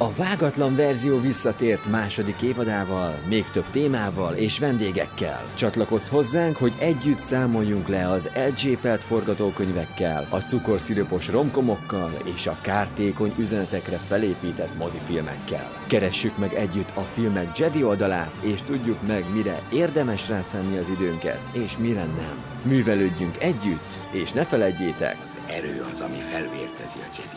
A vágatlan verzió visszatért második évadával, még több témával és vendégekkel. Csatlakozz hozzánk, hogy együtt számoljunk le az elcsépelt forgatókönyvekkel, a cukorszirupos romkomokkal és a kártékony üzenetekre felépített mozifilmekkel. Keressük meg együtt a filmek Jedi oldalát, és tudjuk meg, mire érdemes rászánni az időnket, és mire nem. Művelődjünk együtt, és ne feledjétek, Az erő az, ami felvértezi a Jedi.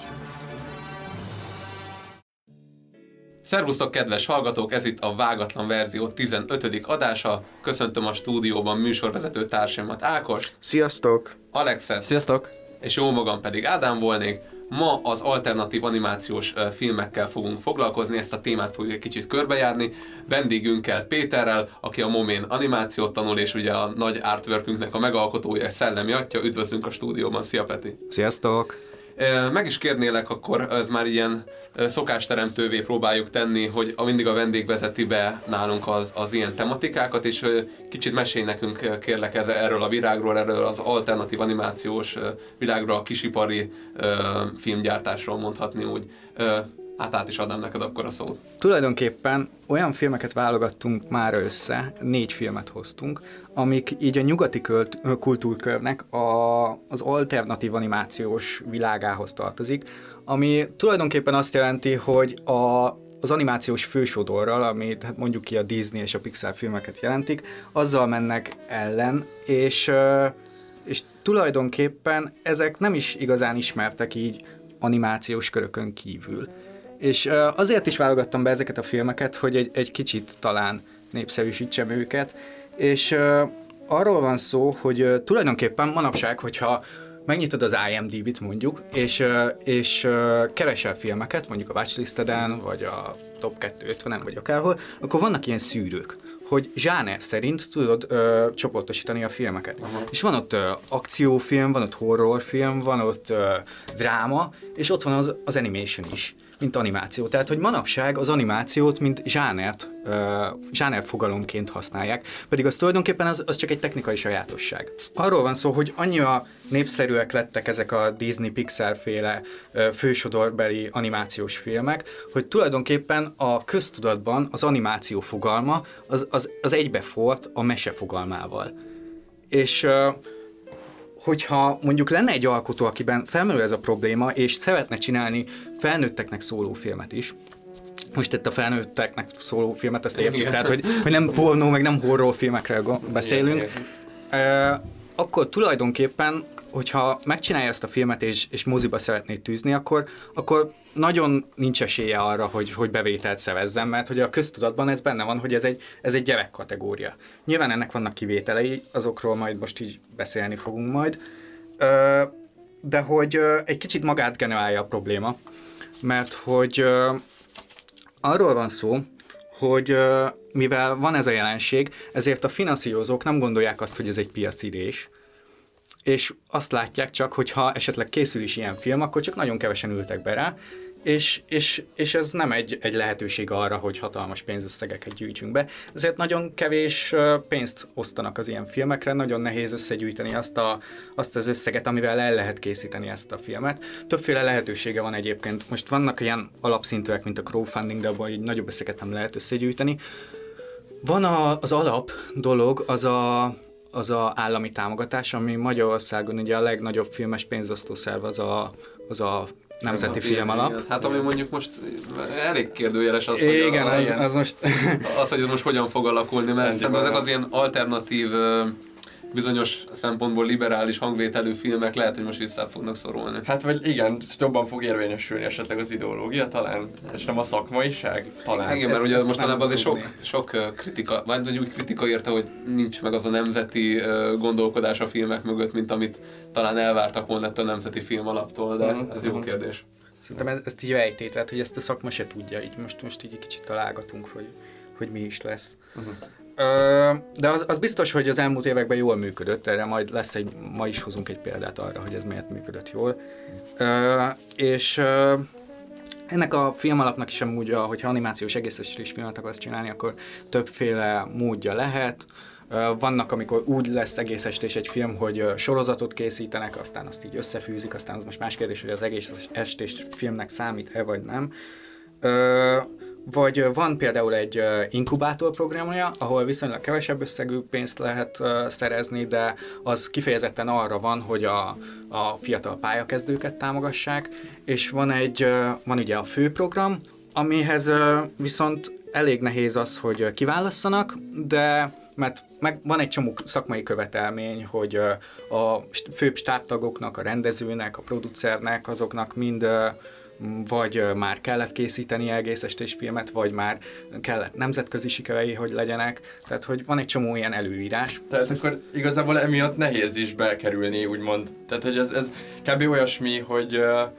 Szervusztok, kedves hallgatók! Ez itt a Vágatlan verzió 15. adása. Köszöntöm a stúdióban műsorvezető társaimat, Ákost. Sziasztok! Alexet. Sziasztok! És jó magam pedig Ádám volnék. Ma az alternatív animációs filmekkel fogunk foglalkozni, ezt a témát fogjuk egy kicsit körbejárni. Vendégünkkel, Péterrel, aki a Momén animációt tanul, és ugye a nagy artworkünknek a megalkotója, szellemi atya. Üdvözlünk a stúdióban. Szia, Peti! Sziasztok! Meg is kérnélek, akkor ez már ilyen szokásteremtővé próbáljuk tenni, hogy mindig a vendég vezeti be nálunk az ilyen tematikákat, és kicsit mesélj nekünk, kérlek, erről a virágról, erről az alternatív animációs világról, a kisipari filmgyártásról mondhatni úgy. Át is adnám neked akkor a szót. Tulajdonképpen olyan filmeket válogattunk már össze, 4 filmet hoztunk, amik így a nyugati kultúrkörnek az alternatív animációs világához tartozik, ami tulajdonképpen azt jelenti, hogy az animációs fősodorral, amit hát mondjuk ki a Disney és a Pixar filmeket jelentik, azzal mennek ellen, és tulajdonképpen ezek nem is igazán ismertek így animációs körökön kívül. És azért is válogattam be ezeket a filmeket, hogy egy kicsit talán népszerűsítsem őket, és arról van szó, hogy tulajdonképpen manapság, hogyha megnyitod az IMDb-t mondjuk, és keresel filmeket, mondjuk a watchlisteden, vagy a top 250-en, vagy akárhol, akkor vannak ilyen szűrők, hogy zsáner szerint tudod csoportosítani a filmeket. És van ott akciófilm, van ott horrorfilm, van ott dráma, és ott van az animation is, mint animáció. Tehát, hogy manapság az animációt, mint zsáner fogalomként használják, pedig az tulajdonképpen az csak egy technikai sajátosság. Arról van szó, hogy annyira népszerűek lettek ezek a Disney-Pixar féle fősodorbeli animációs filmek, hogy tulajdonképpen a köztudatban az animáció fogalma az egybefort a mese fogalmával. És hogyha mondjuk lenne egy alkotó, akiben felmerül ez a probléma, és szeretne csinálni felnőtteknek szóló filmet is, most itt a felnőtteknek szóló filmet, ezt értjük, tehát hogy nem pornó, meg nem horrorfilmekről beszélünk, akkor tulajdonképpen, hogyha megcsinálja ezt a filmet, és moziba szeretné tűzni, akkor nagyon nincs esélye arra, hogy bevételt szerezzen, mert hogy a köztudatban ez benne van, hogy ez egy gyerekkategória. Nyilván ennek vannak kivételei, azokról majd most így beszélni fogunk majd, de hogy egy kicsit magát generálja a probléma, mert hogy arról van szó, hogy mivel van ez a jelenség, ezért a finanszírozók nem gondolják azt, hogy ez egy piaci rés, és azt látják csak, hogy ha esetleg készül is ilyen film, akkor csak nagyon kevesen ültek be rá, és ez nem egy lehetőség arra, hogy hatalmas pénzösszegeket gyűjtsünk be. Ezért nagyon kevés pénzt osztanak az ilyen filmekre, nagyon nehéz összegyűjteni azt az összeget, amivel el lehet készíteni ezt a filmet. Többféle lehetősége van egyébként. Most vannak ilyen alapszintűek, mint a crowdfunding, de abban így nagyobb összeget nem lehet összegyűjteni. Van az alap dolog, az a állami támogatás, ami Magyarországon ugye a legnagyobb filmes pénzosztó szerv az a Nemzeti Filmalap. Hát ami mondjuk most elég kérdőjeles az, igen, hogy az most... az, hogy most hogyan fog alakulni, mert szerintem ezek az ilyen alternatív, bizonyos szempontból liberális hangvételű filmek lehet, hogy most vissza fognak szorulni. Hát vagy igen, jobban fog érvényesülni esetleg az ideológia talán, és nem a szakmaiság talán. Igen, mert ugye mostanában azért sok kritika, vagy úgy kritika érte, hogy nincs meg az a nemzeti gondolkodás a filmek mögött, mint amit talán elvártak volna a Nemzeti Filmalaptól, de ez jó kérdés. Szerintem ezt így ejtét, hogy ezt a szakma se tudja, így most így egy kicsit találgatunk, hogy mi is lesz. De az biztos, hogy az elmúlt években jól működött, erre majd ma is hozunk egy példát arra, hogy ez miért működött jól. És ennek a filmalapnak is amúgy, hogyha animációs egészes filmet akarsz csinálni, akkor többféle módja lehet. Vannak, amikor úgy lesz egész estés egy film, hogy sorozatot készítenek, aztán azt így összefűzik, aztán az most más kérdés, hogy az egész estés filmnek számít-e vagy nem. Vagy van például egy inkubátor programja, ahol viszonylag kevesebb összegű pénzt lehet szerezni, de az kifejezetten arra van, hogy a fiatal pályakezdőket támogassák, és van ugye a főprogram, amihez viszont elég nehéz az, hogy kiválasszanak, de mert van egy csomó szakmai követelmény, hogy a főbb stábtagoknak, a rendezőnek, a producernek, azoknak mind vagy már kellett készíteni egész estés filmet, vagy már kellett nemzetközi sikerei, hogy legyenek. Tehát, hogy van egy csomó ilyen előírás. Tehát akkor igazából emiatt nehéz is bekerülni, úgymond. Tehát, hogy ez kb. Olyasmi, hogy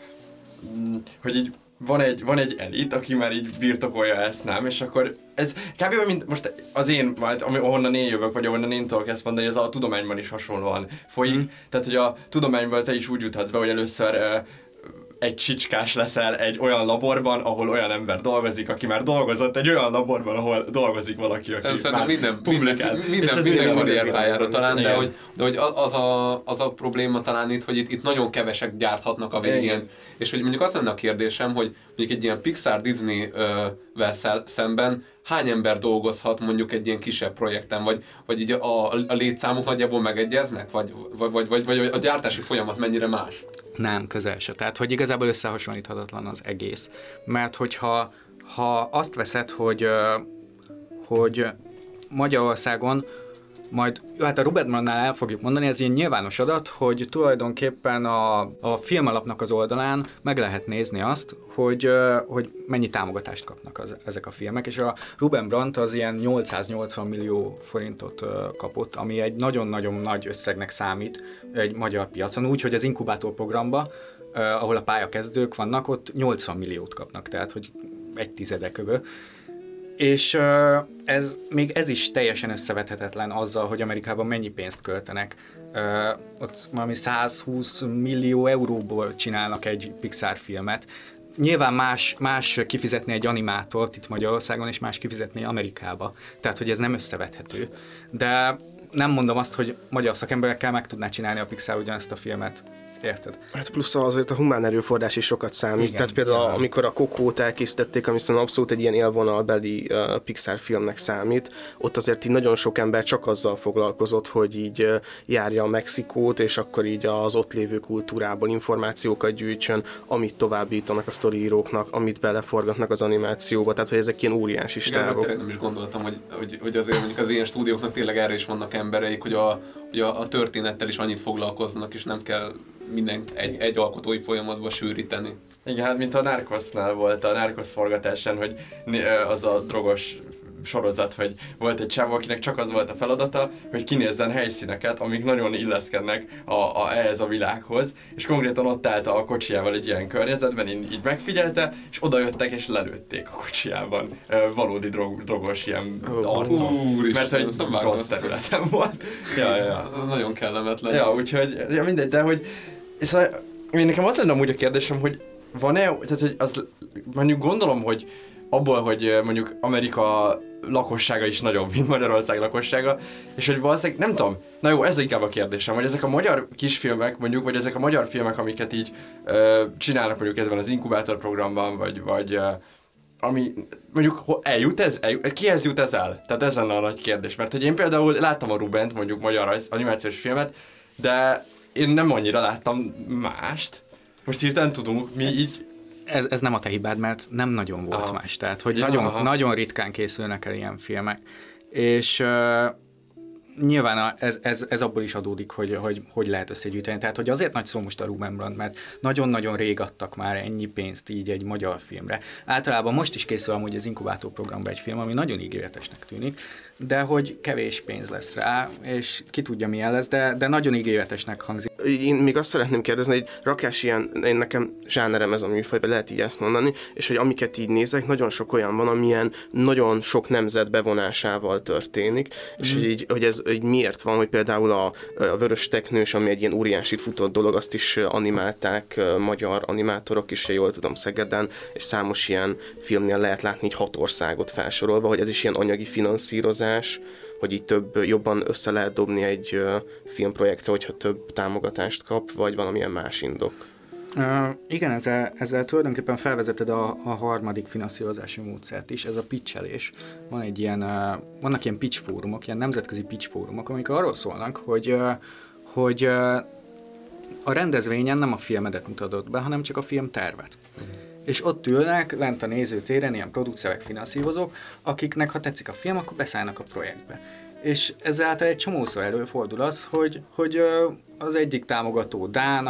így van egy elit, aki már így birtokolja ezt, nem? És akkor ez kb. Olyan, mint most az én, ahonnan én jövök, vagy ahonnan én tudok ezt mondani, ez a tudományban is hasonlóan folyik. Tehát, hogy a tudományban te is úgy juthatsz be, hogy először egy csicskás leszel egy olyan laborban, ahol olyan ember dolgozik, aki már dolgozott egy olyan laborban, ahol dolgozik valaki, aki már publikál. Minden karrierpályára talán, de hogy az a probléma talán itt, hogy itt nagyon kevesek gyárthatnak a végén. Igen. És hogy mondjuk az lenne a kérdésem, hogy mondjuk egy ilyen Pixar-Disney-vel szemben hány ember dolgozhat mondjuk egy ilyen kisebb projekten, vagy így a létszámuk nagyjából megegyeznek, vagy a gyártási folyamat mennyire más? Nem, közel se. Tehát, hogy igazából összehasonlíthatatlan az egész. Mert hogyha azt veszed, hogy Magyarországon majd, hát a Robert Brandnál el fogjuk mondani, ez ilyen nyilvános adat, hogy tulajdonképpen a filmalapnak az oldalán meg lehet nézni azt, hogy mennyi támogatást kapnak ezek a filmek, és a Ruben Brandt az ilyen 880 millió forintot kapott, ami egy nagyon-nagyon nagy összegnek számít egy magyar piacon, úgy, hogy az inkubátor programba, ahol a pályakezdők vannak, ott 80 milliót kapnak, tehát hogy 1/10 kb. És még ez is teljesen összevethetetlen azzal, hogy Amerikában mennyi pénzt költenek. Ott valami 120 millió euróból csinálnak egy Pixar filmet. Nyilván más kifizetni egy animátort itt Magyarországon, és más kifizetni Amerikába. Tehát, hogy ez nem összevethető. De nem mondom azt, hogy magyar szakemberekkel meg tudná csinálni a Pixar ugyanezt a filmet. Érted? Hát plusz azért a humán erőforrás is sokat számít. Igen, tehát például amikor a Coco-t elkészítették, ami szerintem abszolút egy ilyen élvonalbeli Pixar filmnek számít, ott azért így nagyon sok ember csak azzal foglalkozott, hogy így járja a Mexikót, és akkor így az ott lévő kultúrából információkat gyűjtsön, amit továbbítanak a sztoriíróknak, amit beleforgatnak az animációba, tehát hogy ezek ilyen óriási stábok. Igen, nem is gondoltam, hogy azért mondjuk az ilyen stúdióknak tényleg erre is vannak embereik, hogy a történettel is annyit foglalkoznak, és nem kell mindent egy alkotói folyamatba sűríteni. Igen, hát mint a Narcosnál volt, a Narcos forgatásán, hogy az a drogos sorozat, hogy volt egy csávó, akinek csak az volt a feladata, hogy kinézzen helyszíneket, amik nagyon illeszkednek ehhez a világhoz, és konkrétan ott állt a kocsijával egy ilyen környezetben, így megfigyelte, és odajöttek és lelőtték a kocsijában valódi drogos ilyen arcon, mert hogy rossz területen volt. Ja. Nagyon kellemetlen. Ja, úgyhogy mindegy, de hogy és nekem az lenne amúgy a kérdésem, hogy van-e, tehát hogy az, mondjuk gondolom, hogy abból, hogy mondjuk Amerika lakossága is nagyobb, mint Magyarország lakossága, és hogy valószínűleg, nem tudom, na jó, ez inkább a kérdésem, hogy ezek a magyar kisfilmek mondjuk, vagy ezek a magyar filmek, amiket így csinálnak mondjuk ezben az inkubátor programban, vagy ami mondjuk kihez jut ez el? Tehát ez lenne a nagy kérdés, mert hogy én például láttam a Rubent, mondjuk magyar animációs filmet, de én nem annyira láttam mást. Most hirtelen tudunk, mi így... Ez nem a te hibád, mert nem nagyon volt más. Tehát, hogy nagyon ritkán készülnek el ilyen filmek. És nyilván ez abból is adódik, hogy lehet összegyűjteni. Tehát, hogy azért nagy szó most a Ruben Brandt, mert nagyon-nagyon rég adtak már ennyi pénzt így egy magyar filmre. Általában most is készül amúgy az inkubátor programba egy film, ami nagyon ígéretesnek tűnik, de hogy kevés pénz lesz rá, és ki tudja milyen lesz, de nagyon ígéretesnek hangzik. Én még azt szeretném kérdezni, hogy rakás ilyen, én nekem zsánerem ez a műfaj, lehet így ezt mondani, és hogy amiket így nézek, nagyon sok olyan van, amilyen nagyon sok nemzet bevonásával történik, és hogy ez hogy miért van, hogy például a Vörös Teknős, ami egy ilyen óriásit futott dolog, azt is animálták magyar animátorok is, ha jól tudom, Szegeden, és számos ilyen filmnél lehet látni így 6 országot felsorolva, hogy ez is ilyen anyagi finanszírozás, hogy így jobban össze lehet dobni egy filmprojektre, hogyha több támogatást kap, vagy valamilyen más indok. Igen, ezzel tulajdonképpen felvezeted a harmadik finanszírozási módszert is, ez a pitchelés. Vannak ilyen pitch fórumok, ilyen nemzetközi pitch fórumok, amik arról szólnak, hogy a rendezvényen nem a filmedet mutatod be, hanem csak a filmtervet. És ott ülnek lent a nézőtéren ilyen producerek, finanszírozók, akiknek ha tetszik a film, akkor beszállnak a projektbe. És ezáltal egy csomószor előfordul az, hogy az egyik támogató dán, a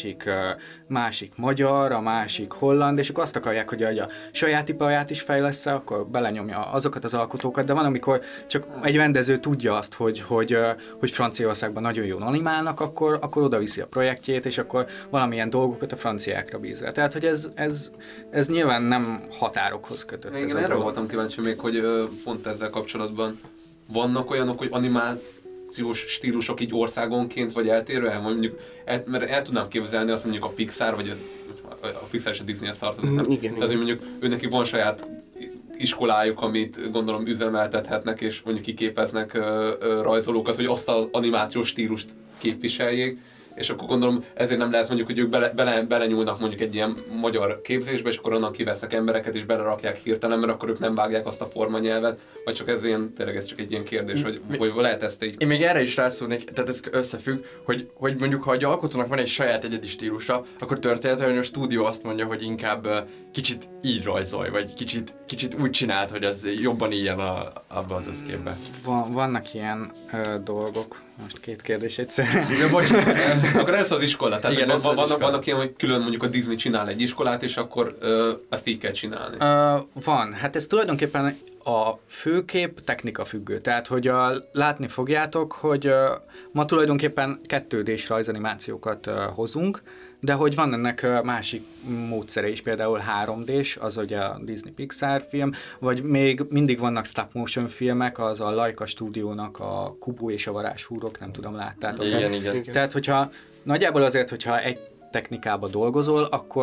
másik magyar, a másik holland, és akkor azt akarják, hogy a saját iparját is fejlesz, akkor belenyomja azokat az alkotókat, de van, amikor csak egy rendező tudja azt, hogy Franciaországban nagyon jól animálnak, akkor oda viszi a projektjét, és akkor valamilyen dolgokat a franciákra bízza. Tehát, hogy ez nyilván nem határokhoz kötött. Igen, erről voltam kíváncsi még, hogy pont ezzel kapcsolatban vannak olyanok, hogy animációs stílusok így országonként, vagy eltérően, mondjuk, mert el tudnám képzelni azt mondjuk a Pixar, vagy a Pixar és a Disney-hez tartozik, nem? Igen, Tehát, hogy mondjuk őneki van saját iskolájuk, amit gondolom üzemeltethetnek, és mondjuk kiképeznek rajzolókat, hogy azt az animációs stílust képviseljék, és akkor gondolom ezért nem lehet mondjuk, hogy ők belenyúlnak mondjuk egy ilyen magyar képzésbe, és akkor onnan kivesznek embereket, és belerakják hirtelen, mert akkor ők nem vágják azt a formanyelvet, vagy csak tényleg ez csak egy ilyen kérdés, hogy lehet ezt így. Én még erre is rászólnék, tehát ez összefügg, hogy mondjuk ha egy alkotónak van egy saját egyedi stílusa, akkor történetesen a stúdió azt mondja, hogy inkább kicsit így rajzolj, vagy kicsit úgy csináld, hogy az jobban ilyen abba az összképbe. Vannak ilyen dolgok. Most két kérdés egyszerűen. Igen, akkor ez az iskola. Tehát igen, vannak ilyen, hogy külön mondjuk a Disney csinál egy iskolát, és akkor ezt így kell csinálni. Van. Hát ez tulajdonképpen a főkép technika függő. Tehát, hogy látni fogjátok, hogy ma tulajdonképpen 2D-s rajzanimációkat hozunk, de hogy van ennek másik módszere is, például 3D-s, az ugye a Disney Pixar film, vagy még mindig vannak stop motion filmek, az a Laika stúdiónak a Kubo és a varázshúrok, nem tudom, láttátok. Igen. Tehát, hogyha nagyjából azért, hogyha egy technikába dolgozol,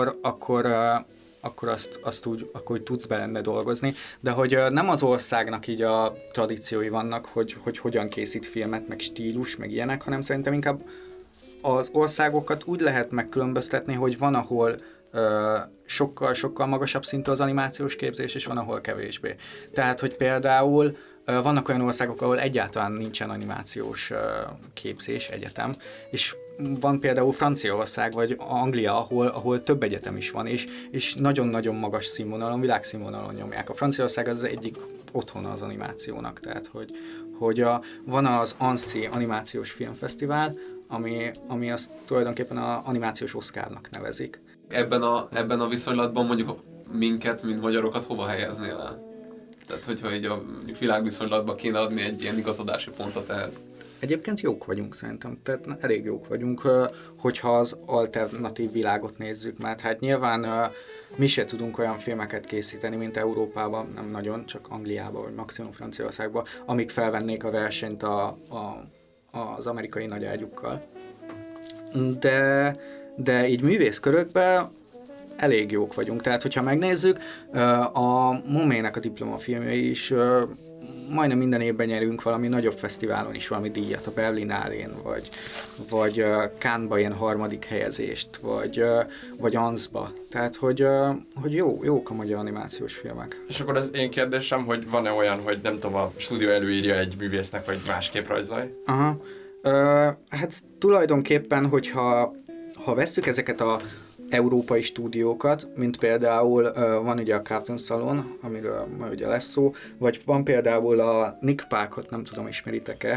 akkor azt úgy tudsz benne dolgozni, de hogy nem az országnak így a tradíciói vannak, hogy hogyan készít filmet, meg stílus, meg ilyenek, hanem szerintem inkább az országokat úgy lehet megkülönböztetni, hogy van, ahol sokkal magasabb szintű az animációs képzés, és van, ahol kevésbé. Tehát, hogy például vannak olyan országok, ahol egyáltalán nincsen animációs képzés, egyetem, és van például Franciaország, vagy Anglia, ahol több egyetem is van, és nagyon-nagyon magas színvonalon, világszínvonalon nyomják. A Franciaország az egyik otthona az animációnak, tehát hogy van az Annecy animációs filmfesztivál, ami azt tulajdonképpen az animációs Oscarnak nevezik. Ebben a viszonylatban mondjuk minket, mint magyarokat hova helyeznél el? Tehát, hogyha így a világviszonylatban kéne adni egy ilyen igazodási pontot ehhez. Egyébként jók vagyunk szerintem, tehát elég jók vagyunk, hogyha az alternatív világot nézzük, mert hát nyilván mi se tudunk olyan filmeket készíteni, mint Európában, nem nagyon, csak Angliában vagy maximum Franciaországban, amik felvennék a versenyt az amerikai nagyágyukkal. De így művészkörökben elég jók vagyunk. Tehát, hogyha megnézzük, a Momének a diplomafilmjei is majdnem minden évben nyerünk valami nagyobb fesztiválon is valami díjat, a Berlinálén, vagy Cannes-ba ilyen harmadik helyezést, vagy Annecy-ba. Tehát, hogy jók a magyar animációs filmek. És akkor az én kérdésem, hogy van-e olyan, hogy nem tudom, a stúdió előírja egy művésznek, hogy másképp rajzolj? Aha. Hát tulajdonképpen, hogyha vesszük ezeket a európai stúdiókat, mint például van ugye a Cartoon Salon, amiről majd ugye lesz szó, vagy van például a Nick Parkot, nem tudom, ismeritek-e,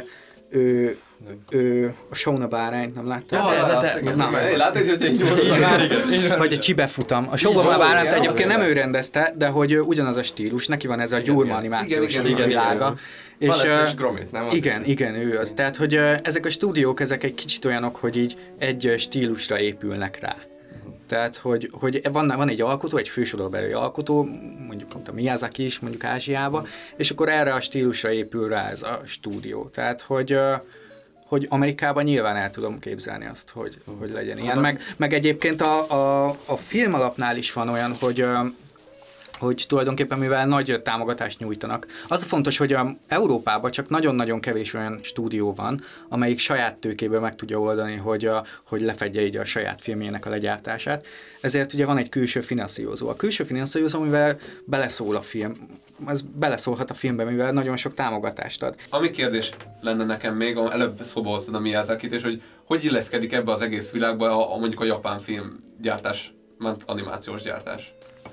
ő a Shona bárányt, nem láttál? Látod, hogy egy vagy a Csibefutam. A Shona bárányt egyébként nem ő rendezte, de hogy ugyanaz a stílus, neki van ez a gyurma animációs világa. És Gromit, nem? Igen, ő az. Tehát, hogy ezek a stúdiók, ezek egy kicsit olyanok, hogy így egy stílusra épülnek rá. Tehát, hogy van egy alkotó, egy fősororbeli alkotó, mondjuk a Miyazaki is, mondjuk Ázsiába, és akkor erre a stílusra épül rá ez a stúdió. Tehát, hogy Amerikában nyilván el tudom képzelni azt, hogy legyen ilyen. Meg egyébként a film alapnál is van olyan, hogy hogy tulajdonképpen mivel nagy támogatást nyújtanak. Az a fontos, hogy Európában csak nagyon-nagyon kevés olyan stúdió van, amelyik saját tőkéből meg tudja oldani, hogy lefedje így a saját filmjének a legyártását. Ezért ugye van egy külső finanszírozó. A külső finanszírozó, mivel beleszól a film, az beleszólhat a filmbe, mivel nagyon sok támogatást ad. Ami kérdés lenne nekem még, előbb szóba hoztad a Miyazakit, és hogy illeszkedik ebbe az egész világba mondjuk a japán filmgyártás, animációs gyártás?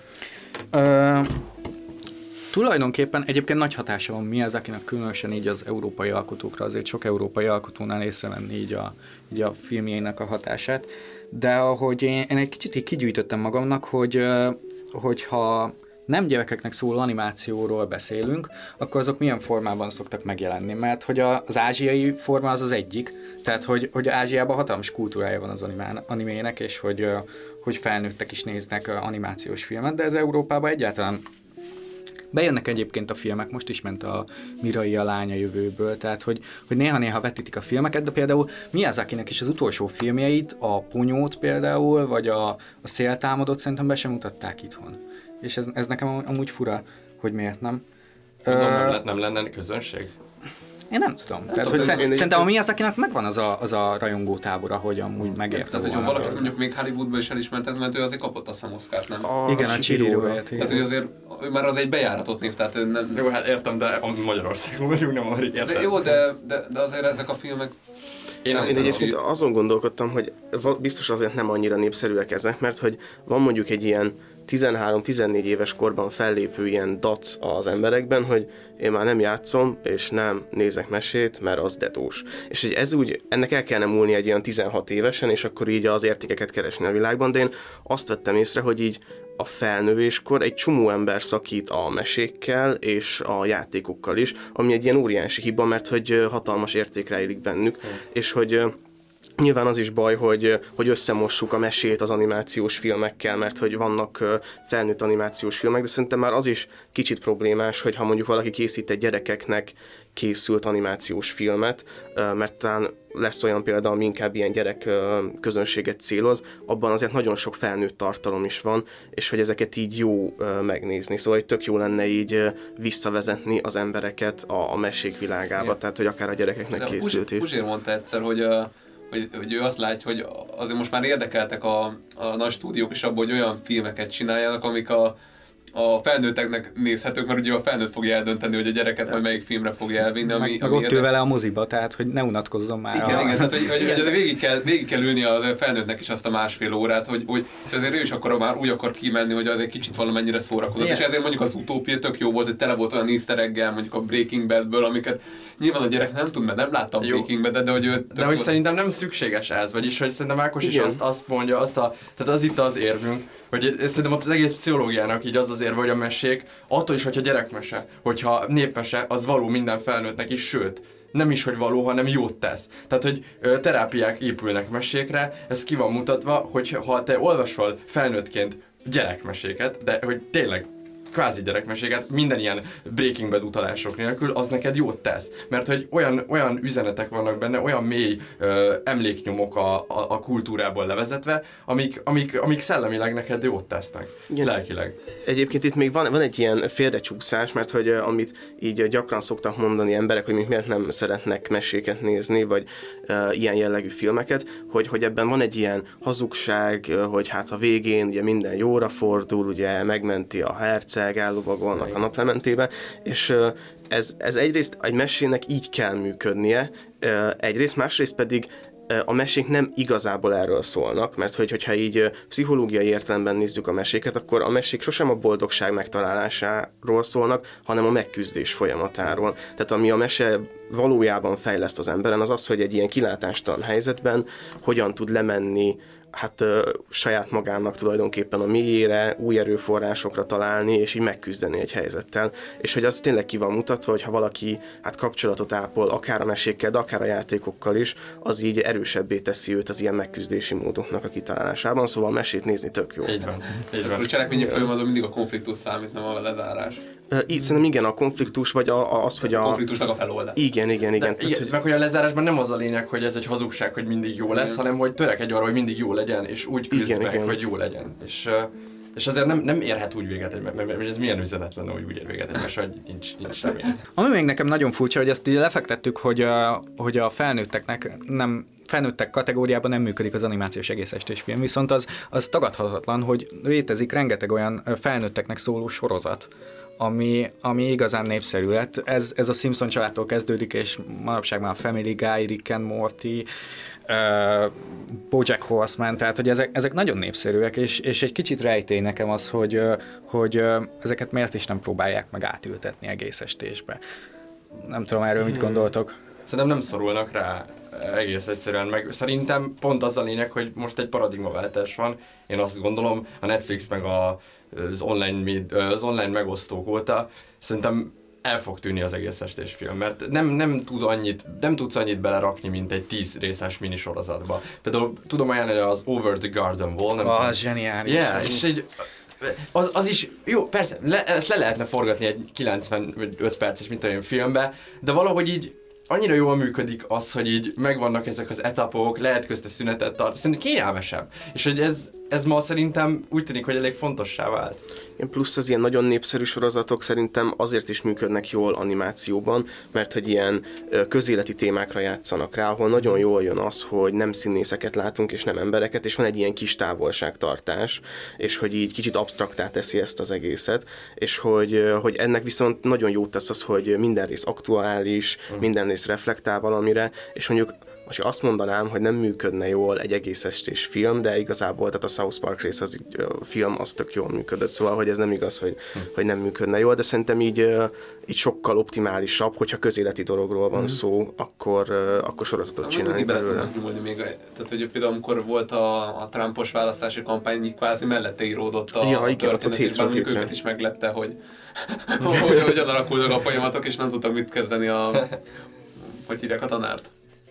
Tulajdonképpen egyébként nagy hatása van Miyazakinak, különösen így az európai alkotókra, azért sok európai alkotónál észrevenni így a filmjének a hatását, de ahogy én egy kicsit így kigyűjtöttem magamnak, hogyha nem gyerekeknek szóló animációról beszélünk, akkor azok milyen formában szoktak megjelenni, mert hogy az ázsiai forma az egyik, tehát hogy Ázsiában hatalmas kultúrája van az animének, és hogy felnőttek is néznek animációs filmet, de ez Európában egyáltalán bejönnek egyébként a filmek, most is ment a Mirai a lánya jövőből, tehát hogy néha-néha vetítik a filmeket, de például Miyazakinek is az utolsó filmjeit, a Ponyót például, vagy a Széltámadót szerintem be sem mutatták itthon. És ez nekem amúgy fura, hogy miért nem. Nem lenne közönség? Én nem tudom. Tehát, hogy szerintem a Miyazakinak megvan az a rajongó tábora, hogy amúgy megérte volna. Tehát, hogyha valaki mondjuk még Hollywoodban is elismertet, mert ő azért kapott a Oscart, nem? Igen, a Chihiro-ért. Tehát, hogy azért ő már az egy bejáratott név, tehát nem... Jó, hát értem, de Magyarországon vagyunk, nem Amerikában. Jó, de azért ezek a filmek... Én egyébként azon gondolkodtam, hogy biztos azért nem annyira népszerűek ezek, mert hogy van mondjuk egy ilyen 13-14 éves korban fellépő ilyen dac az emberekben, hogy én már nem játszom, és nem nézek mesét, mert az dedós. És hogy ez úgy, ennek el kellene múlni egy ilyen 16 évesen, és akkor így az értékeket keresni a világban, de én azt vettem észre, hogy így a felnövéskor egy csomó ember szakít a mesékkel és a játékokkal is, ami egy ilyen óriási hiba, mert hogy hatalmas érték rejlik bennük, és hogy nyilván az is baj, hogy összemossuk a mesét az animációs filmekkel, mert hogy vannak felnőtt animációs filmek, de szerintem már az is kicsit problémás, hogy ha mondjuk valaki készít egy gyerekeknek készült animációs filmet, mert talán lesz olyan példa, ami inkább ilyen gyerek közönséget céloz, abban azért nagyon sok felnőtt tartalom is van, és hogy ezeket így jó megnézni. Szóval hogy tök jó lenne így visszavezetni az embereket a mesék világába, igen. Tehát hogy akár a gyerekeknek készült is. Puzsér mondta egyszer, hogy ő azt látja, hogy azért most már érdekeltek a nagy stúdiók is abban, hogy olyan filmeket csináljanak, amik a felnőtteknek nézhetők, mert ugye a felnőtt fogja eldönteni, hogy a gyereket majd melyik filmre fogja elvinni. Ami ott ül vele a moziba, tehát hogy ne unatkozzon már. Igen, tehát hogy végig kell ülni a felnőttnek is azt a másfél órát, és ezért ő is már úgy akar kimenni, hogy azért kicsit valamennyire szórakozott. És ezért mondjuk az Utópia tök jó volt, hogy tele volt olyan easter egg-gel, mondjuk a Breaking Badből, amiket nyilván a gyerek nem tud, mert nem láttam Breaking Bad-et, de hogy ő... De hogy szerintem nem szükséges ez, vagyis hogy szerintem Ákos is azt mondja, tehát az itt az érvünk, hogy szerintem az egész pszichológiának így az érve, hogy a mesék, attól is, hogyha gyerekmese, hogyha népmese, az való minden felnőttnek is, sőt, nem is, hogy való, hanem jót tesz. Tehát, hogy terápiák épülnek mesékre, ez ki van mutatva, hogy ha te olvasol felnőttként gyerekmeséket, de hogy tényleg kvázi gyerekmeséket, minden ilyen Breaking Bad utalások nélkül, az neked jót tesz. Mert hogy olyan üzenetek vannak benne, olyan mély emléknyomok a kultúrából levezetve, amik szellemileg neked jót tesznek. Igen. Lelkileg. Egyébként itt még van egy ilyen félrecsúszás, mert hogy amit így gyakran szoktak mondani emberek, hogy miért nem szeretnek meséket nézni, vagy ilyen jellegű filmeket, hogy ebben van egy ilyen hazugság, hogy hát a végén ugye minden jóra fordul, ugye megmenti a herceg, ellovagolnak a naplementébe, és ez egyrészt egy mesének így kell működnie, egyrészt, másrészt pedig a mesék nem igazából erről szólnak, mert hogyha így pszichológiai értelemben nézzük a meséket, akkor a mesék sosem a boldogság megtalálásáról szólnak, hanem a megküzdés folyamatáról. Tehát ami a mese valójában fejleszt az emberen, az az, hogy egy ilyen kilátástalan helyzetben hogyan tud lemenni saját magának tulajdonképpen a mélyére, új erőforrásokra találni, és így megküzdeni egy helyzettel. És hogy az tényleg ki van mutatva, hogy ha valaki kapcsolatot ápol, akár a mesékkel, de akár a játékokkal is, az így erősebbé teszi őt az ilyen megküzdési módoknak a kitalálásában, szóval a mesét nézni tök jó. Így van. A cselekményi folyamatban mindig a konfliktus számít, nem a lezárás. Így szerintem igen, a konfliktus, vagy az, hogy a konfliktusnak a feloldás. Igen. Meg hogy a lezárásban nem az a lényeg, hogy ez egy hazugság, hogy mindig jó lesz, hanem hogy törekedj arra, hogy mindig jó legyen, és úgy küzd meg, hogy jó legyen. És és azért nem érhet úgy véget, mert ez milyen üzenet lenne, hogy úgy ér véget egymás, hogy nincs semmi. Ami még nekem nagyon furcsa, hogy ezt így lefektettük, hogy a felnőttek kategóriában nem működik az animációs egész estés film, viszont az tagadhatatlan, hogy létezik rengeteg olyan felnőtteknek szóló sorozat, ami igazán népszerű lett. Ez a Simpson családtól kezdődik, és manapság már a Family Guy, Rick and Morty, BoJack Horseman, tehát hogy ezek nagyon népszerűek, és egy kicsit rejtély nekem az, hogy ezeket miért is nem próbálják meg átültetni egész estésbe. Nem tudom, erről mit gondoltok? Szerintem nem szorulnak rá egész egyszerűen, meg szerintem pont az a lényeg, hogy most egy paradigmaváltás van. Én azt gondolom, a Netflix meg az online megosztók óta szerintem el fog tűnni az egész estés film, mert nem tudsz annyit belerakni, mint egy 10 részes minisorozatba. Például tudom ajánlani az Over the Garden Wall, Az zseniális. Yeah, és egy az is, jó, persze, ezt le lehetne forgatni egy 95 perces, mint olyan filmbe, de valahogy így annyira jól működik az, hogy így megvannak ezek az etapok, lehet közte szünetet tartani, szerintem kényelmesebb. És hogy ez ma szerintem úgy tűnik, hogy elég fontossá vált. Plusz az ilyen nagyon népszerű sorozatok szerintem azért is működnek jól animációban, mert hogy ilyen közéleti témákra játszanak rá, ahol nagyon jól jön az, hogy nem színészeket látunk, és nem embereket, és van egy ilyen kis távolságtartás, és hogy így kicsit absztraktá teszi ezt az egészet, és hogy ennek viszont nagyon jót tesz az, hogy minden rész aktuális, minden rész reflektál valamire, és mondjuk ha azt mondanám, hogy nem működne jól egy egész estés film, de igazából tehát a South Park rész a film az tök jól működött, szóval hogy ez nem igaz, hogy nem működne jól, de szerintem így sokkal optimálisabb, hogyha közéleti dologról van szó, akkor sorozatot csinálni belőle. Még, tehát hogy például amikor volt a Trumpos választási kampány, így kvázi mellette íródott a történet, és mondjuk őket is meglepte, hogy hogyan alakulnak a folyamatok, és nem tudtak mit kezdeni hogy hívják a tanárt?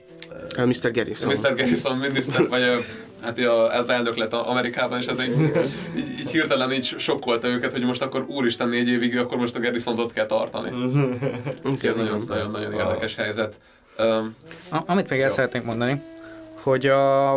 Mr. Garrison. Mr. Garrison miniszter, vagy hát az elnök lett Amerikában, és ez így hirtelen így sokkolta őket, hogy most akkor úristen 4 évig, akkor most a Garrisont ott kell tartani. Ez nagyon érdekes helyzet. Amit még el szeretnék mondani, hogy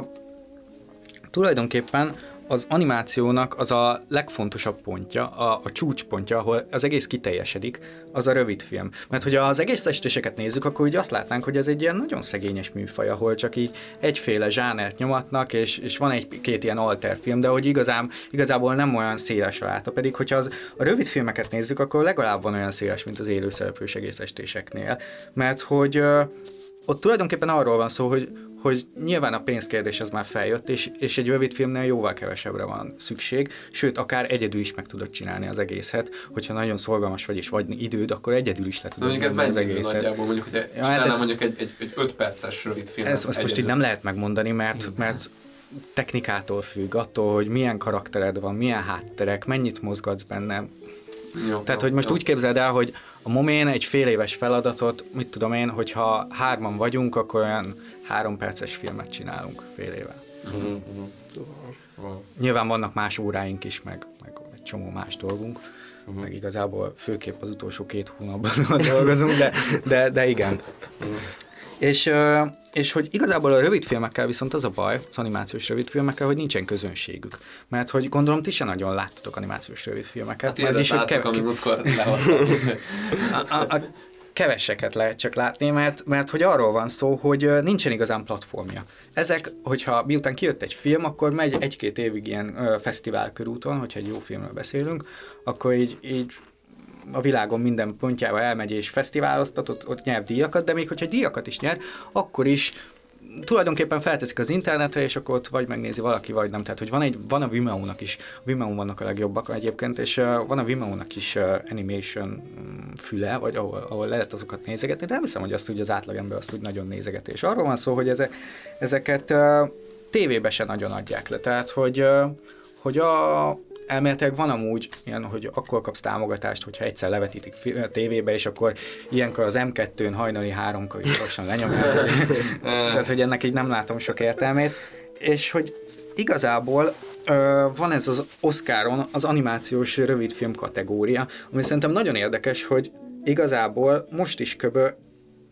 tulajdonképpen az animációnak az a legfontosabb pontja, a csúcspontja, ahol az egész kiteljesedik, az a rövidfilm. Mert hogyha az egész estéseket nézzük, akkor úgy azt látnánk, hogy ez egy ilyen nagyon szegényes műfaj, ahol csak így egyféle zsánert nyomatnak, és van egy-két ilyen alterfilm, de hogy igazából nem olyan széles a láta. Pedig, hogyha a rövidfilmeket nézzük, akkor legalább van olyan széles, mint az élőszereplős egész estéseknél. Mert hogy ott tulajdonképpen arról van szó, hogy nyilván a pénzkérdés az már feljött, és egy rövid filmnél jóval kevesebbre van szükség, sőt, akár egyedül is meg tudod csinálni az egészet, hogyha nagyon szorgalmas vagy és vagy időd, akkor egyedül is le tudod mondani az egészet. Nagyjából mondjuk, hogy csinálnám mondjuk egy 5 perces rövid filmet. Ezt most így nem lehet megmondani, mert technikától függ, attól, hogy milyen karaktered van, milyen hátterek, mennyit mozgatsz benne. Tehát, hogy most úgy képzeld el, hogy a Momén egy fél éves feladatot, mit tudom én, hogyha 3-an vagyunk, akkor olyan 3 perces filmet csinálunk fél éve. Nyilván vannak más óráink is, meg egy csomó más dolgunk, meg igazából főképp az utolsó 2 hónapban dolgozunk, de igen. És hogy igazából a rövidfilmekkel viszont az a baj, az animációs rövidfilmekkel, hogy nincsen közönségük. Mert hogy gondolom, ti sem nagyon láttatok animációs rövidfilmeket. Hát én láttuk, amit múltkor lehoztam. Keveseket lehet csak látni, mert hogy arról van szó, hogy nincsen igazán platformja. Ezek, hogyha miután kijött egy film, akkor megy 1-2 évig ilyen fesztivál körúton, hogyha egy jó filmről beszélünk, akkor így a világon minden pontjába elmegy és fesztiváloztat, ott nyer díjakat, de még hogyha díjakat is nyer, akkor is tulajdonképpen felteszik az internetre, és akkor ott vagy megnézi valaki, vagy nem. Tehát, hogy van a Vimeo-nak is, a Vimeo vannak a legjobbak egyébként, és van a Vimeo-nak is animation füle, vagy ahol lehet azokat nézegetni, de nem hiszem, hogy azt úgy az átlagember azt úgy nagyon nézegeti. És arról van szó, hogy ezeket tévébe se nagyon adják le. Tehát, hogy elméletileg van amúgy ilyen, hogy akkor kapsz támogatást, hogyha egyszer levetítik tévébe, és akkor ilyenkor az M2-n hajnali 3-kor gyorsan lenyomják. Tehát, hogy ennek így nem látom sok értelmét. És hogy igazából van ez az Oscaron az animációs rövidfilm kategória, ami szerintem nagyon érdekes, hogy igazából most is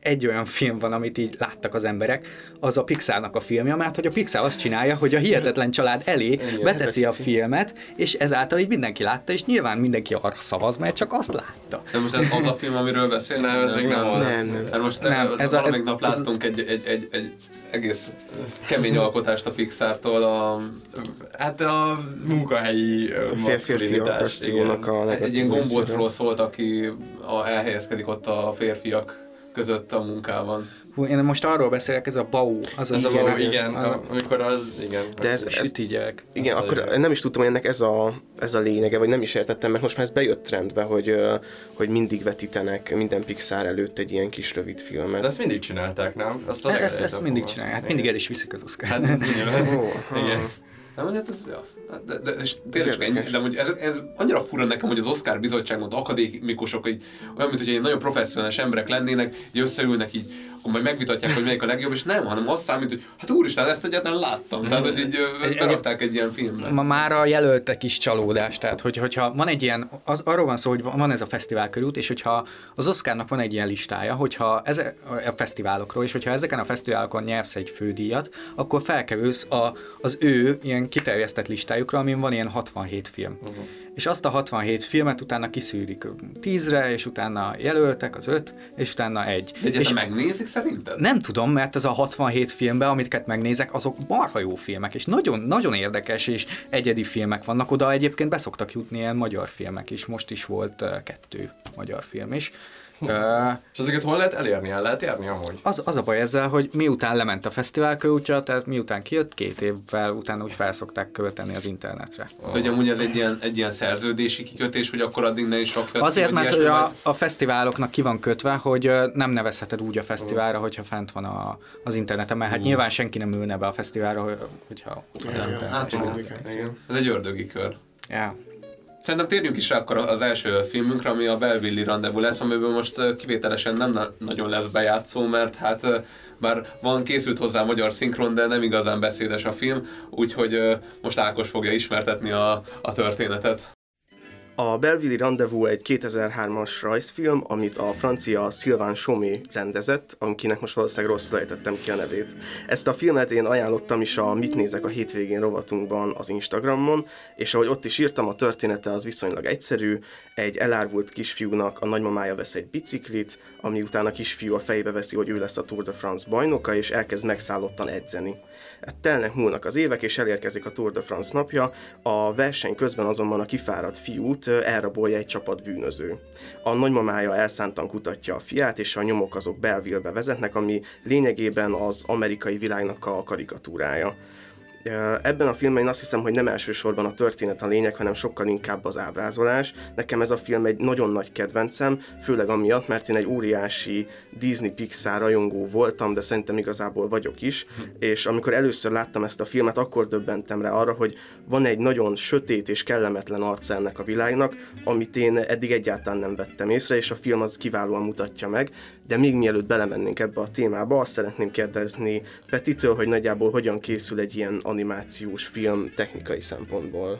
egy olyan film van, amit így láttak az emberek, az a Pixarnak a filmje, mert hogy a Pixar azt csinálja, hogy a Hihetetlen Család elé beteszi a filmet, és ezáltal így mindenki látta, és nyilván mindenki arra szavaz, mert csak azt látta. De most ez az a film, amiről beszélnek? Nem, ez még nem az. Mert most valamelyik nap láttunk egy egész kemény alkotást a Pixartól. Hát a munkahelyi maszkulinitás. Egy ilyen gombócról szólt, aki elhelyezkedik ott a férfiak között a munkában. Hú, én most arról beszélek, ez a BAU. Ez a BAU, igen, amikor az, igen. De ez sütigyek. Igen, akkor nem is tudtam, hogy ennek ez a lényege, vagy nem is értettem, mert most már ez bejött trendbe, hogy mindig vetítenek minden Pixar előtt egy ilyen kis rövid filmet. De ezt mindig csinálták, nem? Ezt mindig csinálják, hát mindig el is viszik az Oscar. Hát, igen. Nem, hát ez, ja. És tényleg, de hogy ez annyira fura nekem, hogy az Oscar bizottságon akadémikusok olyan, mint hogy egy nagyon professzionális emberek lennének, így összeülnek így, akkor majd megvitatják, hogy melyik a legjobb, és nem, hanem azt számít, hogy hát úristen, ezt egyáltalán láttam. Tehát, hogy így berakták egy ilyen filmbe. Ma már a jelöltek is csalódás, tehát hogyha van egy ilyen, arról van szó, hogy van ez a fesztivál körút, és hogyha az Oscarnak van egy ilyen listája, hogyha a fesztiválokról, és hogyha ezeken a fesztiválokon nyersz egy fődíjat, akkor felkerülsz az ő ilyen kiterjesztett listájukra, amin van ilyen 67 film. És azt a 67 filmet utána kiszűrik 10-re, és utána jelöltek az 5, és utána 1. De egyáltalán megnézik szerinted? Nem tudom, mert ez a 67 filmben, amiket megnézek, azok marha jó filmek, és nagyon, nagyon érdekes és egyedi filmek vannak. Oda egyébként beszoktak jutni ilyen magyar filmek is. Most is volt 2 magyar film is. És ezeket hol lehet elérni? El lehet érni amúgy? Az a baj ezzel, hogy miután lement a fesztivál körútja, tehát miután kijött, 2 évvel utána úgy felszokták költeni az internetre. Hogy amúgy ez egy ilyen szerződési kikötés, hogy akkor addig ne is rakja. Azért, mert hogy a fesztiváloknak ki van kötve, hogy nem nevezheted úgy a fesztiválra, hogyha fent van az interneten, mert hát nyilván senki nem ülne be a fesztiválra, hogyha az interneten. Ez egy ördögi kör. Ja. Szerintem térjünk is rá akkor az első filmünkre, ami a Belleville-i Rendezvous lesz, amiből most kivételesen nem nagyon lesz bejátszó, mert hát bár készült hozzá magyar szinkron, de nem igazán beszédes a film, úgyhogy most Ákos fogja ismertetni a történetet. A Belleville-i Rendezvous egy 2003-as rajzfilm, amit a francia Sylvain Chomet rendezett, akinek most valószínűleg rosszul ejtettem ki a nevét. Ezt a filmet én ajánlottam is a Mit nézek a hétvégén rovatunkban az Instagramon, és ahogy ott is írtam, a története az viszonylag egyszerű. Egy elárvult kisfiúnak a nagymamája vesz egy biciklit, ami után a kisfiú a fejébe veszi, hogy ő lesz a Tour de France bajnoka, és elkezd megszállottan edzeni. Telnek múlnak az évek, és elérkezik a Tour de France napja, a verseny közben azonban a kifáradt fiút elrabolja egy csapat bűnöző. A nagymamája elszántan kutatja a fiát, és a nyomok azok Belleville-be vezetnek, ami lényegében az amerikai világnak a karikatúrája. Ebben a filmben én azt hiszem, hogy nem elsősorban a történet a lényeg, hanem sokkal inkább az ábrázolás. Nekem ez a film egy nagyon nagy kedvencem, főleg amiatt, mert én egy óriási Disney-Pixar rajongó voltam, de szerintem igazából vagyok is, és amikor először láttam ezt a filmet, akkor döbbentem rá arra, hogy van egy nagyon sötét és kellemetlen arca ennek a világnak, amit én eddig egyáltalán nem vettem észre, és a film az kiválóan mutatja meg. De még mielőtt belemennénk ebbe a témába, azt szeretném kérdezni Petitől, hogy nagyjából hogyan készül egy ilyen animációs film technikai szempontból.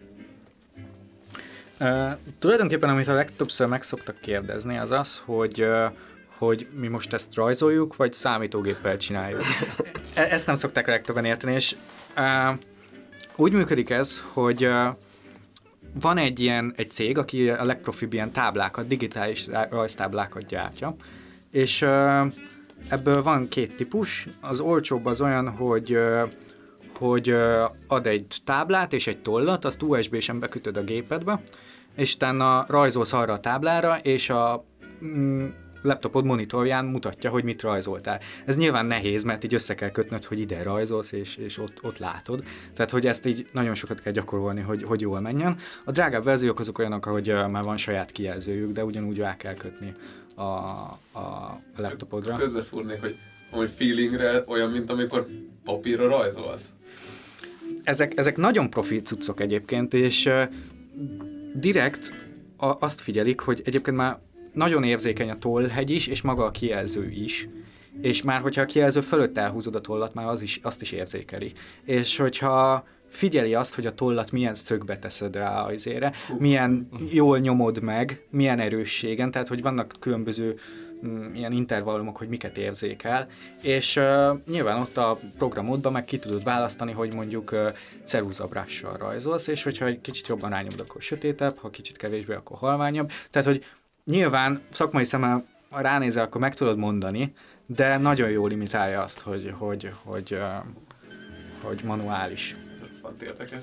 Tulajdonképpen, amit a legtöbbször meg szoktak kérdezni, az az, hogy mi most ezt rajzoljuk, vagy számítógéppel csináljuk. Ezt nem szokták a legtöbben érteni, és úgy működik ez, hogy van egy cég, aki a legprofibb ilyen táblákat, digitális rajztáblákat gyártja, és ebből van 2 típus. Az olcsóbb az olyan, hogy ad egy táblát és egy tollat, azt USB-sen bekötöd a gépedbe, és utána rajzolsz arra a táblára, és a laptopod monitorján mutatja, hogy mit rajzoltál. Ez nyilván nehéz, mert így össze kell kötnöd, hogy ide rajzolsz, és ott látod. Tehát, hogy ezt így nagyon sokat kell gyakorolni, hogy jól menjen. A drágább verziók azok olyanok, hogy már van saját kijelzőjük, de ugyanúgy rá kell kötni a laptopodra. Közbeszúrnék, hogy feelingre olyan, mint amikor papírra rajzolsz. Ezek nagyon profi cuccok egyébként, és direkt azt figyelik, hogy egyébként már nagyon érzékeny a tollhegy is, és maga a kijelző is. És már hogyha a kijelző fölött elhúzod a tollat, már azt is érzékeli. És hogyha figyeli azt, hogy a tollat milyen szögbe teszed rá az milyen jól nyomod meg, milyen erősségen, tehát hogy vannak különböző ilyen intervallumok, hogy miket érzékel, és nyilván ott a programodban meg ki tudod választani, hogy mondjuk ceruzabrással rajzolsz, és hogyha egy kicsit jobban rányomod, akkor sötétebb, ha kicsit kevésbé, akkor halványabb. Tehát, hogy nyilván szakmai szemmel ránézel, akkor meg tudod mondani, de nagyon jól limitálja azt, hogy manuális. Fant érdekes.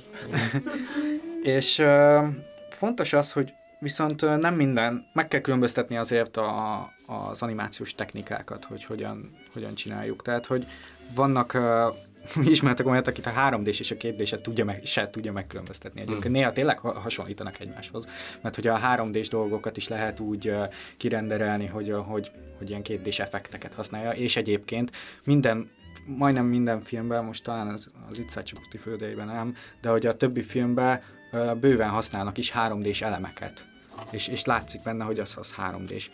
És fontos az, hogy viszont nem minden, meg kell különböztetni azért az animációs technikákat, hogy hogyan csináljuk. Tehát, hogy vannak, ismertek olyat, akit a 3D-s és a 2D-set se tudja megkülönböztetni egyébként. Néha tényleg hasonlítanak egymáshoz, mert hogy a 3D-s dolgokat is lehet úgy kirenderelni, hogy ilyen 2D-s effekteket használja, és egyébként majdnem minden filmben, most talán az Izzát Csaputi földeiben nem, de hogy a többi filmben bőven használnak is 3D-s elemeket, és látszik benne, hogy az 3D-s.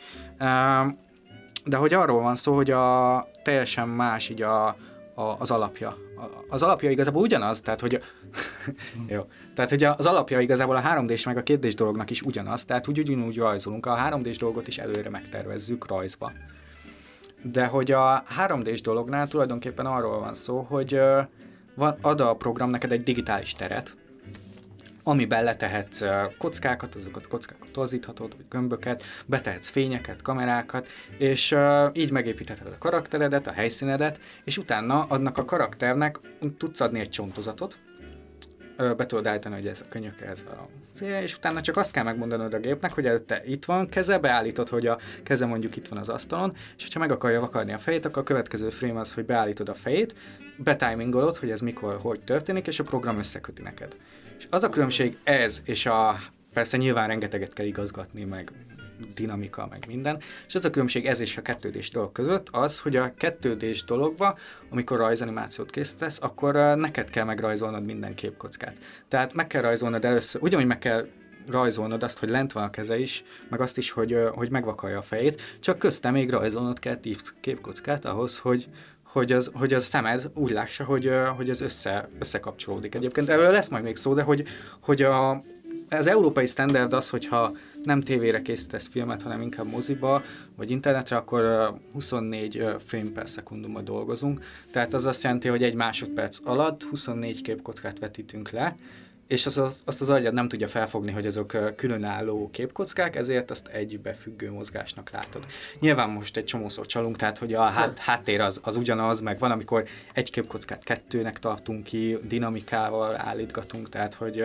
De hogy arról van szó, hogy teljesen más így az alapja. Az alapja igazából ugyanaz, tehát hogy jó. Tehát, hogy az alapja igazából a 3D-s meg a 2D-s dolognak is ugyanaz, tehát ugyanúgy rajzolunk, a 3D-s dolgot is előre megtervezzük rajzba. De hogy a 3D-s dolognál tulajdonképpen arról van szó, hogy ad a program neked egy digitális teret, amiben letehetsz kockákat, azokat a kockákat torzíthatod, vagy gömböket, betehetsz fényeket, kamerákat, és így megépítheted a karakteredet, a helyszínedet, és utána adnak a karakternek, tudsz adni egy csontozatot, be tudod állítani, hogy ez a könyöke, ez és utána csak azt kell megmondanod a gépnek, hogy előtte itt van keze, beállítod, hogy a keze mondjuk itt van az asztalon, és hogyha meg akarja vakarni a fejét, akkor a következő frame az, hogy beállítod a fejét, betimingolod, hogy ez mikor, hogy történik, és a program összeköti neked. És az a különbség ez, és persze nyilván rengeteget kell igazgatni, meg dinamika, meg minden, és az a különbség ez és a 2D-s dolog között az, hogy a 2D-s dologba, amikor rajzanimációt készítesz, akkor neked kell megrajzolnod minden képkockát. Tehát meg kell rajzolnod először, ugyanúgy meg kell rajzolnod azt, hogy lent van a keze is, meg azt is, hogy megvakarja a fejét, csak köztem még rajzolnod kell 10 képkockát ahhoz, hogy az szemed úgy lássa, hogy ez összekapcsolódik. Egyébként erről lesz majd még szó, de hogy az európai standard az, hogyha nem tévére készítesz filmet, hanem inkább moziba, vagy internetre, akkor 24 frame per szekundumban dolgozunk. Tehát az azt jelenti, hogy 1 másodperc alatt 24 képkockát vetítünk le, és azt az agyad nem tudja felfogni, hogy azok különálló képkockák, ezért azt egy befüggő mozgásnak látod. Nyilván most egy csomószor csalunk, tehát hogy a háttér az ugyanaz, meg van, amikor egy képkockát 2-nek tartunk ki, dinamikával állítgatunk, tehát hogy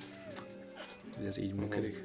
ez így működik.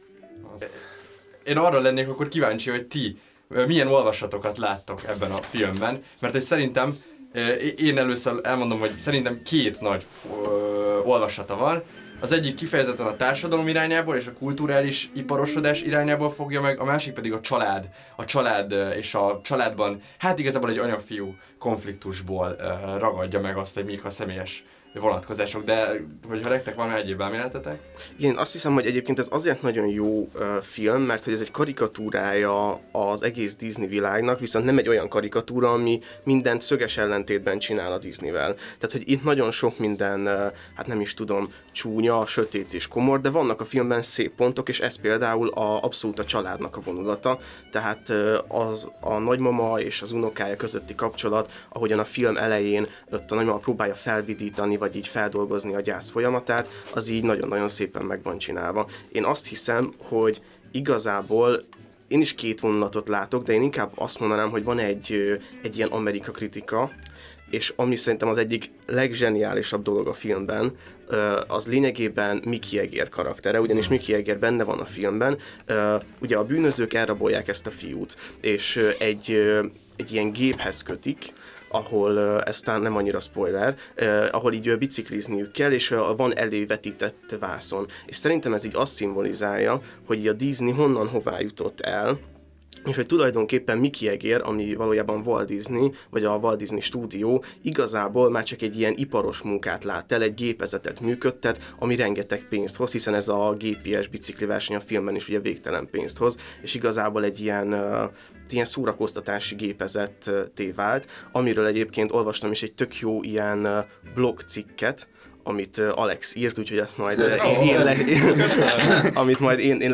Én arra lennék akkor kíváncsi, hogy ti milyen olvasatokat láttok ebben a filmben, mert egy szerintem, én először elmondom, hogy szerintem 2 nagy olvasata van. Az egyik kifejezetten a társadalom irányából és a kulturális iparosodás irányából fogja meg, a másik pedig a család. A család és a családban, hát igazából egy anya-fiú konfliktusból ragadja meg azt, hogy mik a személyes vonatkozások, de hogyha nektek van egyéb elméletetek? Igen, azt hiszem, hogy egyébként ez azért nagyon jó film, mert hogy ez egy karikatúrája az egész Disney világnak, viszont nem egy olyan karikatúra, ami mindent szöges ellentétben csinál a Disneyvel. Tehát, hogy itt nagyon sok minden, hát nem is tudom, csúnya, sötét és komor, de vannak a filmben szép pontok, és ez például abszolút a családnak a vonulata. Tehát az a nagymama és az unokája közötti kapcsolat, ahogyan a film elején ott a nagymama próbálja felvidítani, vagy így feldolgozni a gyász folyamatát, az így nagyon-nagyon szépen meg van csinálva. Én azt hiszem, hogy igazából én is 2 vonulatot látok, de én inkább azt mondanám, hogy van egy ilyen Amerika kritika, és ami szerintem az egyik legzseniálisabb dolog a filmben, az lényegében Mickey Eger karaktere, ugyanis Mickey Eger benne van a filmben, ugye a bűnözők elrabolják ezt a fiút, és egy ilyen géphez kötik, ahol, ez talán nem annyira spoiler, ahol így biciklizniük kell, és van elévetített vászon. És szerintem ez így azt szimbolizálja, hogy a Disney honnan hová jutott el, és hogy tulajdonképpen Mickey Eger, ami valójában Walt Disney, vagy a Walt Disney stúdió, igazából már csak egy ilyen iparos munkát lát el, egy gépezetet működtet, ami rengeteg pénzt hoz, hiszen ez a GPS bicikli verseny a filmben is ugye végtelen pénzt hoz, és igazából egy ilyen szórakoztatási gépezetté vált, amiről egyébként olvastam is egy tök jó ilyen blogcikket, amit Alex írt, úgyhogy ezt majd amit majd én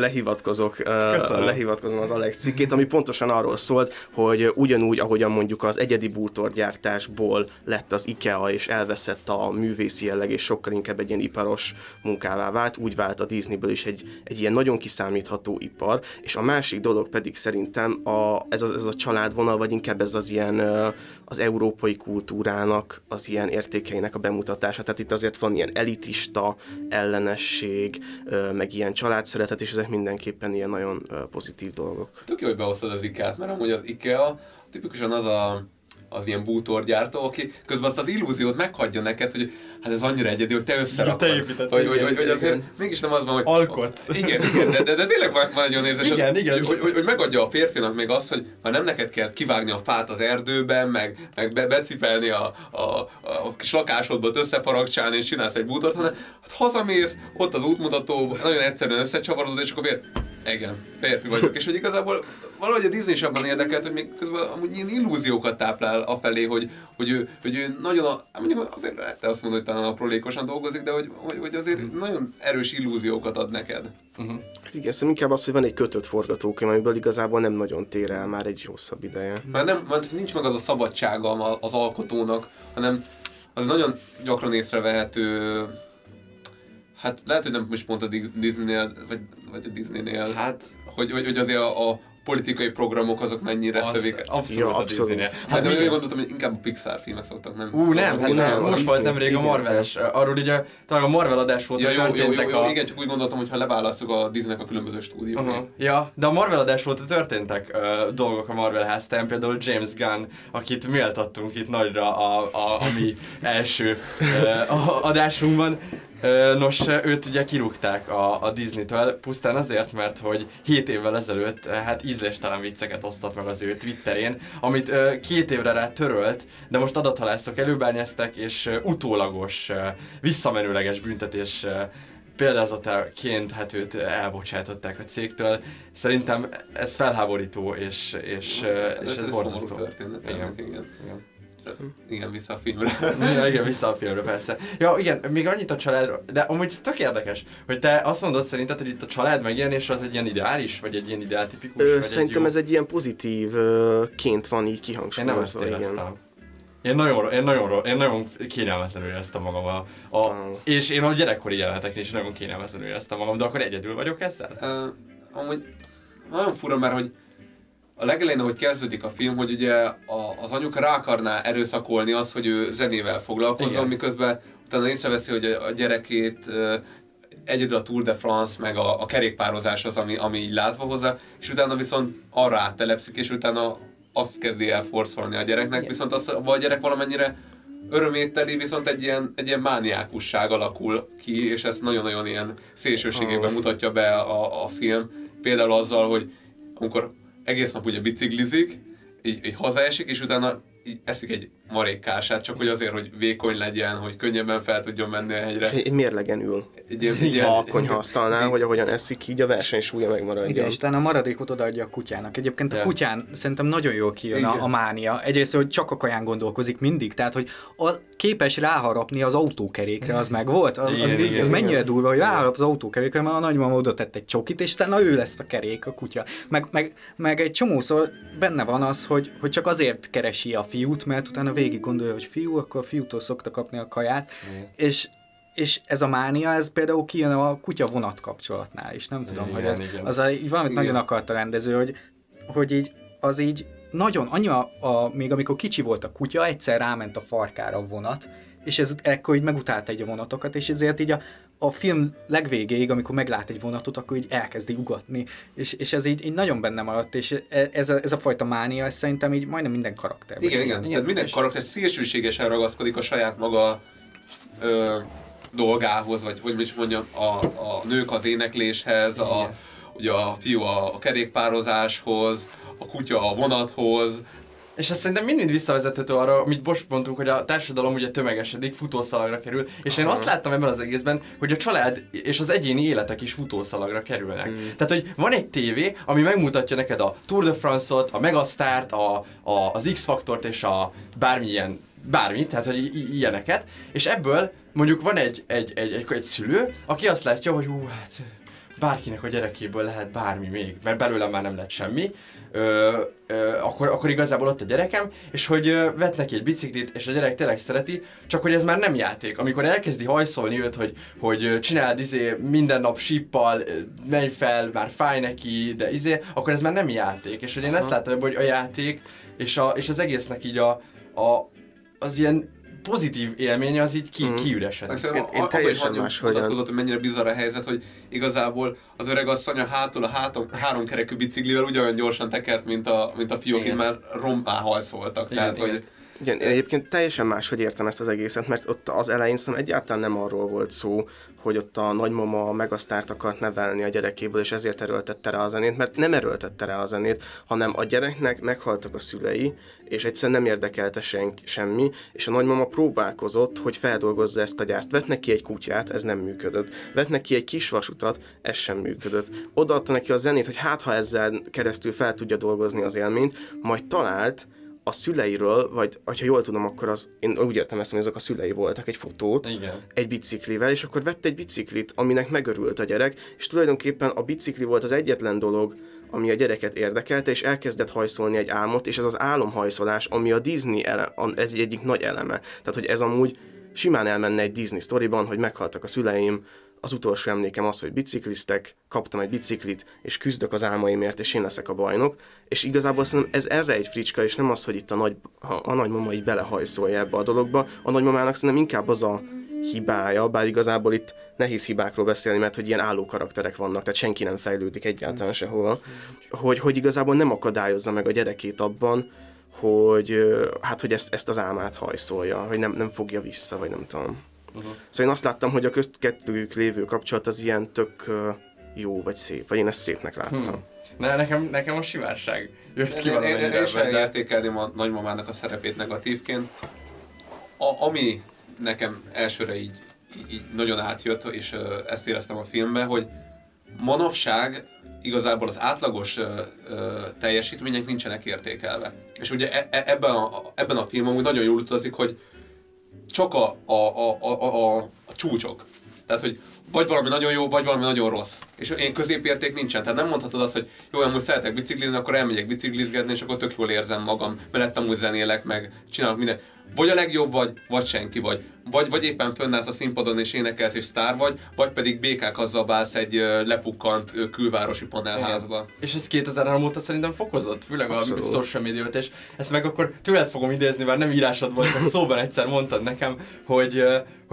lehivatkozom az Alex cikkét, ami pontosan arról szólt, hogy ugyanúgy, ahogyan mondjuk az egyedi bútorgyártásból lett az IKEA, és elveszett a művészi jelleg, és sokkal inkább egy ilyen iparos munkává vált, úgy vált a Disneyből is egy ilyen nagyon kiszámítható ipar, és a másik dolog pedig szerintem ez a családvonal, vagy inkább ez az ilyen az európai kultúrának, az ilyen értékeinek a bemutatása. Tehát itt azért van ilyen elitista ellenesség, meg ilyen családszeretet, és ezek mindenképpen ilyen nagyon pozitív dolgok. Tök jó, hogy behoztad az IKEA-t, mert amúgy az IKEA tipikusan az ilyen bútorgyártó, aki közben azt az illúziót meghagyja neked, hogy hát ez annyira egyedi, hogy te összerakod. Hogy azért mégis nem az van, hogy... Alkotsz. Igen, de tényleg van egy olyan érzés, hogy megadja a férfinak még azt, hogy már nem neked kell kivágni a fát az erdőben, meg becipelni a kis lakásodból, összefaragcsálni és csinálsz egy bútort, hanem hát hazamész, ott az útmutató, nagyon egyszerűen összecsavarozod, és akkor igen, férfi vagyok, és hogy igazából valahogy a Disney is abban érdekelt, hogy még közben amúgy ilyen illúziókat táplál afelé, hogy ő nagyon, mondjuk azért te azt mondod, hogy talán aprólékosan dolgozik, de hogy azért nagyon erős illúziókat ad neked. Hát igen, szerintem inkább az, hogy van egy kötött forgatókönyv, amiből igazából nem nagyon tér el már egy hosszabb ideje. Mert nincs meg az a szabadsága az alkotónak, hanem az nagyon gyakran észrevehető. Hát lehet, hogy nem most pont a Disneynél, vagy a Disneynél, hát, hogy azért a politikai programok azok mennyire szövik. Abszolút a Disneynél. Hát én gondoltam, hogy inkább a Pixar filmek szoktak, nem? Nem, most volt nemrég a Marvel-es. Arról ugye talán a Marvel adás volt, hogy történtek igen, csak úgy gondoltam, hogy ha leválasztjuk a Disneynek a különböző stúdióit. Ja, de a Marvel adás volt, történtek dolgok a Marvel háztán, például James Gunn, akit méltattunk itt nagyra a mi első adásunkban. Nos, őt ugye kirúgták a Disney-től, pusztán azért, mert hogy 7 évvel ezelőtt hát ízléstelen vicceket osztott meg az ő Twitterén, amit 2 évre rá törölt, de most adathalászok előbányázták, és utólagos, visszamenőleges büntetés példázataként hát őt elbocsátották a cégtől. Szerintem ez felháborító, és ez borzasztó. Igen, vissza a filmre. Igen, vissza a filmre, persze. Ja, igen, még annyit a családról, de amúgy ez tök érdekes, hogy te azt mondod szerinted, hogy itt a család megjelenés az egy ilyen ideális, vagy egy ilyen ideáltipikus? Szerintem ez egy ilyen pozitívként van így kihangsúlyozva. Én nem ezt éreztem. Én nagyon kényelmetlenül éreztem magam és én a gyerekkori jeleneteknél is nagyon kényelmetlenül éreztem magam, de akkor egyedül vagyok ezzel? Amúgy nagyon fura, mert hogy a legelején, ahogy kezdődik a film, hogy ugye az anyuka rá akarná erőszakolni azt, hogy ő zenével foglalkozzon, miközben utána észreveszi, hogy a gyerekét egyedül a Tour de France, meg a kerékpározás az, ami így lázba hozza, és utána viszont arra áttelepszik, és utána azt kezdi el forszolni a gyereknek, viszont a gyerek valamennyire örömétteli, viszont egy ilyen mániákusság alakul ki, és ezt nagyon-nagyon ilyen szélsőségében mutatja be a film. Például azzal, hogy amikor egész nap ugye biciklizik, így hazaesik, és utána így eszik egy marékkását, csak hogy azért, hogy vékony legyen, hogy könnyebben fel tudjon menni a hegyre. És egy mérlegen ül. A konyhaasztalnál, hogy ahogyan eszik, így a versenysúlya megmaradjon. Igen, és utána a maradékot odaadja a kutyának. Egyébként a kutyán szerintem nagyon jól kijön a mánia. Egyrészt, hogy csak a kaján gondolkozik mindig, tehát, hogy képes ráharapni az autókerékre, az meg volt. Az mennyire durva, hogy ráharap az autókerékre, mert a nagymama oda tett egy csokit, és utána ő lesz a kerék, a kutya. Meg egy csomószor benne van az, hogy csak azért keresi a fiút, mert utána végig gondolja, hogy fiú, akkor a fiútól szokta kapni a kaját, és ez a mánia, ez például kijön a kutya vonat kapcsolatnál is, nem tudom, hogy az így valamit nagyon akart a rendező, hogy így, az így nagyon, még amikor kicsi volt a kutya, egyszer ráment a farkára a vonat, és ekkor így megutálta egy a vonatokat, és ezért így a film legvégéig, amikor meglát egy vonatot, akkor így elkezdi ugatni, és ez így nagyon benne maradt, és ez a fajta mánia, ez szerintem így majdnem minden karakterben. Igen. Tehát minden karakter szélsőségesen ragaszkodik a saját maga dolgához, vagy hogy is mondjam, a nők az énekléshez, ugye a fiú a kerékpározáshoz, a kutya a vonathoz. És azt szerintem mind visszavezethető arra, amit most mondtunk, hogy a társadalom ugye tömegesedik, futószalagra kerül, és én azt láttam ebben az egészben, hogy a család és az egyéni életek is futószalagra kerülnek. Tehát, hogy van egy tévé, ami megmutatja neked a Tour de France-ot, a Megastart, az X-faktort és a bármilyen bármit, tehát hogy ilyeneket, és ebből mondjuk van egy szülő, aki azt látja, hogy hát bárkinek a gyerekéből lehet bármi még, mert belőlem már nem lett semmi, akkor igazából ott a gyerekem, és hogy vett neki egy biciklit, és a gyerek tényleg szereti, csak hogy ez már nem játék. Amikor elkezdi hajszolni őt, hogy csináld minden nap síppal, menj fel, már fáj neki, de akkor ez már nem játék. És hogy én ezt láttam, hogy a játék, és az egésznek így az ilyen pozitív élménye az így kiüresedik. Én teljesen más mutatkozott, hogy mennyire bizarr a helyzet, hogy igazából az öreg asszony a háromkerekű biciklivel ugyanolyan gyorsan tekert, mint a fiók, itt már rommá hajszoltak. Tehát, hogy igen, én egyébként teljesen máshogy értem ezt az egészet, mert ott az elején szerintem egyáltalán nem arról volt szó, hogy ott a nagymama a megasztárt akart nevelni a gyerekéből, és ezért erőltette rá a zenét, mert nem erőltette rá a zenét, hanem a gyereknek meghaltak a szülei, és egyszerűen nem érdekelte semmi, és a nagymama próbálkozott, hogy feldolgozza ezt a gyászt. Vett neki egy kutyát, ez nem működött. Vett neki egy kis vasutat, ez sem működött. Odaadta neki a zenét, hogy hát ha ezzel keresztül fel tudja dolgozni az élményt, majd talált a szüleiről, vagy ha jól tudom, akkor én úgy értem, hogy azok a szülei voltak, egy fotót, igen, egy biciklivel, és akkor vett egy biciklit, aminek megörült a gyerek, és tulajdonképpen a bicikli volt az egyetlen dolog, ami a gyereket érdekelte, és elkezdett hajszolni egy álmot, és ez az álomhajszolás, ami a Disney ez egyik nagy eleme. Tehát, hogy ez amúgy simán elmenne egy Disney sztoriban, hogy meghaltak a szüleim, az utolsó emlékem az, hogy bicikliztek, kaptam egy biciklit, és küzdök az álmaimért, és én leszek a bajnok. És igazából szerintem ez erre egy fricska, és nem az, hogy itt a nagymama így belehajszolja ebbe a dologba. A nagymamának szerintem inkább az a hibája, bár igazából itt nehéz hibákról beszélni, mert hogy ilyen álló karakterek vannak, tehát senki nem fejlődik egyáltalán sehol, hogy igazából nem akadályozza meg a gyerekét abban, hogy ezt az álmát hajszolja, hogy nem fogja vissza, vagy nem tudom. Szóval én azt láttam, hogy a kettőjük lévő kapcsolat az ilyen tök jó vagy szép, vagy én ezt szépnek láttam. Nekem a sivárság jött ki valamennyire. Én sem értékelném a nagymamának a szerepét negatívként. Ami nekem elsőre így nagyon átjött, és ezt éreztem a filmben, hogy manapság igazából az átlagos teljesítmények nincsenek értékelve. És ugye ebben a filmben úgy nagyon jól utazik, hogy csak a csúcsok. Tehát, hogy vagy valami nagyon jó, vagy valami nagyon rossz. És én középérték nincsen. Tehát nem mondhatod azt, hogy jó, amúgy szeretek biciklizni, akkor elmegyek biciklizgetni, és akkor tök jól érzem magam, mellett amúgy zenélek, meg csinálok mindent. Vagy a legjobb vagy senki vagy éppen fönnállsz a színpadon és énekelsz és sztár vagy pedig békákkal bálsz egy lepukkant külvárosi panelházba. Igen. És ez 2003 óta szerintem fokozott, főleg a social médiát, és ezt meg akkor tőled fogom idézni, mert nem írásod volt, csak szóban egyszer mondtad nekem, hogy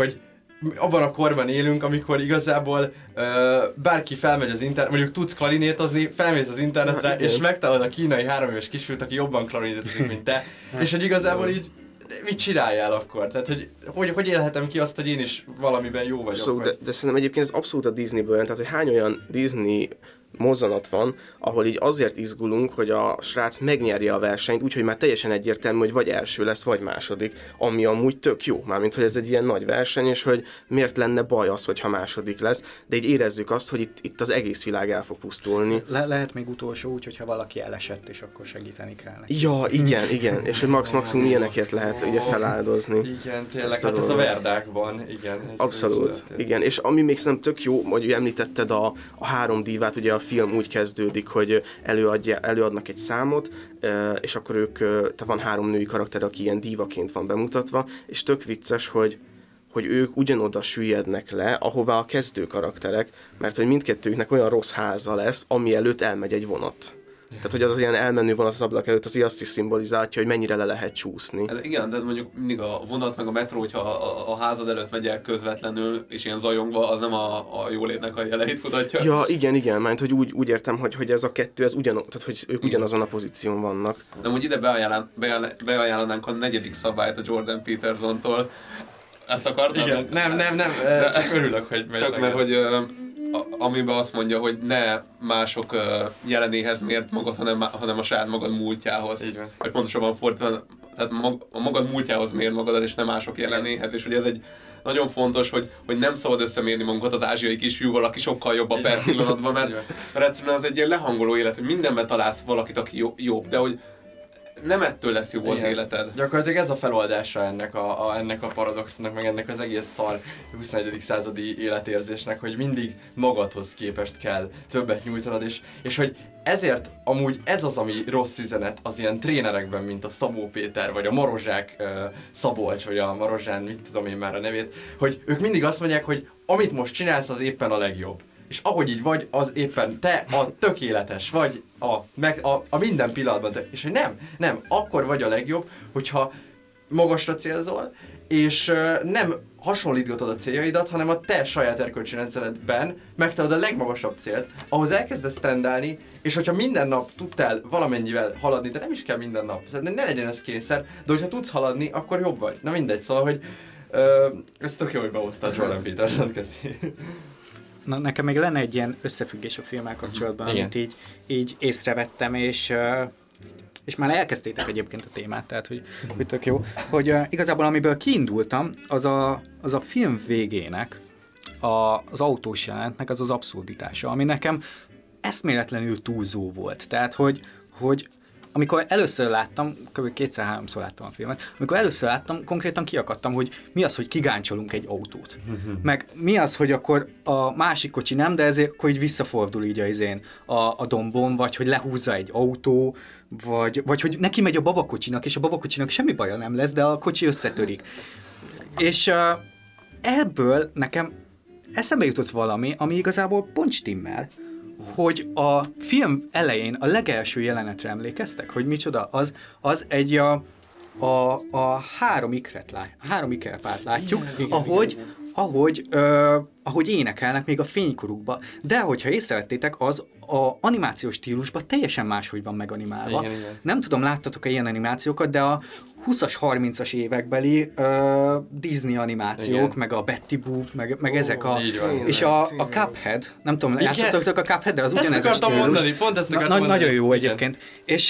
abban a korban élünk, amikor igazából bárki felmegy az internet, mondjuk tudsz klarinétozni, felmész az internetre, és megtalálod a kínai 3 éves kisfiút, aki jobban klarinétozik, mint te, és hogy igazából így mit csináljál akkor? Tehát, hogy élhetem ki azt, hogy én is valamiben jó vagyok? De szerintem egyébként ez abszolút a Disneyből, tehát hogy hány olyan Disney mozzanat van, ahol így azért izgulunk, hogy a srác megnyerje a versenyt, úgyhogy már teljesen egyértelmű, hogy vagy első lesz, vagy második, ami amúgy tök jó, mármint hogy ez egy ilyen nagy verseny, és hogy miért lenne baj az, hogyha második lesz, de így érezzük azt, hogy itt az egész világ el fog pusztulni. Lehet még utolsó úgy, hogyha valaki elesett, és akkor segíteni kell neki. Ja, igen, és hogy maximum ilyenekért lehet ugye feláldozni. Igen, tényleg, hát ez a Verdákban, igen. Abszolút, igen, és ami még szerintem tök jó, hogy említetted a 3 dívát, ugye a film úgy kezdődik, hogy előadnak egy számot, és akkor tehát van 3 női karakter, aki ilyen dívaként van bemutatva, és tök vicces, hogy ők ugyanoda süllyednek le, ahová a kezdő karakterek, mert hogy mindkettőknek olyan rossz háza lesz, ami előtt elmegy egy vonat. Tehát, hogy az ilyen elmenő vonat az ablak előtt, az azt is szimbolizálja, hogy mennyire le lehet csúszni. Hát igen, de mondjuk mindig a vonat meg a metró, hogyha a házad előtt megy el közvetlenül, és ilyen zajongva, az nem a jólétnek a jeleit mutatja. Ja, igen, mert hogy úgy értem, hogy ez a kettő, tehát hogy ők ugyanazon a pozíción vannak. De hogy ide beajánlanánk a 4. szabályt a Jordan Petersontól. Ezt akartad? Igen, nem, csak örülök, hogy megy. Csak mert, hogy amiben azt mondja, hogy ne mások jelenéhez mérd magad, hanem a saját magad múltjához. Vagy pontosabban fordítva, tehát a magad múltjához mérd magadat, és nem mások jelenéhez. És ugye ez egy nagyon fontos, hogy nem szabad összemérni magunkat az ázsiai kisfiúval, aki sokkal jobb a per pillanatban, mert egyszerűen az egy ilyen lehangoló élet, hogy mindenben találsz valakit, aki jobb, de hogy nem ettől lesz jobb az életed. Gyakorlatilag ez a feloldása ennek a paradoxnak, meg ennek az egész szar 21. századi életérzésnek, hogy mindig magadhoz képest kell többet nyújtanod, és hogy ezért amúgy ez az, ami rossz üzenet az ilyen trénerekben, mint a Szabó Péter, vagy a Marozsák Szabolcs, vagy a Marozsán, mit tudom én már a nevét, hogy ők mindig azt mondják, hogy amit most csinálsz, az éppen a legjobb. És ahogy így vagy, az éppen te a tökéletes vagy a minden pillanatban. És hogy nem, akkor vagy a legjobb, hogyha magasra célzol, és nem hasonlítgatod a céljaidat, hanem a te saját erkölcsi rendszeredben megtalálod a legmagasabb célt, ahhoz elkezdesz tendálni, és hogyha minden nap tudtál valamennyivel haladni, de nem is kell minden nap, szóval ne legyen ez kényszer, de hogyha tudsz haladni, akkor jobb vagy. Na mindegy, szóval, hogy ez tök jó, hogy behoztad Jordan Peterson kezdi. Na, nekem még lenne egy ilyen összefüggés a filmmel kapcsolatban, amit így észrevettem, és már elkezdtétek egyébként a témát, tehát hogy tök jó, hogy igazából amiből kiindultam, az a film végének, az autós jelenetnek az abszurditása, ami nekem eszméletlenül túlzó volt. Tehát, hogy amikor először láttam, kb. 2-3-szor láttam a filmet, amikor először láttam, konkrétan kiakadtam, hogy mi az, hogy kigáncsolunk egy autót. Meg mi az, hogy akkor a másik kocsi nem, de ezért akkor így visszafordul így a dombon, vagy hogy lehúzza egy autó, vagy hogy neki megy a babakocsinak, és a babakocsinak semmi baja nem lesz, de a kocsi összetörik. És ebből nekem eszembe jutott valami, ami igazából pont stimmel, hogy a film elején a legelső jelenetre emlékeztek, hogy micsoda, az egy a három ikerpárt látjuk, ahogy énekelnek még a fénykorukba, de hogyha észrevettétek, az a animációs stílusban teljesen máshogy van meganimálva. Igen. Nem tudom, láttatok-e ilyen animációkat, de a 20-as, 30-as évekbeli Disney animációk, igen, meg a Betty Boop, meg ezek a... És a Cuphead, nem tudom, játszottatok a Cuphead, de az ugyanez a stílus. Mondani, pont ezt akartam mondani. Nagyon jó egyébként.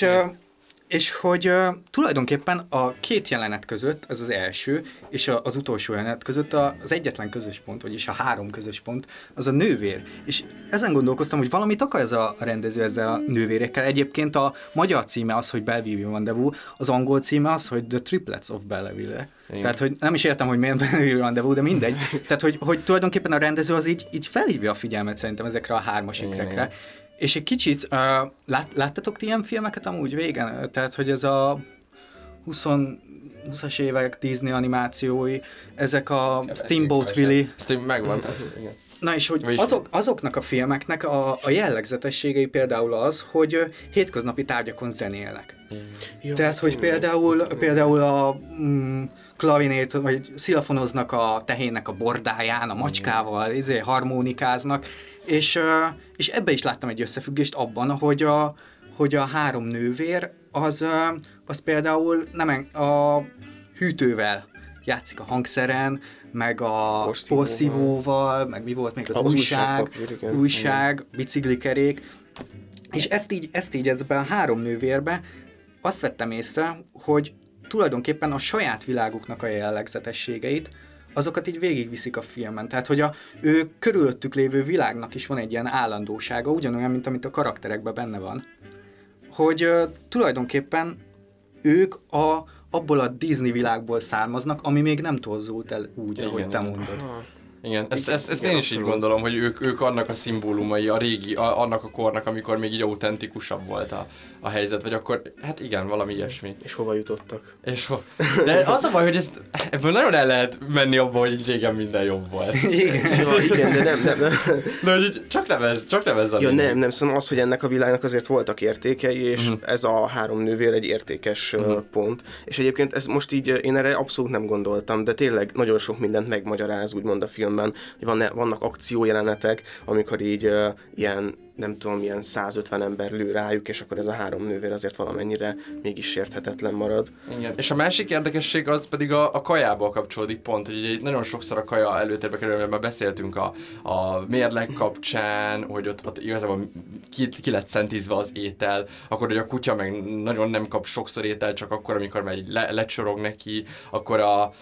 És hogy tulajdonképpen a két jelenet között, ez az első, és az utolsó jelenet között az egyetlen közös pont, vagyis a 3 közös pont, az a nővér. És ezen gondolkoztam, hogy valamit akar ez a rendező ezzel a nővérekkel. Egyébként a magyar címe az, hogy Bellevue Rendezvous, az angol címe az, hogy The Triplets of Belleville. Igen. Tehát, hogy nem is értem, hogy miért Bellevue Rendezvous, de mindegy. Tehát, hogy tulajdonképpen a rendező az így felhívja a figyelmet szerintem ezekre a 3-as ikrekre. És egy kicsit, láttatok ti ilyen filmeket amúgy végen? Tehát, hogy ez a 20-as évek Disney animációi, ezek a Steamboat Willie. Megvan, igen. Na és hogy azoknak a filmeknek a jellegzetességei például az, hogy hétköznapi tárgyakon zenélnek. Jó, tehát, hogy például a klarinét, vagy szilafonoznak a tehénnek a bordáján, a macskával, harmonikáznak, és ebbe is láttam egy összefüggést abban, hogy a 3 nővér az például nem a hűtővel játszik a hangszeren, meg a porszívóval, meg mi volt még az újság, biciklikerék. És ezt így ezben a 3 nővérbe azt vettem észre, hogy tulajdonképpen a saját világuknak a jellegzetességeit, azokat így végigviszik a filmen. Tehát, hogy ő körülöttük lévő világnak is van egy ilyen állandósága, ugyanolyan, mint amit a karakterekben benne van. Hogy tulajdonképpen ők abból a Disney világból származnak, ami még nem torzult el úgy, ahogy te mondod. Igen, ezt én is így gondolom, hogy ők annak a szimbólumai, a régi, annak a kornak, amikor még így autentikusabb volt a helyzet, vagy akkor, hát igen, valami ilyesmi. És hova jutottak? De az a baj, hogy ebből nagyon el lehet menni abba, hogy régen minden jobb volt. Igen, de nem. De hogy csak nem ez a nem, szóval az, hogy ennek a világnak azért voltak értékei, és ez a 3 nővér egy értékes pont. És egyébként ez most így, én erre abszolút nem gondoltam, de tényleg nagyon sok mindent megmagyaráz, úgymond a filmben, hogy vannak akciójelenetek, amikor így ilyen, nem tudom, ilyen 150 ember lő rájuk, és akkor ez a 3 nővér azért valamennyire mégis sérthetetlen marad. Igen. És a másik érdekesség az pedig a kajából kapcsolódik pont, hogy ugye nagyon sokszor a kaja előtérbe kerül, mert már beszéltünk a mérleg kapcsán, hogy ott igazából ki lett centízve az étel, akkor hogy a kutya meg nagyon nem kap sokszor étel, csak akkor, amikor már lecsorog neki, akkor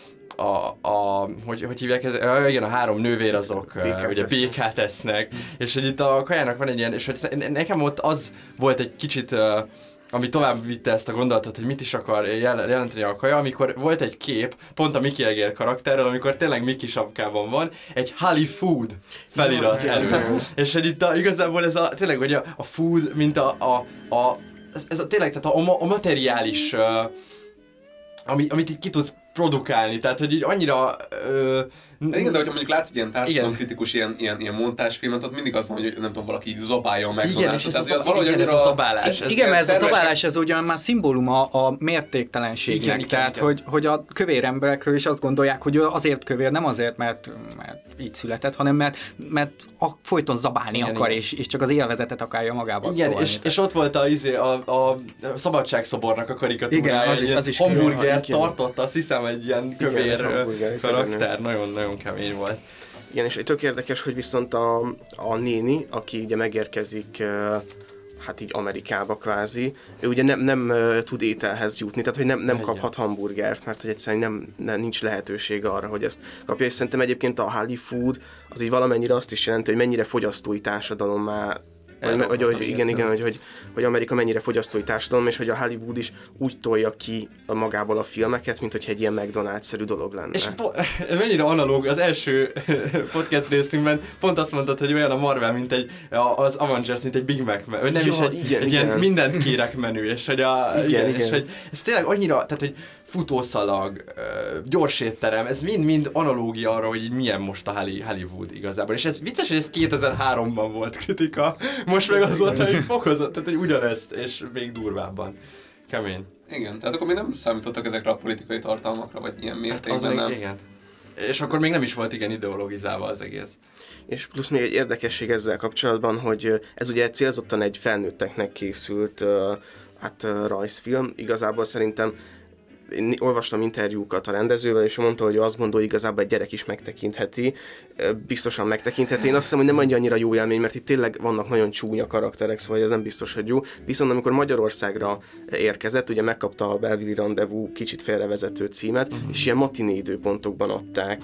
hogy hívják ez? Igen, a 3 nővér azok ugye békát esznek, és hogy itt a kajának van egy ilyen, és hogy nekem ott az volt egy kicsit ami tovább vitte ezt a gondolatot, hogy mit is akar jelenteni a kaja, amikor volt egy kép, pont a Mickey Egér karakterről, amikor tényleg Mickey sapkában van, egy Holly Food felirat elő. És hogy itt igazából ez tényleg, hogy a food, mint ez tényleg, tehát a materiális, amit így ki tudsz produkálni, tehát hogy így annyira... Igen, de hogyha mondjuk látsz egy ilyen társadalomkritikus ilyen montásfilmet, ott mindig az van, hogy nem tudom, valaki így zabálja meg. Igen, és ez a zabálás. Igen, mert ez a zabálás, ez ugyan már szimbóluma a mértéktelenségnek. Igen, tehát, hogy a kövér emberekről is azt gondolják, hogy azért kövér, nem azért, mert így született, hanem mert folyton zabálni akar, és csak az élvezetet akarja magával. Igen, és ott volt a Szabadságszobornak a karikatúrája, egy hamburger tartotta, azt hiszem, egy ilyen kövér karakter, nagyon kemény volt. Igen, és tök érdekes, hogy viszont a néni, aki ugye megérkezik hát így Amerikába kvázi, ő ugye nem tud ételhez jutni, tehát hogy nem kaphat hamburgert, mert hogy egyszerűen nincs lehetősége arra, hogy ezt kapja, és szerintem egyébként a Holly Food az így valamennyire azt is jelenti, hogy mennyire fogyasztói társadalommá, hogy Amerika mennyire fogyasztói társadalom, és hogy a Hollywood is úgy tolja ki magából a filmeket, mint hogyha egy ilyen McDonald's-szerű dolog lenne. És mennyire analóg, az első podcast részünkben pont azt mondtad, hogy olyan a Marvel, mint az Avengers, mint egy Big Mac, vagy nem is egy ilyen mindent kérek menü, és hogy és hogy ez tényleg annyira, tehát hogy futószalag, gyors étterem, ez mind analógia arra, hogy így milyen most a Hollywood igazából. És ez vicces, hogy ez 2003-ban volt kritika, most meg az volt, hogy fokozott, tehát hogy ugyanezt, és még durvábban. Kemény. Igen, tehát akkor még nem számítottak ezekre a politikai tartalmakra, vagy ilyen mértékben nem. Igen. És akkor még nem is volt ideologizálva az egész. És plusz még egy érdekesség ezzel kapcsolatban, hogy ez ugye célzottan egy felnőtteknek készült rajzfilm. Igazából szerintem én olvastam interjúkat a rendezővel, és mondta, hogy ő azt gondolja, igazából egy gyerek is megtekintheti, biztosan megtekintheti. Én azt hiszem, hogy nem annyira jó élmény, mert itt tényleg vannak nagyon csúnya karakterek, szóval ez nem biztos, hogy jó. Viszont amikor Magyarországra érkezett, ugye megkapta a Belleville Rendezvous kicsit félrevezető címet, és ilyen matiné időpontokban adták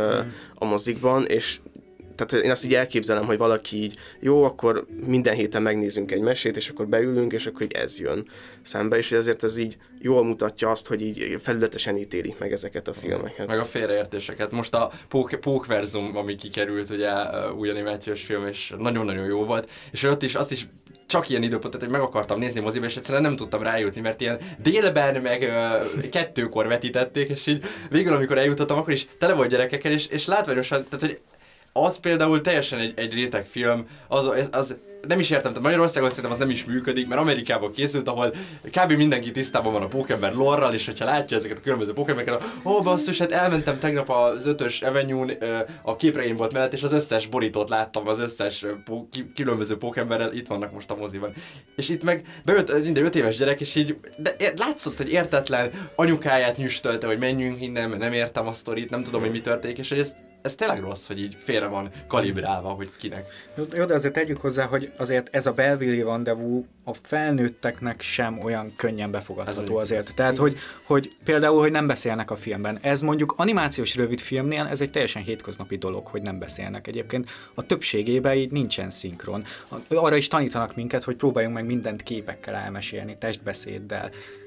a mozikban, és tehát én azt így elképzelem, hogy valaki így, jó, akkor minden héten megnézünk egy mesét, és akkor beülünk, és akkor így ez jön szembe, és ezért ez így jól mutatja azt, hogy így felületesen ítélik meg ezeket a filmeket. Meg a félreértéseket. Most a Pókverzum, ami kikerült, ugye új animációs film, és nagyon-nagyon jó volt, és ott is azt is csak ilyen időpontot, hogy meg akartam nézni moziba, és egyszerűen nem tudtam rájutni, mert ilyen délben meg 2-kor vetítették, és így végül, amikor eljutottam, akkor is tele volt gyerekekkel, és látványosan, tehát hogy az például teljesen egy réteg film, az nem is értem, tehát Magyarországon szerintem az nem is működik, mert Amerikában készült, ahol kb. Mindenki tisztában van a Pókember lore-ral, és hogyha látja ezeket a különböző Pókembereket, basszus, hát elmentem tegnap az 5-ös Avenue-n a képregénybolt mellett, és az összes borítót láttam, az összes különböző Pókemberrel, itt vannak most a moziban. És itt meg bejött minden 5 éves gyerek, és így látszott, hogy értetlen, anyukáját nyüstölte, hogy menjünk innen, mert nem értem a sztorit, nem tudom, hogy mi történik, és hogy ez tényleg rossz, hogy így félre van kalibrálva, hogy kinek. Jó, de azért tegyük hozzá, hogy azért ez a Belleville Rendezvous a felnőtteknek sem olyan könnyen befogadható azért. Tehát, hogy például, hogy nem beszélnek a filmben. Ez mondjuk animációs rövidfilmnél ez egy teljesen hétköznapi dolog, hogy nem beszélnek. Egyébként a többségében így nincsen szinkron. Arra is tanítanak minket, hogy próbáljunk meg mindent képekkel elmesélni, testbeszéddel.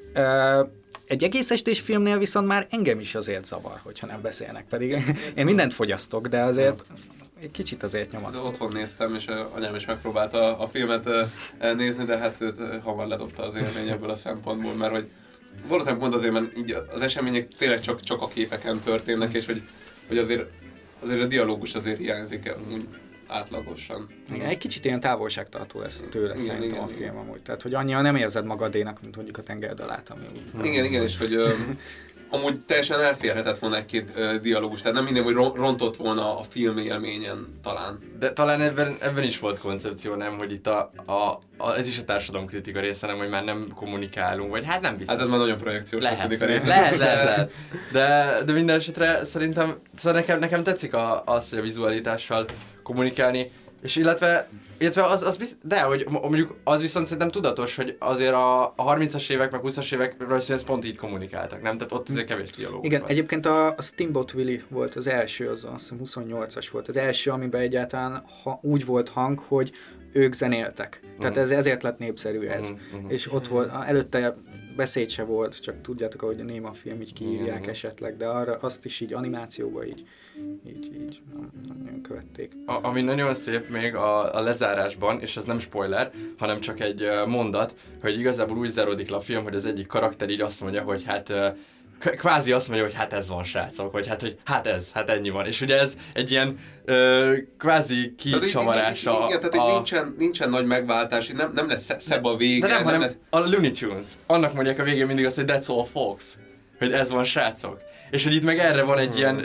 Egy egész estés filmnél viszont már engem is azért zavar, hogyha nem beszélnek, pedig én mindent fogyasztok, de azért egy kicsit azért nyomasztok. Otthon néztem, és anyám is megpróbálta a filmet nézni, de hát hamar ledobta az élmény ebből a szempontból, mert hogy valószínűleg pont azért, mert így az események tényleg csak a képeken történnek, és hogy azért a dialógus azért hiányzik úgy átlagosan. Igen, egy kicsit ilyen távolságtartó lesz tőle szerintem a film amúgy. Tehát, hogy annyira nem érzed magadénak, mint mondjuk a Tengerdalát, ami úgy... Igen, és hogy amúgy teljesen elférhetett volna egy-két dialógus, tehát nem minden, hogy rontott volna a film élményen talán. De talán ebben is volt koncepció, nem, hogy itt ez is a társadalomkritika része, nem, hogy már nem kommunikálunk, vagy hát nem biztos. Hát ez már nagyon projekciós kritika része. Lehet. De minden esetre szerintem, szóval nekem tetszik az, hogy a vizualitással kommunikálni, és illetve de hogy mondjuk az viszont szerintem tudatos, hogy azért a 30-as évek meg 20-as évekről ezt pont így kommunikáltak, nem? Tehát ott azért kevés dialógus. Igen, volt. Egyébként a Steamboat Willie volt az első, az azt hiszem 28-as volt az első, amiben egyáltalán úgy volt hang, hogy ők zenéltek. Tehát ezért lett népszerű ez. És ott volt, előtte beszéd se volt, csak tudjátok, ahogy a néma film így kiírják esetleg, de arra azt is így animációba így nem nagyon követték. Ami nagyon szép még a lezárásban, és ez nem spoiler, hanem csak egy mondat, hogy igazából úgy záródik le a film, hogy az egyik karakter így azt mondja, hogy hát kvázi azt mondja, hogy hát ez van, srácok, vagy hát ennyi van. És ugye ez egy ilyen kvázi kicsavarása. Igen, tehát nincsen nagy megváltás, nem lesz szebb a vége. De nem, hanem a Looney Tunes. Annak mondják a végén mindig azt, hogy that's all folks. Hogy ez van, srácok. És hogy itt meg erre van egy ilyen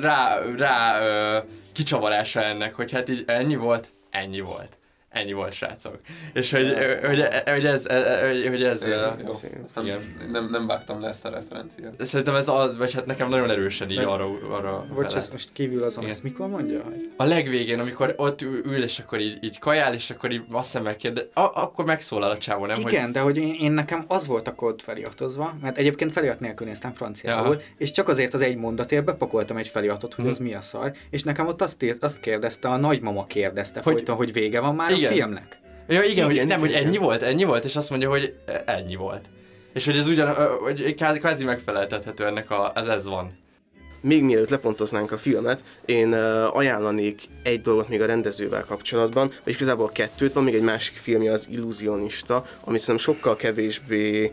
kicsavarása ennek, hogy hát így ennyi volt, srácok. És hogy ez nem vágtam le ezt a referenciát. Szerintem ez az, vagy hát nekem nagyon erősen így arra Bocs, ezt most kívül azon, ezt mikor mondja? A legvégén, amikor ott ül, és akkor így kajál, és akkor így azt hiszem megkérdez, akkor megszólal a csávó, nem? Igen, de hogy én nekem az volt a kód feliratozva, mert egyébként felirat nélkül néztem franciául, és csak azért az egy mondatért bepakoltam egy feliratot, hogy az mi a szar, és nekem ott azt kérdezte, a nagymama kérdezte folyton, hogy vége van már a filmnek. Ja, igen, hogy ennyi volt, és azt mondja, hogy ennyi volt. És hogy ez hogy kvázi megfeleltethető ennek ez van. Még mielőtt lepontoznánk a filmet, én ajánlanék egy dolgot még a rendezővel kapcsolatban, vagy igazából kettőt, van még egy másik filmje, az Illúzionista, ami szerintem sokkal kevésbé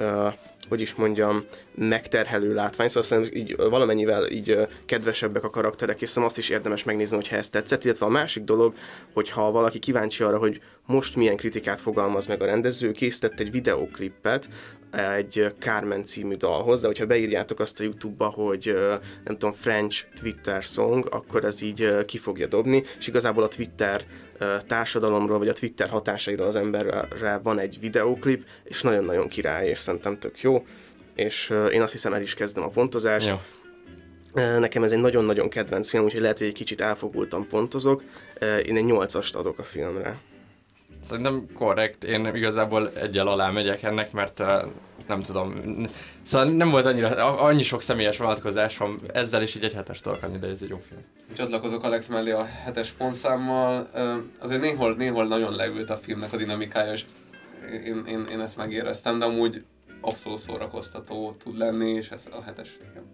megterhelő látvány, szóval szerintem így valamennyivel így kedvesebbek a karakterek, és szerintem azt is érdemes megnézni, hogyha ezt tetszett, illetve a másik dolog, hogyha valaki kíváncsi arra, hogy most milyen kritikát fogalmaz meg a rendező, készített egy videóklipet egy Carmen című dalhoz, de hogyha beírjátok azt a YouTube-ba, hogy nem tudom, French Twitter song, akkor ez így ki fogja dobni, és igazából a Twitter társadalomról, vagy a Twitter hatásairól az emberre van egy videóklip, és nagyon-nagyon király, és szerintem tök jó, és én azt hiszem el is kezdem a pontozást. Jó. Nekem ez egy nagyon-nagyon kedvenc film, úgyhogy lehet, hogy egy kicsit elfogultan pontozok. Én egy 8-ast adok a filmre. Szerintem korrekt, én igazából egyel alá megyek ennek, mert nem tudom, szóval nem volt annyi sok személyes vonatkozás van ezzel, is így egy 7-es tudok adni, de ez egy jó film. Csatlakozok Alex mellé a 7-es pontszámmal. Azért néhol nagyon leült a filmnek a dinamikája, és én ezt megéreztem, de amúgy abszolút szórakoztató tud lenni, és ez a 7-es.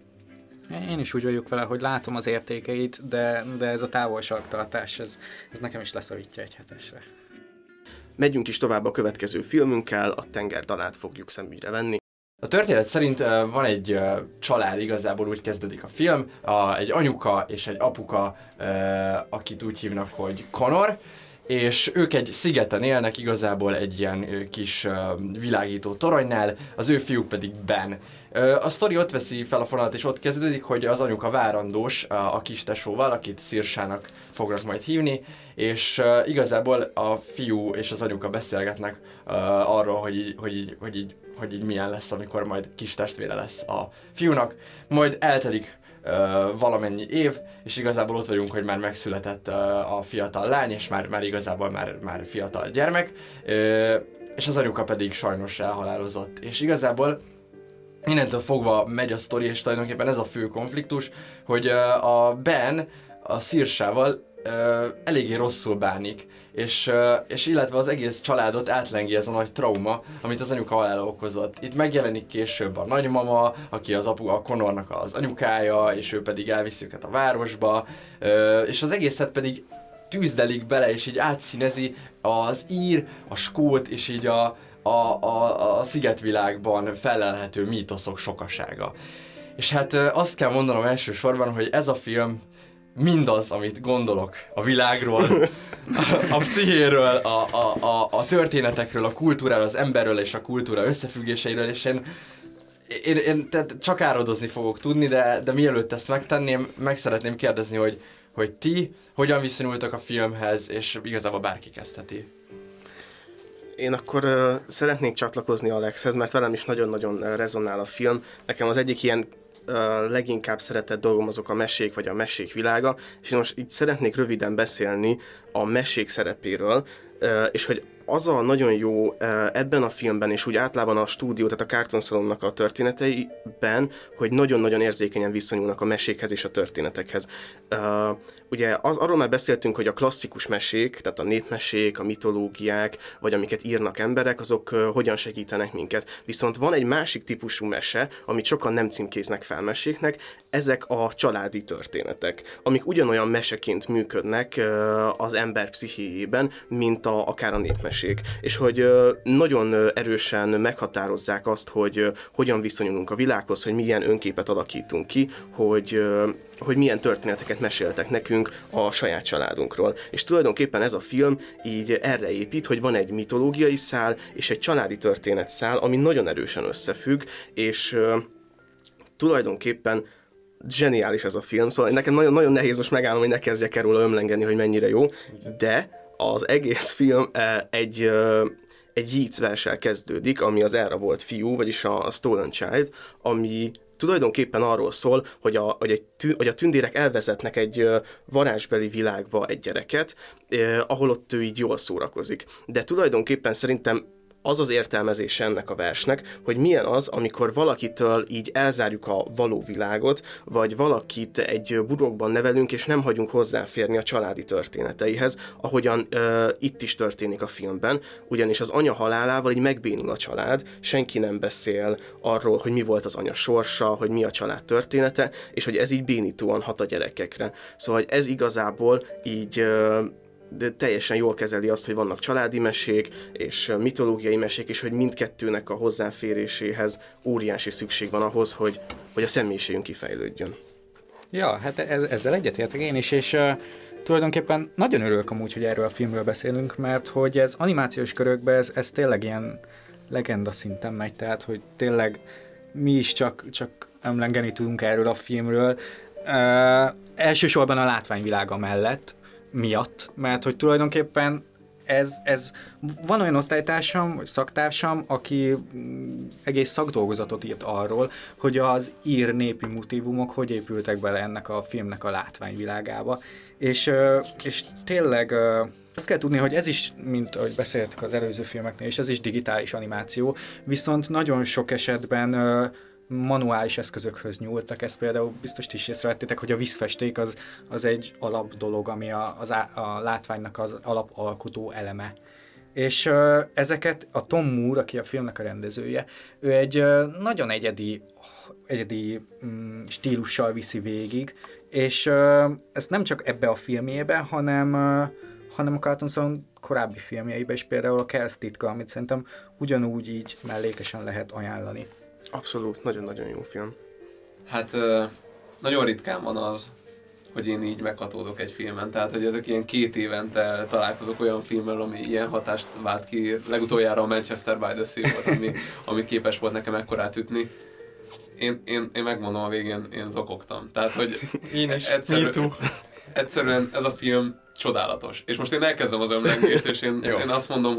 Én is úgy vagyok vele, hogy látom az értékeit, de ez a távolságtartás, ez nekem is leszorítja egy 7-esre. Megyünk is tovább a következő filmünkkel, a Tenger dalát fogjuk szemügyre venni. A történet szerint van egy család, igazából úgy kezdődik a film, egy anyuka és egy apuka, akit úgy hívnak, hogy Connor, és ők egy szigeten élnek, igazából egy ilyen kis világító toronynál, az ő fiúk pedig Ben. A sztori ott veszi fel a fonalat, és ott kezdődik, hogy az anyuka várandós a kis tesóval, akit Szirsának fognak majd hívni, és igazából a fiú és az anyuka beszélgetnek arról, hogy így milyen lesz, amikor majd kis testvére lesz a fiúnak. Majd eltelik valamennyi év, és igazából ott vagyunk, hogy már megszületett a fiatal lány, és már igazából már fiatal gyermek, és az anyuka pedig sajnos elhalálozott. És igazából innentől fogva megy a sztori, és tulajdonképpen ez a fő konfliktus, hogy a Ben a Szírsával eléggé rosszul bánik, és illetve az egész családot átlengi ez a nagy trauma, amit az anyuka halála okozott. Itt megjelenik később a nagymama, aki a Connornak az anyukája, és ő pedig elviszi őket a városba, és az egészet pedig tűzdelik bele, és így átszínezi az ír, a skót, és így a szigetvilágban felelhető mítoszok sokasága. És hát azt kell mondanom elsősorban, hogy ez a film mindaz, amit gondolok a világról, a pszichéről, a történetekről, a kultúráról, az emberről és a kultúra összefüggéseiről, és én tehát csak áradozni fogok tudni, de mielőtt ezt megtenném, meg szeretném kérdezni, hogy ti hogyan viszonyultak a filmhez, és igazából bárki kezdheti. Én akkor szeretnék csatlakozni Alexhez, mert velem is nagyon-nagyon rezonál a film. Nekem az egyik ilyen leginkább szeretett dolgom azok a mesék, vagy a mesék világa, és én most így szeretnék röviden beszélni a mesék szerepéről, és hogy az a nagyon jó ebben a filmben, és úgy általában a stúdió, tehát a Cartoon Salonnak a történeteiben, hogy nagyon-nagyon érzékenyen viszonyulnak a mesékhez és a történetekhez. Ugye arról már beszéltünk, hogy a klasszikus mesék, tehát a népmesék, a mitológiák, vagy amiket írnak emberek, azok hogyan segítenek minket. Viszont van egy másik típusú mese, amit sokan nem címkéznek fel meséknek, ezek a családi történetek, amik ugyanolyan meseként működnek az ember pszichéjében, mint akár a népmesék. És hogy nagyon erősen meghatározzák azt, hogy hogyan viszonyulunk a világhoz, hogy milyen önképet alakítunk ki, hogy milyen történeteket meséltek nekünk a saját családunkról. És tulajdonképpen ez a film így erre épít, hogy van egy mitológiai szál és egy családi történetszál, ami nagyon erősen összefügg, és tulajdonképpen zseniális ez a film, szóval nekem nagyon nehéz most megállnom, hogy ne kezdjek el róla ömlengeni, hogy mennyire jó, de az egész film egy Yeats verssel kezdődik, ami az elrabolt fiú, vagyis a Stolen Child, ami tulajdonképpen arról szól, hogy a tündérek elvezetnek egy varázsbeli világba egy gyereket, ahol ott ő így jól szórakozik. De tulajdonképpen szerintem az az értelmezése ennek a versnek, hogy milyen az, amikor valakitől így elzárjuk a való világot, vagy valakit egy burokban nevelünk, és nem hagyunk hozzáférni a családi történeteihez, ahogyan itt is történik a filmben, ugyanis az anya halálával így megbénul a család, senki nem beszél arról, hogy mi volt az anya sorsa, hogy mi a család története, és hogy ez így bénítóan hat a gyerekekre. Szóval ez igazából így de teljesen jól kezeli azt, hogy vannak családi mesék és mitológiai mesék, és hogy mindkettőnek a hozzáféréséhez óriási szükség van ahhoz, hogy a személyiségünk kifejlődjön. Ja, hát ezzel egyetértek én is, és tulajdonképpen nagyon örülök amúgy, hogy erről a filmről beszélünk, mert hogy ez animációs körökben ez tényleg ilyen legenda szinten megy, tehát hogy tényleg mi is csak emlengeni tudunk erről a filmről. Elsősorban a látványvilága mellett, miatt, mert hogy tulajdonképpen ez van olyan osztálytársam, vagy szaktársam, aki egész szakdolgozatot írt arról, hogy az ír népi motívumok hogy épültek bele ennek a filmnek a látványvilágába. És tényleg azt kell tudni, hogy ez is, mint ahogy beszéltük az előző filmeknél, és ez is digitális animáció, viszont nagyon sok esetben manuális eszközökhöz nyúltak, ezt például biztos is észrevettétek, hogy a vízfesték az egy alap dolog, ami a látványnak az alapalkotó eleme. És ezeket a Tom Moore, aki a filmnek a rendezője, ő egy nagyon egyedi stílussal viszi végig, és ezt nem csak ebbe a filmjébe, hanem a Cartoon Salon korábbi filmjeibe is, például a Kells titka, amit szerintem ugyanúgy így mellékesen lehet ajánlani. Abszolút, nagyon-nagyon jó film. Hát nagyon ritkán van az, hogy én így meghatódok egy filmen, tehát hogy ezek ilyen 2 évente találkozok olyan filmmel, ami ilyen hatást vált ki. Legutoljára a Manchester by the Sea volt, ami képes volt nekem ekkorát ütni. Én megmondom a végén, én zokogtam. Tehát, hogy Én is, egyszerűen ez a film csodálatos. És most én elkezdem az ömlengést, és én azt mondom,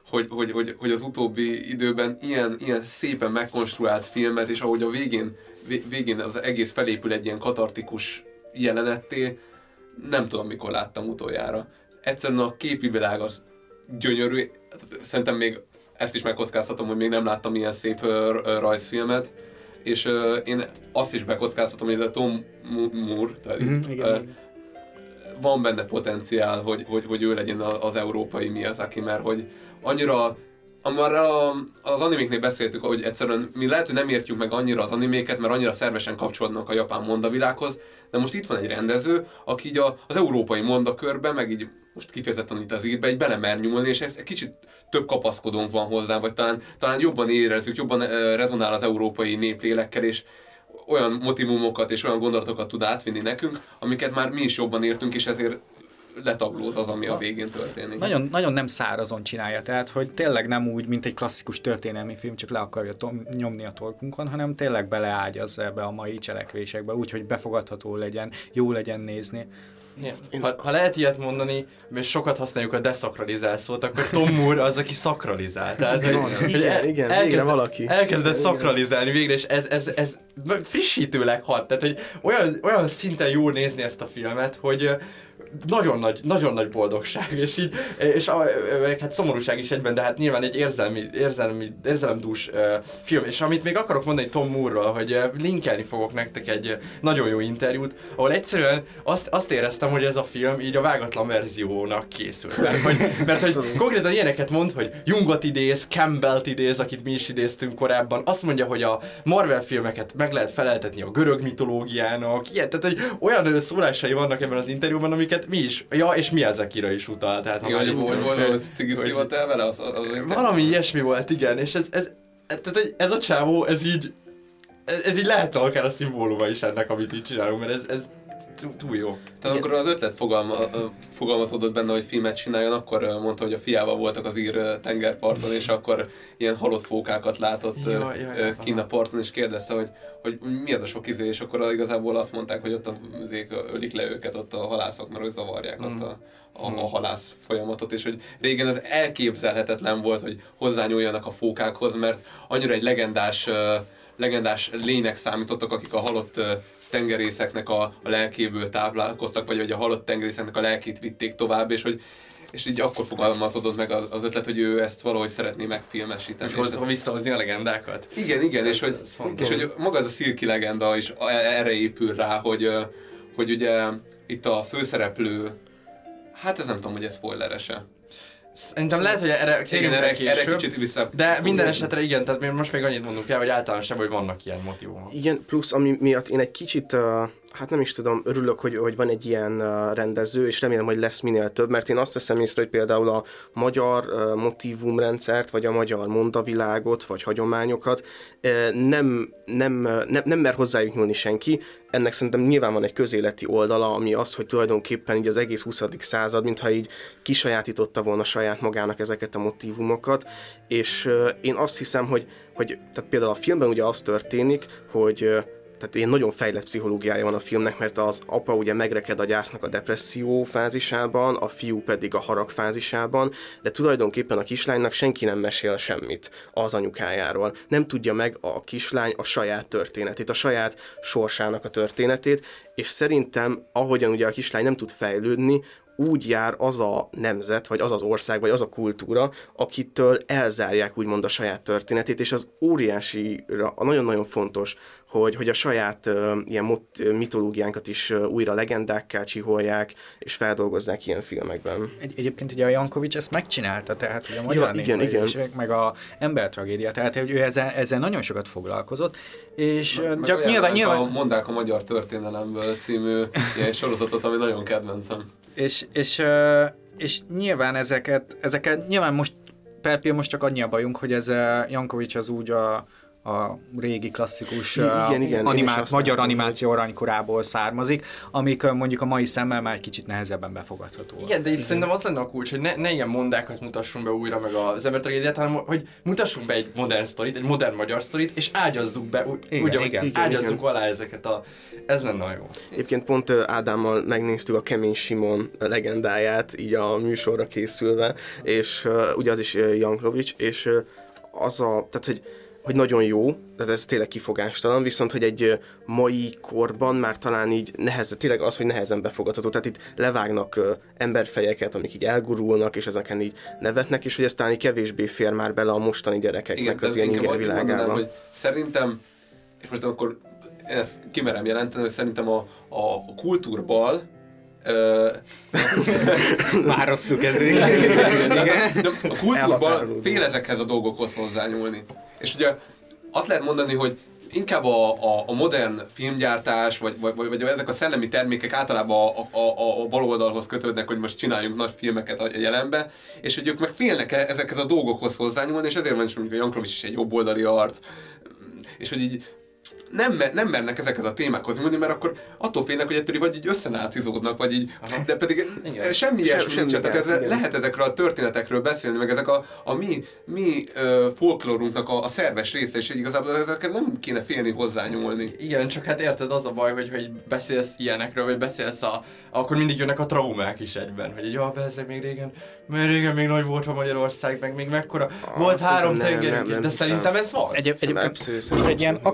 hogy az utóbbi időben ilyen szépen megkonstruált filmet, és ahogy a végén az egész felépül egy ilyen katartikus jelenetté, nem tudom, mikor láttam utoljára. Egyszerűen a képi világ az gyönyörű, szerintem még ezt is megkockáztatom, hogy még nem láttam ilyen szép rajzfilmet, és én azt is bekockáztatom, hogy ez a Tom Moore, tehát van benne potenciál, hogy ő legyen az európai Miyazaki, mert hogy annyira, már az animéknél beszéltük, hogy egyszerűen mi lehet, hogy nem értjük meg annyira az animéket, mert annyira szervesen kapcsolódnak a japán mondavilághoz, de most itt van egy rendező, aki így az európai mondakörbe, meg így most kifejezetten itt az írbe, így belemer nyúlni, és egy kicsit több kapaszkodónk van hozzá, vagy talán jobban érezzük, jobban rezonál az európai néplélekkel, és olyan motivumokat és olyan gondolatokat tud átvinni nekünk, amiket már mi is jobban értünk, és ezért letaglóz az, ami a végén történik. Nagyon, nagyon nem szárazon csinálja, tehát hogy tényleg nem úgy, mint egy klasszikus történelmi film, csak le akarja nyomni a torkunkon, hanem tényleg beleágyaz ebbe a mai cselekvésekbe, úgy, hogy befogadható legyen, jó legyen nézni. Ha lehet ilyet mondani, mert sokat használjuk a deszakralizál szót, akkor Tom Moore az, aki szakralizál. Tehát, igen, végre valaki. Elkezdett szakralizálni végre, és ez frissítőleg hat. Tehát, hogy olyan szinten jól nézni ezt a filmet, hogy nagyon nagy boldogság, és így, és hát szomorúság is egyben, de hát nyilván egy érzelemdús film, és amit még akarok mondani Tom Moore-ról, hogy linkelni fogok nektek egy nagyon jó interjút, ahol egyszerűen azt éreztem, hogy ez a film így a vágatlan verziónak készült, mert hogy konkrétan ilyeneket mond, hogy Jungot idéz, Campbellt idéz, akit mi is idéztünk korábban, azt mondja, hogy a Marvel filmeket meg lehet feleltetni a görög mitológiának, ilyen, tehát hogy olyan szólásai vannak ebben az interjúban, amiket mi is, és mi ezekire is utal. Tehát, igen, hogy cigiszívat el vele? Valami ilyesmi volt, igen, és ez a csávó, ez így lehetne akár a szimbóluma is ennek, amit így csinálunk, mert ez túl jó. Tehát amikor az ötlet fogalmazódott benne, hogy filmet csináljon, akkor mondta, hogy a fiával voltak az ír tengerparton, és akkor ilyen halott fókákat látott kint a parton, és kérdezte, hogy mi az a sok izé, és akkor igazából azt mondták, hogy ott ölik le őket ott a halászok, mert hogy zavarják ott a halász folyamatot, és hogy régen ez elképzelhetetlen volt, hogy hozzányúljanak a fókákhoz, mert annyira egy legendás lénynek számítottak, akik a halott tengerészeknek a lelkéből táplálkoztak, vagy a halott tengerészeknek a lelkét vitték tovább, és így akkor fogalmazódott meg az ötlet, hogy ő ezt valahogy szeretné megfilmesíteni. És visszahozni a legendákat. Igen, és hogy maga ez a Silky legenda is erre épül rá, hogy ugye itt a főszereplő, hát ez nem tudom, hogy ez spoileres-e. Szerintem lehet, hogy erre kicsit vissza. De minden esetre igen, tehát most még annyit mondunk el, hogy általánosan, hogy vannak ilyen motivumok. Igen, plusz ami miatt én egy kicsit, hát nem is tudom, örülök, hogy van egy ilyen rendező, és remélem, hogy lesz minél több, mert én azt veszem észre, hogy például a magyar motívumrendszert, vagy a magyar mondavilágot, vagy hagyományokat nem mer hozzájuk nyúlni senki. Ennek szerintem nyilván van egy közéleti oldala, ami az, hogy tulajdonképpen így az egész 20. század, mintha így kisajátította volna saját magának ezeket a motívumokat, és én azt hiszem, hogy tehát például a filmben ugye az történik, hogy tehát ilyen nagyon fejlett pszichológiája van a filmnek, mert az apa ugye megreked a gyásznak a depresszió fázisában, a fiú pedig a harag fázisában, de tulajdonképpen a kislánynak senki nem mesél semmit az anyukájáról. Nem tudja meg a kislány a saját történetét, a saját sorsának a történetét, és szerintem, ahogyan ugye a kislány nem tud fejlődni, úgy jár az a nemzet, vagy az az ország, vagy az a kultúra, akitől elzárják úgymond a saját történetét, és az óriásira, nagyon-nagyon fontos, hogy a saját ilyen mitológiánkat is újra legendákká csiholják, és feldolgozzák ilyen filmekben. Egyébként ugye a Jankovics ezt megcsinálta, tehát ugye a magyar népművelések, meg a embertragédia, tehát hogy ő ezzel nagyon sokat foglalkozott, és csak nyilván... Mondák a magyar történelemből című ilyen sorozatot, ami nagyon kedvencem. És nyilván ezeket nyilván most most csak annyi a bajunk, hogy ez Jankovics az úgy a régi klasszikus magyar animáció aranykorából származik, amik mondjuk a mai szemmel már egy kicsit nehezebben befogadható. Igen, de itt szerintem az lenne a kulcs, hogy ne ilyen mondákat mutassunk be újra meg az embertragédiát, hanem hogy mutassunk be egy modern sztorit, egy modern magyar sztorit, és ágyazzuk be, ágyazzuk alá ezeket ez lenne a jó. Egyébként pont Ádámmal megnéztük a Kemény Simon legendáját, így a műsorra készülve, és ugye az is Jankovics, és tehát hogy nagyon jó, tehát ez tényleg kifogástalan, viszont hogy egy mai korban már talán így tényleg az, hogy nehezen befogadható, tehát itt levágnak emberfejeket, amik így elgurulnak, és ezeken így nevetnek, és hogy ez talán így kevésbé fér már bele a mostani gyerekeknek az ilyen inger világába. Hogy szerintem, és most akkor ezt kimerem jelenteni, hogy szerintem a kultúrbal már rosszul kezdődik. De a kultúrban fél ezekhez a dolgokhoz hozzányúlni. És ugye azt lehet mondani, hogy inkább a modern filmgyártás, vagy ezek a szellemi termékek általában a baloldalhoz kötődnek, hogy most csináljunk nagy filmeket a jelenbe, és hogy ők meg félnek ezekhez a dolgokhoz hozzányúlni, és ezért van is mondjuk a Jankovics is egy jobboldali arc, és hogy így nem mernek ezekhez a témákhoz nyúlni, mert akkor attól félnek, hogy ettől vagy így összenácizódnak, vagy így, de pedig semmi ilyesmi nincsen. Tehát lehet ezekről a történetekről beszélni, meg ezek a mi folklórunknak a szerves része, és igazából ezeket nem kéne félni hozzányúlni. Igen, csak hát érted, az a baj, hogy beszélsz ilyenekről, vagy beszélsz akkor mindig jönnek a traumák is egyben, hogy ezek még régen még nagy volt a Magyarország, meg még mekkora, volt 3 tengerünk, de szerintem ez van. Egyébként most egy ilyen aktuális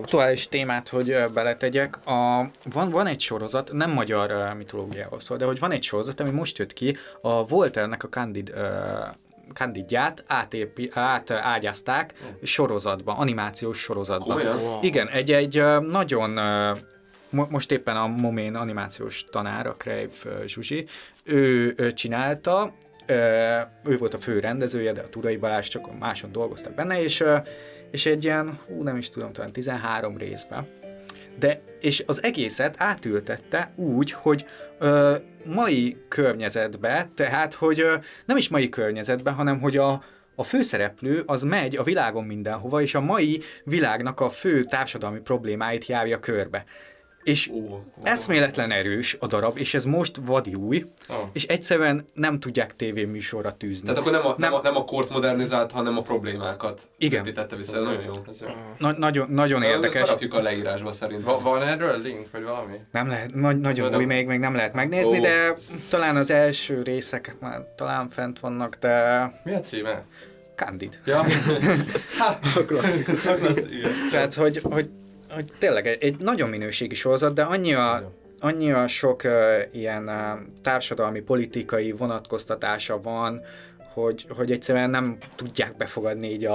érdekes témát, hogy beletegyek. Van egy sorozat, nem magyar mitológiáról szól, de hogy van egy sorozat, ami most jött ki, a Voltaire-nek a Candide-ját ágyázták sorozatba, animációs sorozatba. Komolyan? Igen, egy nagyon... Most éppen a Momén animációs tanár, a Crave Zsuzsi, ő csinálta, ő volt a fő rendezője, de a Turai Balázs csak máson dolgoztak benne, és egy ilyen, nem is tudom, talán 13 részben. És az egészet átültette úgy, hogy mai környezetbe, tehát, hogy nem is mai környezetben, hanem, hogy a főszereplő az megy a világon mindenhova, és a mai világnak a fő társadalmi problémáit járja körbe. És eszméletlen erős a darab, és ez most vadi új, és egyszerűen nem tudják tévéműsorra tűzni. Tehát akkor nem a kort modernizált, hanem a problémákat. Igen. Tette vissza, ez nagyon jó. Nagyon érdekes. Berakjuk a leírásba szerintem. Van erről link, vagy valami? Nem lehet, nagyon új, még nem lehet megnézni, de talán az első részek már talán fent vannak, de... Mi a címe? Candide. Ja. A klasszikus. Tehát, hogy tényleg egy nagyon minőségi sorozat, de annyira sok ilyen társadalmi, politikai vonatkoztatása van, hogy egyszerűen nem tudják befogadni így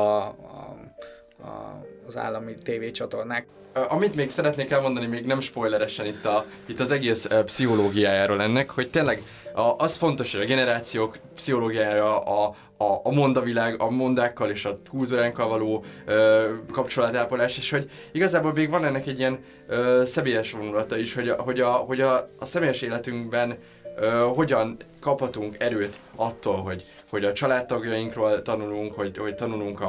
az állami tévécsatornák. Amit még szeretnék elmondani, még nem spoileresen itt az egész pszichológiájáról ennek, hogy tényleg az fontos, hogy a generációk pszichológiája, a mondavilág, a mondákkal és a kultúránkkal való kapcsolatápolás, és hogy igazából még van ennek egy ilyen személyes vonulata is, hogy a személyes életünkben hogyan kaphatunk erőt attól, hogy a családtagjainkról tanulunk, hogy tanulunk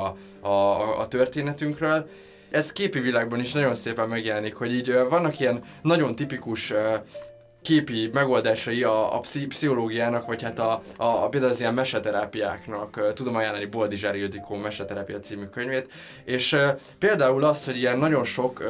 a történetünkről. Ez képi világban is nagyon szépen megjelenik, hogy így vannak ilyen nagyon tipikus képi megoldásai a pszichológiának, vagy hát például az ilyen meseterápiáknak. Tudom ajánlani Boldizsár Ildikó Meseterápia című könyvét, és például az, hogy ilyen nagyon sok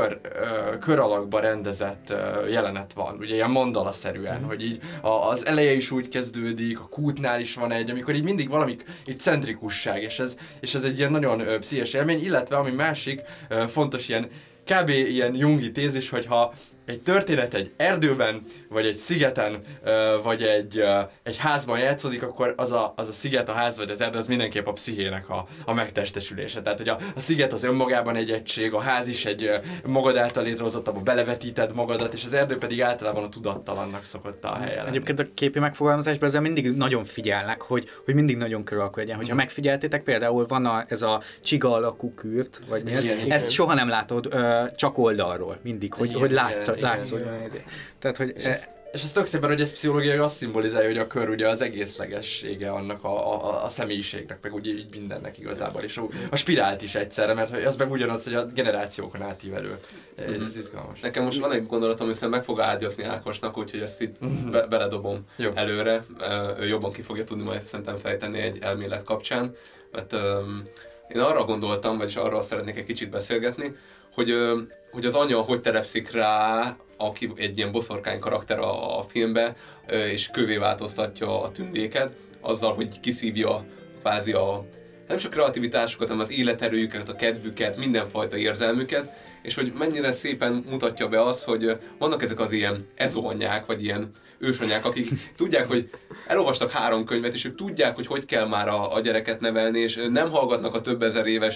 kör alakba rendezett jelenet van, ugye ilyen mandala-szerűen, hogy így az eleje is úgy kezdődik, a kútnál is van egy, amikor így mindig valami így centrikusság, és ez egy ilyen nagyon pszichés élmény, illetve ami másik fontos ilyen kb. Ilyen jungi tézis, hogyha egy történet egy erdőben, vagy egy szigeten, vagy egy házban játszódik, akkor az a sziget, a ház vagy az erdő, az mindenképp a pszichének a megtestesülése. Tehát, hogy a sziget az önmagában egy egység, a ház is egy magad által létrehozott, abba belevetíted magadat, és az erdő pedig általában a tudattalannak szokott a helye lenni. Egyébként a képi megfogalmazásban ezzel mindig nagyon figyelnek, hogy mindig nagyon körül alakú legyen. Hogyha megfigyeltétek, például van ez a csiga alakú kürt, vagy mi ez, ezt soha nem látod csak oldalról, mindig, hogy látsz, hogy tehát, hogy... És ez tök szépen, hogy ez pszichológiai azt szimbolizálja, hogy a kör ugye az egészlegessége annak a személyiségnek, meg ugye így mindennek igazából, és a spirált is egyszerre, mert az meg ugyanaz, hogy a generációkon átívelő. Ez izgalmas. Nekem most van egy gondolatom, hogy szerintem meg fog áldiozni Ákosnak, úgyhogy ezt itt beledobom előre. Ő jobban ki fogja tudni majd szerintem fejteni egy elmélet kapcsán, mert én arra gondoltam, vagyis arról szeretnék egy kicsit beszélgetni, hogy az anya hogy telepszik rá, aki egy ilyen boszorkány karakter a filmbe, és kővé változtatja a tündéket, azzal, hogy kiszívja kvázi nem csak kreativitásukat, hanem az életerőjüket, a kedvüket, mindenfajta érzelmüket, és hogy mennyire szépen mutatja be azt, hogy vannak ezek az ilyen ezóanyák, vagy ilyen ősanyák, akik tudják, hogy elolvastak 3 könyvet, és ők tudják, hogy kell már a gyereket nevelni, és nem hallgatnak a több ezer éves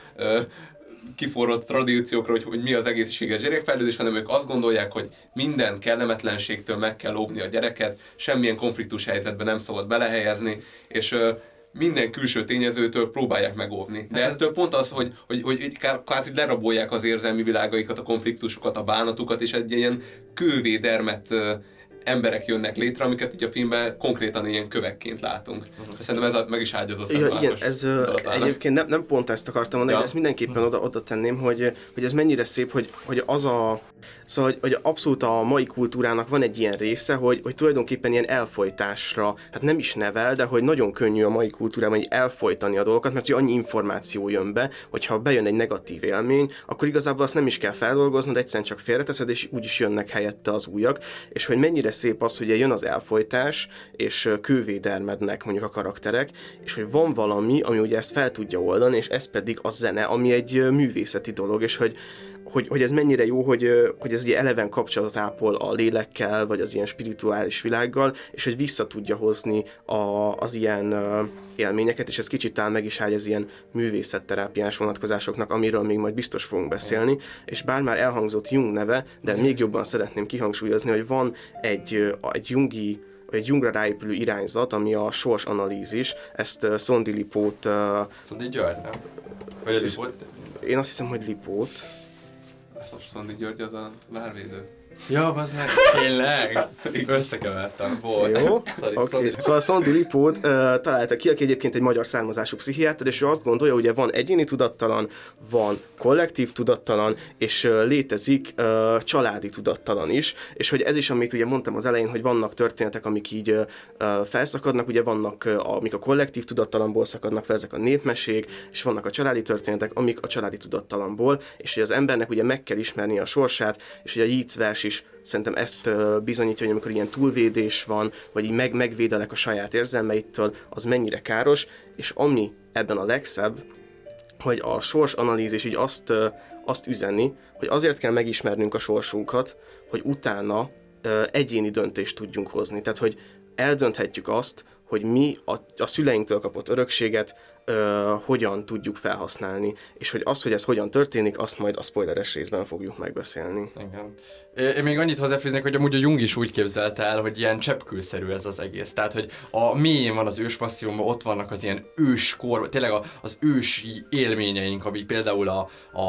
kiforrott tradíciókra, hogy mi az egészséges gyerekfejlődés, hanem ők azt gondolják, hogy minden kellemetlenségtől meg kell óvni a gyereket, semmilyen konfliktus helyzetbe nem szabad belehelyezni, és minden külső tényezőtől próbálják megóvni. De ettől pont az, hogy kvázi lerabolják az érzelmi világaikat, a konfliktusokat, a bánatukat, és egy ilyen kővé dermedt emberek jönnek létre, amiket így a filmben konkrétan ilyen kövekként látunk. Szerintem ez meg is ágyazza a igen, ez egyébként nem pont ezt akartam mondani, de ezt mindenképpen oda tenném, hogy ez mennyire szép, hogy az szóval, hogy abszolút a mai kultúrának van egy ilyen része, hogy tulajdonképpen ilyen elfojtásra, hát nem is nevel, de hogy nagyon könnyű a mai kultúrában így elfojtani a dolgokat, mert hogy annyi információ jön be, hogyha bejön egy negatív élmény, akkor igazából azt nem is kell feldolgoznod, egyszerűen csak félreteszed, és úgyis jönnek helyette az újak, és hogy mennyire szép az, hogy jön az elfojtás, és kővé dermednek mondjuk a karakterek, és hogy van valami, ami ugye ezt fel tudja oldani, és ez pedig a zene, ami egy művészeti dolog, és hogy ez mennyire jó, hogy ez ugye eleven kapcsolatot ápol a lélekkel, vagy az ilyen spirituális világgal, és hogy vissza tudja hozni az ilyen élményeket, és ez kicsit talán meg is áll az ilyen művészetterápiás vonatkozásoknak, amiről még majd biztos fogunk beszélni, és bár már elhangzott Jung neve, de még jobban szeretném kihangsúlyozni, hogy van egy Jungra ráépülő irányzat, ami a sorsanalízis, ezt Szondi Lipót... Szondi György, nem? Vagy a Lipót? Én azt hiszem, hogy Lipót. Ezt a Szondi György az a várvédő. Ja, az meg. Tényleg? Összekevertem. Volt. Jó, Sorry, okay. Szóval Szondi Lipót találta ki, aki egyébként egy magyar származású pszichiáter, és ő azt gondolja, hogy ugye van egyéni tudattalan, van kollektív tudattalan, és létezik családi tudattalan is, és hogy ez is, amit ugye mondtam az elején, hogy vannak történetek, amik így felszakadnak, ugye vannak, amik a kollektív tudattalanból szakadnak fel, ezek a népmesék, és vannak a családi történetek, amik a családi tudattalanból, és hogy az embernek ugye meg kell ismerni a sorsát, és ugye a Yeats vers is szerintem ezt bizonyítja, hogy amikor ilyen túlvédés van, vagy így megvédelek a saját érzelmeittől, az mennyire káros, és ami ebben a legszebb, hogy a sorsanalízis így azt üzeni, hogy azért kell megismernünk a sorsunkat, hogy utána egyéni döntést tudjunk hozni. Tehát, hogy eldönthetjük azt, hogy mi a szüleinktől kapott örökséget hogyan tudjuk felhasználni, és hogy ez hogyan történik, azt majd a spoileres részben fogjuk megbeszélni. Igen. Én még annyit hozzáfűznék, hogy amúgy a Jung is úgy képzelte el, hogy ilyen cseppkőszerű ez az egész. Tehát, hogy a mélyén van az őspassziómban, ott vannak az ilyen őskor, tényleg az ősi élményeink, amik például a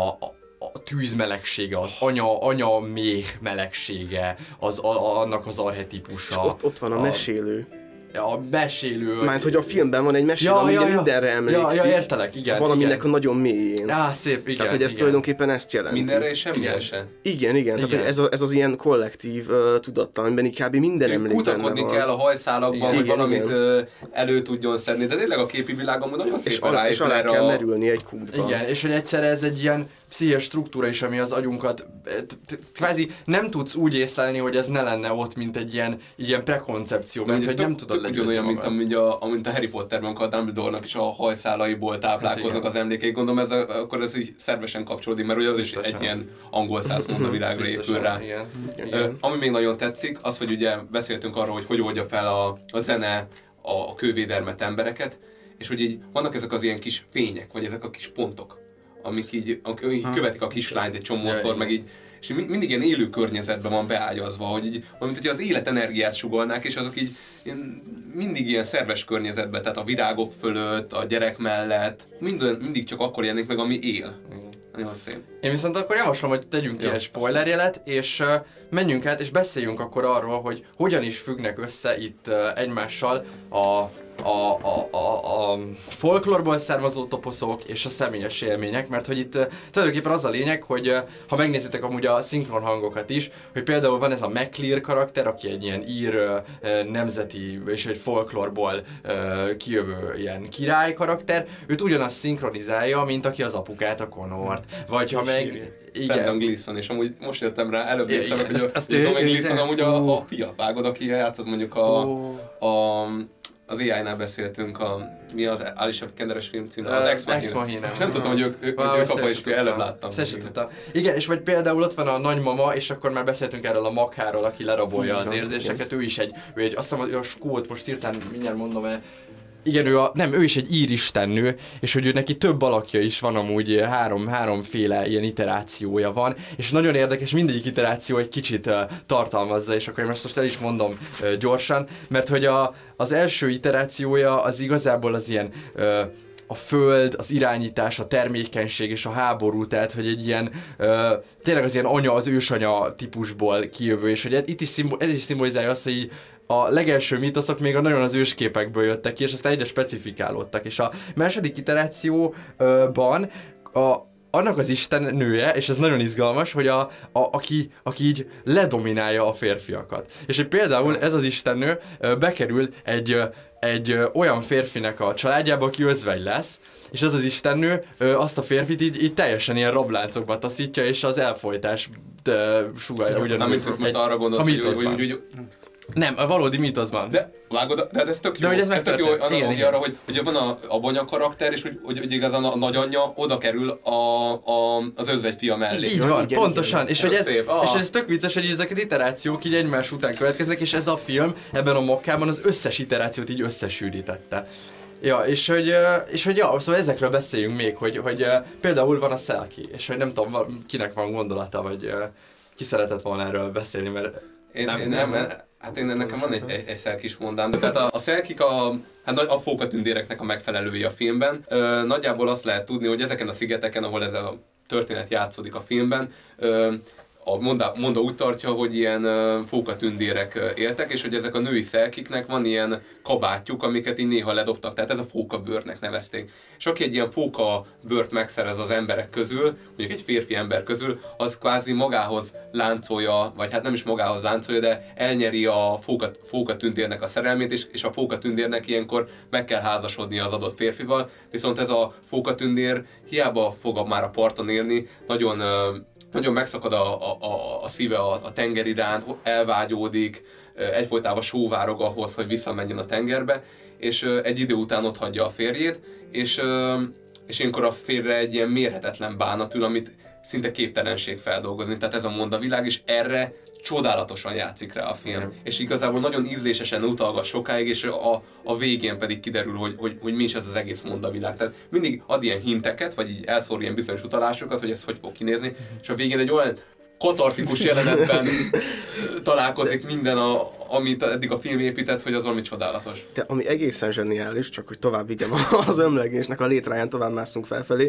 tűz melegsége, az anya méh melegsége, annak az archetipusa. És ott van a mesélő. A mesélő... Mármint, hogy a filmben van egy mesélő, ami mindenre emlékszik. Ja, értelek, igen. Valaminek a nagyon mélyén. Szép, igen. Tehát, hogy ez tulajdonképpen ezt jelenti. Mindenre és semmire se. Igen. Tehát, hogy ez az ilyen kollektív tudattal, amiben kb. Minden emlék benne van. Kutakodni kell a hajszálakban, hogy valamit elő tudjon szedni, de tényleg a képi világban nagyon szépen ráépül és alá kell merülni egy kútba. Igen, és hogy egyszerre ez egy ilyen pszichés struktúra is, ami az agyunkat kvázi nem tudsz úgy észlelni, hogy ez ne lenne ott, mint egy ilyen prekoncepció, mert hogy nem tudod legyőzni magad. Mint a Harry Potterben, a Dumbledore-nak is a hajszálaiból táplálkoznak az emlékeik. Gondolom, akkor ez így szervesen kapcsolódik, mert ugye az is egy ilyen angol száz mondavilágra épül rá. Igen. Ami még nagyon tetszik, az, hogy ugye beszéltünk arról, hogy oldja fel a zene a kővédelmet embereket, és hogy így vannak ezek az ilyen kis fények, vagy ezek a kis pontok, amik így követik a kislányt egy csomószor, meg így, és mindig ilyen élő környezetben van beágyazva, hogy így, mint hogy az életenergiát sugolnák, és azok így mindig ilyen szerves környezetben, tehát a virágok fölött, a gyerek mellett, mindig csak akkor jelenik meg, ami él. Nagyon szép. Én viszont akkor javaslom, hogy tegyünk ki egy spoilerjelet, és menjünk át, és beszéljünk akkor arról, hogy hogyan is függnek össze itt egymással a folklórból származó toposzok és a személyes élmények, mert hogy itt tulajdonképpen az a lényeg, hogy ha megnézitek amúgy a szinkron hangokat is, hogy például van ez a McClear karakter, aki egy ilyen ír nemzeti és egy folklórból kijövő ilyen király karakter, őt ugyanazt szinkronizálja, mint aki az apukát, a Connort. Vagy ha meg... Brendan Gleeson, és amúgy most jöttem rá, előbb értem, hogy Brendan Gleeson amúgy a fia, vágod, aki játszott mondjuk az AI-nál beszéltünk, mi az Alicia Kenderes film cím? Az Ex Machina. És nem tudtam, hogy ők apa és fia, előbb láttam. Igen, és vagy például ott van a nagymama, és akkor már beszéltünk erről a Makháról, aki lerabolja az érzéseket, ő is egy azt hiszem, ő a skót, most hirtelen mindjárt mondom el, igen, ő is egy ír istennő, és hogy ő neki több alakja is van, amúgy háromféle ilyen iterációja van, és nagyon érdekes, mindegyik iteráció egy kicsit tartalmazza, és akkor én most el is mondom gyorsan, mert hogy az első iterációja az igazából az ilyen a föld, az irányítás, a termékenység és a háború, tehát hogy egy ilyen tényleg az ilyen az ősanya típusból kijövő, és hogy ez is szimbolizálja azt, hogy a legelső mítoszok még nagyon az ősképekből jöttek ki, és aztán egyre specifikálódtak. És a második iterációban annak az istennője, és ez nagyon izgalmas, hogy aki így ledominálja a férfiakat. És hogy például ez az istennő bekerül egy olyan férfinek a családjába, aki özvegy lesz, és az istennő azt a férfit így teljesen ilyen rabláncokba taszítja, és az elfojtás sugallja ugyanúgy. Most arra gondolsz, hogy Nem, a valódi mítoszban. De vágod, de ez tök jó. De hogy ez tök jó megtörtént. Igen. arra, hogy van a Bonya karakter, és hogy igazán a nagyanyja oda kerül az özvegyfia mellé. Így van, igen, pontosan. igen, és, hogy ez, szép. és ez tök vicces, hogy ezek az iterációk így egymás után következnek, és ez a film ebben a mokkában az összes iterációt így összesűrítette. Ja, és hogy ja, szóval ezekről beszéljünk még, hogy például van a Selkie, és hogy nem tudom, kinek van gondolata, vagy ki szeretett volna erről beszélni, mert nekem van egy szelkis mondám, de tehát a szelkik a fókatündéreknek a megfelelői a filmben. Nagyjából azt lehet tudni, hogy ezeken a szigeteken, ahol ez a történet játszódik a filmben, a monda úgy tartja, hogy ilyen fókatündérek éltek, és hogy ezek a női szelkiknek van ilyen kabátjuk, amiket így néha ledobtak, tehát ez a fókabőrnek nevezték. És aki egy ilyen fókabőrt megszerez az emberek közül, mondjuk egy férfi ember közül, az kvázi magához láncolja, vagy hát nem is magához láncolja, de elnyeri a fókatündérnek a szerelmét, és a fókatündérnek ilyenkor meg kell házasodnia az adott férfival, viszont ez a fókatündér hiába fog már a parton élni, nagyon megszakad a szíve a tenger iránt, elvágyódik, egyfolytában sóvárog ahhoz, hogy visszamenjen a tengerbe, és egy idő után ott hagyja a férjét, és ilyenkor a férjre egy ilyen mérhetetlen bánat ül, amit szinte képtelenség feldolgozni. Tehát ez a mondavilág, és erre csodálatosan játszik rá a film. És igazából nagyon ízlésesen utalgat sokáig, és a végén pedig kiderül, hogy mi is ez az egész mondavilág. Tehát mindig ad ilyen hinteket, vagy így elszór ilyen bizonyos utalásokat, hogy ez hogy fog kinézni, és a végén egy olyan katartikus jelenetben találkozik minden, amit eddig a film épített, hogy az valami csodálatos. De ami egészen zseniális, csak hogy tovább vigyem az ömlegésnek a létráján, tovább mászunk felfelé,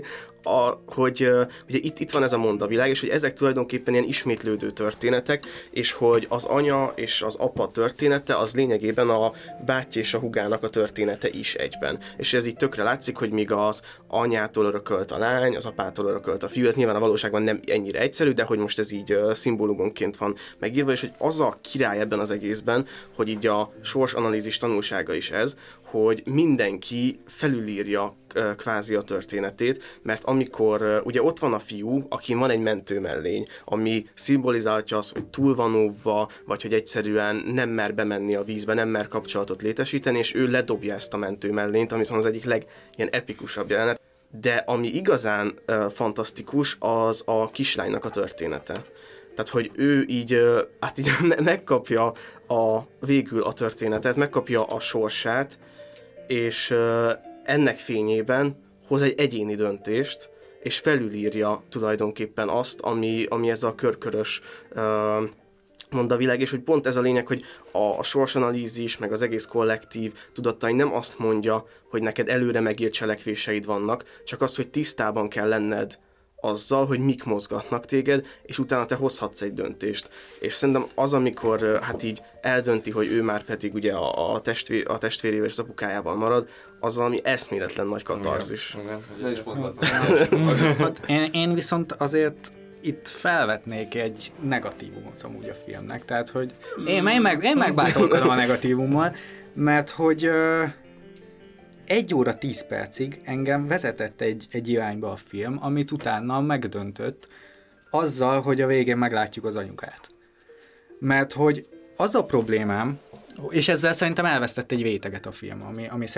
hogy ugye itt van ez a mondavilág, és hogy ezek tulajdonképpen ilyen ismétlődő történetek, és hogy az anya és az apa története az lényegében a bátyja és a húgának a története is egyben. És ez így tökre látszik, hogy míg az anyától örökölt a lány, az apától örökölt a fiú, ez nyilván a valóságban nem ennyire egyszerű, de hogy most ez így szimbólumonként van megírva, és hogy az a király ebben az egészben, hogy így a sorsanalízis tanulsága is ez, hogy mindenki felülírja kvázi a történetét, mert amikor ugye ott van a fiú, akin van egy mentőmellény, ami szimbolizálja azt, hogy túl van óvva, vagy hogy egyszerűen nem mer bemenni a vízbe, nem mer kapcsolatot létesíteni, és ő ledobja ezt a mentőmellényt, ami szóval az egyik ilyen epikusabb jelenet. De ami igazán fantasztikus, az a kislánynak a története. Tehát, hogy ő így megkapja végül a történetet, megkapja a sorsát, és ennek fényében hoz egy egyéni döntést, és felülírja tulajdonképpen azt, ami ez a körkörös mondavilág, és hogy pont ez a lényeg, hogy a sorsanalízis, meg az egész kollektív tudattaink nem azt mondja, hogy neked előre megírt cselekvéseid vannak, csak az, hogy tisztában kell lenned azzal, hogy mik mozgatnak téged, és utána te hozhatsz egy döntést. És szerintem az, amikor hát így eldönti, hogy ő már pedig ugye a testvérével és az apukájával marad, az valami eszméletlen nagy katarzis. Én viszont azért itt felvetnék egy negatívumot amúgy a filmnek, tehát hogy én megbátorkodom a negatívummal, mert hogy 1 óra 10 percig engem vezetett egy irányba a film, amit utána megdöntött azzal, hogy a végén meglátjuk az anyukát. Mert hogy az a problémám, és ezzel szerintem elvesztett egy réteget a film, ami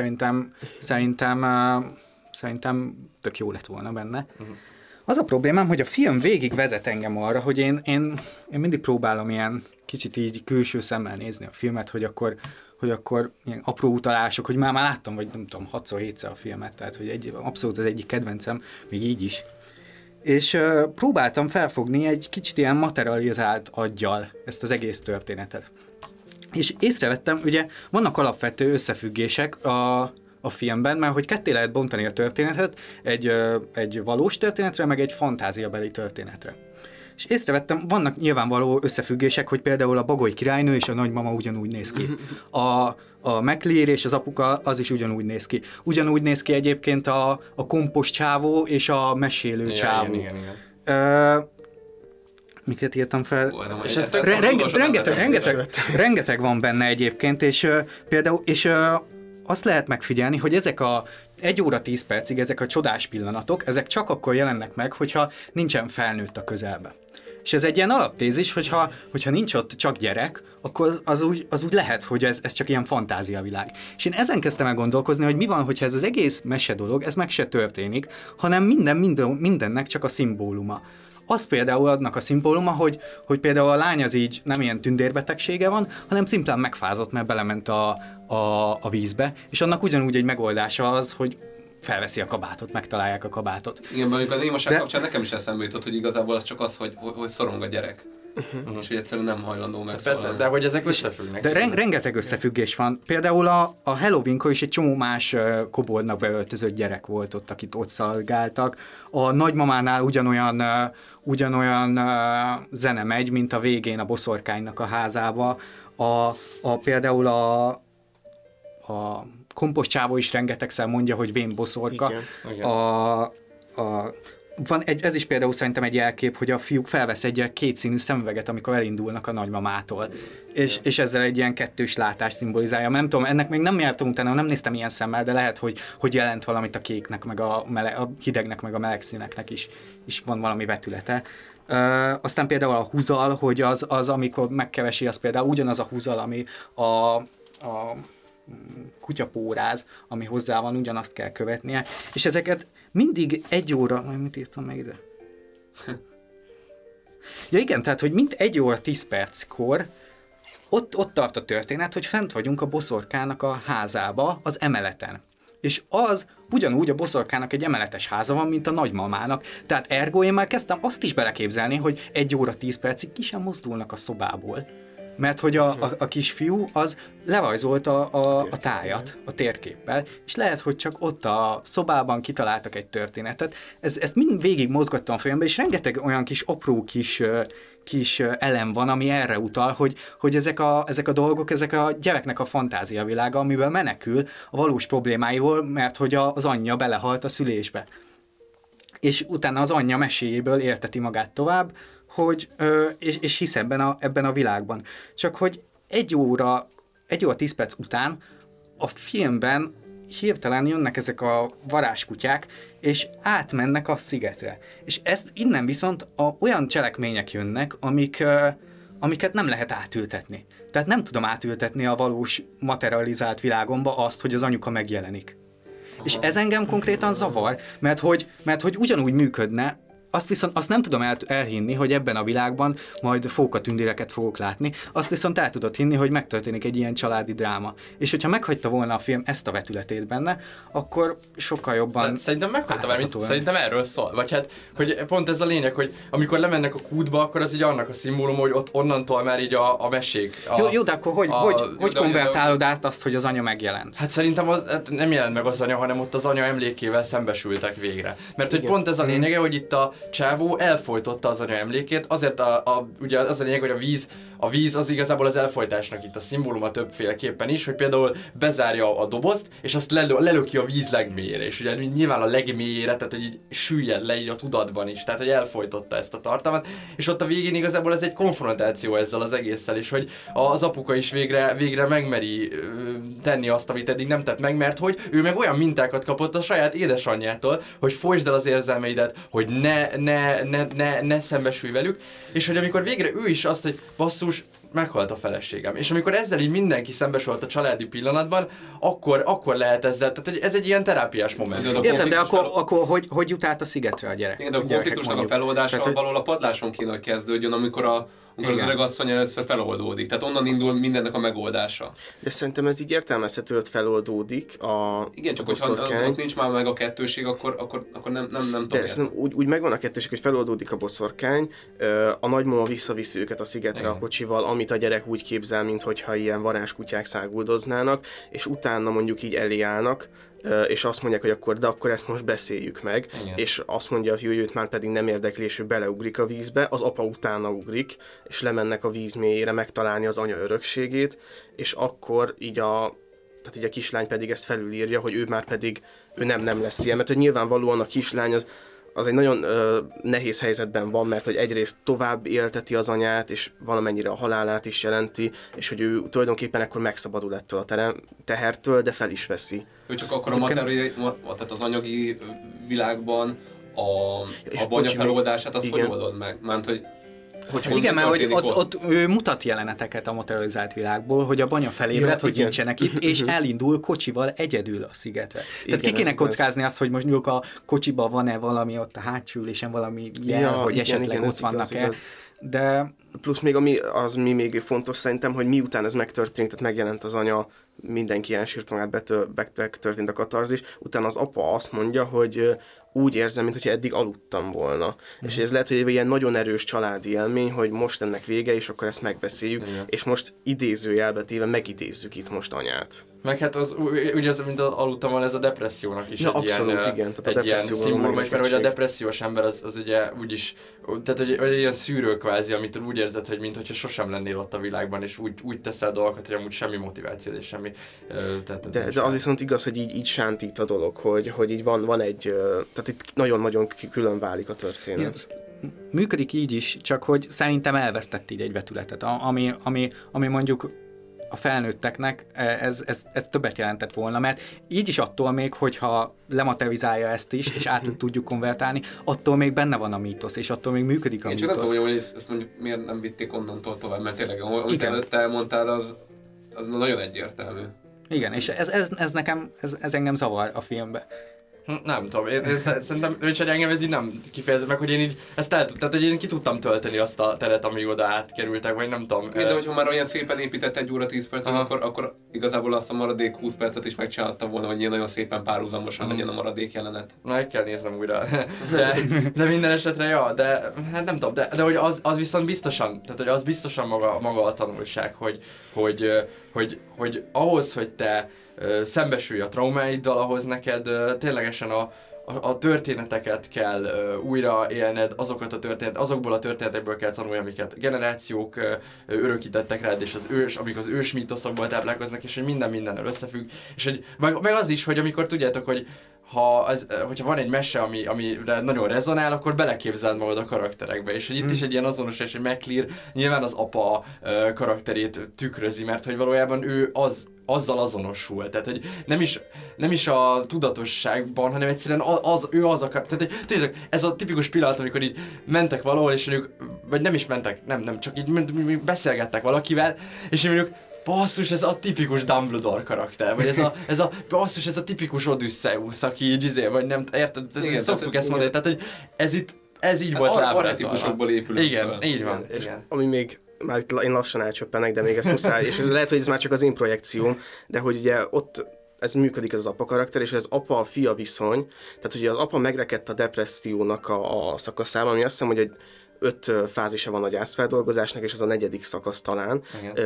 szerintem tök jó lett volna benne. Az a problémám, hogy a film végig vezet engem arra, hogy én mindig próbálom ilyen kicsit így külső szemmel nézni a filmet, hogy akkor ilyen apró utalások, hogy már láttam, vagy nem tudom, 6-7-szer a filmet, tehát hogy abszolút az egyik kedvencem, még így is. És próbáltam felfogni egy kicsit ilyen materializált aggyal ezt az egész történetet. És észrevettem, ugye vannak alapvető összefüggések a filmben, mert hogy ketté lehet bontani a történetet egy valós történetre, meg egy fantáziabeli történetre. És észrevettem, vannak nyilvánvaló összefüggések, hogy például a Bagoly királynő és a nagymama ugyanúgy néz ki. A McLear és az apuka az is ugyanúgy néz ki. Ugyanúgy néz ki egyébként a kompost csávó és a mesélő csávó. Igen. Miket írtam fel? És ez rengeteg van benne egyébként, és például azt lehet megfigyelni, hogy ezek a 1 óra 10 percig ezek a csodás pillanatok, ezek csak akkor jelennek meg, hogyha nincsen felnőtt a közelbe. És ez egy ilyen alaptézis, hogyha nincs ott csak gyerek, akkor az úgy lehet, hogy ez csak ilyen fantáziavilág. És én ezen kezdtem el gondolkozni, hogy mi van, hogyha ez az egész mese dolog, ez meg se történik, hanem mindennek csak a szimbóluma. Az például adnak a szimbóluma, hogy például a lány az így nem ilyen tündérbetegsége van, hanem szimplán megfázott, mert belement a vízbe, és annak ugyanúgy egy megoldása az, hogy felveszi a kabátot, megtalálják a kabátot. Igen, mert a némaság kapcsán nekem is eszembe jutott, hogy igazából az csak az, hogy szorong a gyerek. És hogy egyszerűen nem hajlandó megszólalni. Persze, de hogy ezek összefüggnek. De rengeteg összefüggés van. Például a Halloweenkor is egy csomó más koboldnak beöltözött gyerek volt ott, akit ott szalgáltak. A nagymamánál ugyanolyan zene megy, mint a végén a boszorkánynak a házába. Például a komposztcsávó is rengetegszer mondja, hogy vén boszorka. Igen. Ez is például szerintem egy jelkép, hogy a fiúk felvesz egy kétszínű szemüveget, amikor elindulnak a nagymamától. És ezzel egy ilyen kettős látást szimbolizálja. Nem tudom, ennek még nem jártam utána, nem néztem ilyen szemmel, de lehet, hogy jelent valamit a kéknek, meg a hidegnek, meg a meleg színeknek is van valami vetülete. Aztán például a húzal, hogy az amikor megkevesi, az például ugyanaz a húzal, ami a kutyapóráz, ami hozzá van, ugyanazt kell követnie, és ezeket mindig 1 óra... Mit írtam meg ide? Ja igen, tehát, hogy mind 1 óra 10 perckor ott tart a történet, hogy fent vagyunk a boszorkának a házába, az emeleten. És az ugyanúgy a boszorkának egy emeletes háza van, mint a nagymamának. Tehát ergo én már kezdtem azt is beleképzelni, hogy 1 óra 10 percig ki sem mozdulnak a szobából. Mert hogy a kisfiú az lerajzolta a tájat a térképpel, és lehet, hogy csak ott a szobában kitaláltak egy történetet. Ezt mind végig mozgattam a fejembe, és rengeteg olyan kis apró kis elem van, ami erre utal, hogy ezek a dolgok, ezek a gyereknek a fantáziavilága, amiben menekül a valós problémáiból, mert hogy az anyja belehalt a szülésbe. És utána az anyja meséjéből érteti magát tovább, és hisz ebben a világban. Csak hogy 1 óra 10 perc után a filmben hirtelen jönnek ezek a varázskutyák, és átmennek a szigetre. És innen viszont olyan cselekmények jönnek, amiket nem lehet átültetni. Tehát nem tudom átültetni a valós materializált világomba azt, hogy az anyuka megjelenik. És ez engem konkrétan zavar, mert hogy ugyanúgy működne, azt nem tudom elhinni, hogy ebben a világban majd fókatündéreket fogok látni, azt viszont el tudod hinni, hogy megtörténik egy ilyen családi dráma. És hogyha meghagyta volna a film ezt a vetületét benne, akkor sokkal jobban... De szerintem meghagyta már, szerintem erről szól. Vagy hát, hogy pont ez a lényeg, hogy amikor lemennek a kútba, akkor az így annak a szimbólum, hogy ott onnantól már így a mesék. Jó, de akkor hogy konvertálod át azt, hogy az anya megjelent? Hát szerintem nem jelent meg az anya, hanem ott az anya emlékével szembesültek végre. Mert hogy pont ez a lényege, hogy itt a csávó elfojtotta az anya emlékét, azért ugye az a lényeg, hogy a víz az igazából az elfojtásnak itt a szimbóluma többféleképpen is, hogy például bezárja a dobozt, és azt lelöki a víz legmélyére, és ugye nyilván a legmélyére, tehát hogy így süllyed le így a tudatban is, tehát hogy elfojtotta ezt a tartalmat, és ott a végén igazából ez egy konfrontáció ezzel az egésszel is, hogy az apuka is végre megmeri tenni azt, amit eddig nem tett meg, mert hogy ő meg olyan mintákat kapott a saját édesanyjától, hogy folytsd el az érzelmeidet, hogy ne szembesülj velük, és hogy amikor végre ő is azt, hogy basszus, meghalt a feleségem. És amikor ezzel így mindenki szembesült a családi pillanatban, akkor lehet ezzel, tehát hogy ez egy ilyen terápiás moment. Értem, de akkor hogy jut át a szigetre a gyerek? Igen, de a konfliktusnak a feloldása valahol a padláson kéne, hogy kezdődjön, amikor az öreg asszony először feloldódik. Tehát onnan indul mindennek a megoldása. De szerintem ez így értelmezhető, hogy feloldódik igen, csak hogyha ott nincs már meg a kettőség, akkor nem tudom. De szerintem úgy megvan a kettőség, hogy feloldódik a boszorkány, a nagymama visszaviszi őket a szigetre igen. A kocsival, amit a gyerek úgy képzel, mintha ilyen varázskutyák száguldoznának, és utána mondjuk így elé állnak, és azt mondják, hogy akkor ezt most beszéljük meg, igen. És azt mondja a fiú, hogy őt már pedig nem érdekli, és ő beleugrik a vízbe, az apa utána ugrik, és lemennek a víz mélyére megtalálni az anya örökségét, és akkor így a kislány pedig ezt felülírja, hogy ő már pedig nem lesz ilyen, mert hogy nyilvánvalóan a kislány az egy nagyon nehéz helyzetben van, mert hogy egyrészt tovább élteti az anyát, és valamennyire a halálát is jelenti, és hogy ő tulajdonképpen ekkor megszabadul ettől a tehertől, de fel is veszi. Ő csak akkor tehát az anyagi világban a banya feloldását azt hogy oldod meg? Mert hogy Igen, mert hogy ott ő mutat jeleneteket a materializált világból, hogy a banya felébred, hogy nincsenek itt, és elindul kocsival egyedül a szigetre. Tehát ki kéne kockázni azt, hogy most a kocsiban van-e valami ott a hátsó ülésen, valami jel, hogy esetleg ott vannak-e. De... Plusz még ami még fontos szerintem, hogy miután ez megtörtént, tehát megjelent az anya, mindenki elsírt magát, betörtént a katarzis, utána az apa azt mondja, hogy úgy érzem, mintha eddig aludtam volna. És ez lehet, hogy egy ilyen nagyon erős családi élmény, hogy most ennek vége, és akkor ezt megbeszéljük, és most idézőjelbe téve megidézzük itt most anyát. Meg hát az úgy érzem, mint aludtam volna, ez a depressziónak is egy ilyen szimbólum, mert hogy a depressziós ember az ugye úgyis, tehát hogy egy ilyen szűrő kvázi, amit úgy érzed, hogy mintha sosem lennél ott a világban, és úgy teszel dolgokat, hogy amúgy semmi motiváció és semmi. De az viszont igaz, hogy így sántít a dolog, hogy így van egy, tehát itt nagyon-nagyon külön válik a történet. Működik így is, csak hogy szerintem elvesztett így egy vetületet, ami mondjuk a felnőtteknek ez többet jelentett volna, mert így is attól még, hogyha lematerializálja ezt is, és át tudjuk konvertálni, attól még benne van a mítosz, és attól még működik a mítosz. Én csak attól, hogy ezt mondjuk miért nem vitték onnantól tovább, mert tényleg, amit előtte elmondtál, az nagyon egyértelmű. Igen, és ez engem zavar a filmbe. Nem tudom, én szerintem Richard engem ez így nem kifejezett meg, hogy én így ezt tehát hogy én ki tudtam tölteni azt a teret, amíg oda átkerültek, vagy nem tudom. De hogyha már olyan szépen épített 1 óra 10 percet, akkor igazából azt a maradék 20 percet is megcsináltam volna, hogy ilyen nagyon szépen párhuzamosan legyen a maradék jelenet. Na, meg kell néznem újra. De minden esetre, ja, de hát nem tudom, de hogy az viszont biztosan, tehát hogy az biztosan maga a tanulság, hogy ahhoz, hogy te szembesülj a traumáiddal, ahhoz neked ténylegesen a történeteket kell újra élned, azokból a történetekből kell tanulni, amiket generációk örökítettek rád, és amik az ős mítoszokból táplálkoznak, és hogy mindennel összefügg. És hogy, meg az is, hogy amikor tudjátok, hogy hogyha van egy mese, amire nagyon rezonál, akkor beleképzeled magad a karakterekbe, és hogy itt is egy ilyen azonosulás, hogy McClear nyilván az apa karakterét tükrözi, mert hogy valójában ő azzal azonosul, tehát hogy nem is a tudatosságban, hanem egyszerűen ő az akar, tehát hogy tudjátok, ez a tipikus pillanat, amikor így mentek valahol, és mondjuk, vagy nem is mentek, nem, csak így beszélgettek valakivel, és mondjuk basszus, ez a tipikus Dumbledore karakter, vagy ez a tipikus Odysseus, aki így vagy nem, érted? Igen, szoktuk ezt mondani, tehát hogy ez így volt lábrazolva. Archetípusokból épülünk. Igen, így van. És igen. ami még, már itt én lassan elcsöppenek, de még ez muszáj, és ez lehet, hogy ez már csak az én projekcióm, de hogy ugye ott ez működik ez az apa karakter, és az apa-fia viszony, tehát ugye az apa megrekedt a depressziónak a szakaszában, ami azt hiszem, hogy egy 5 fázisa van a gyászfeldolgozásnak, és ez a 4. szakasz talán.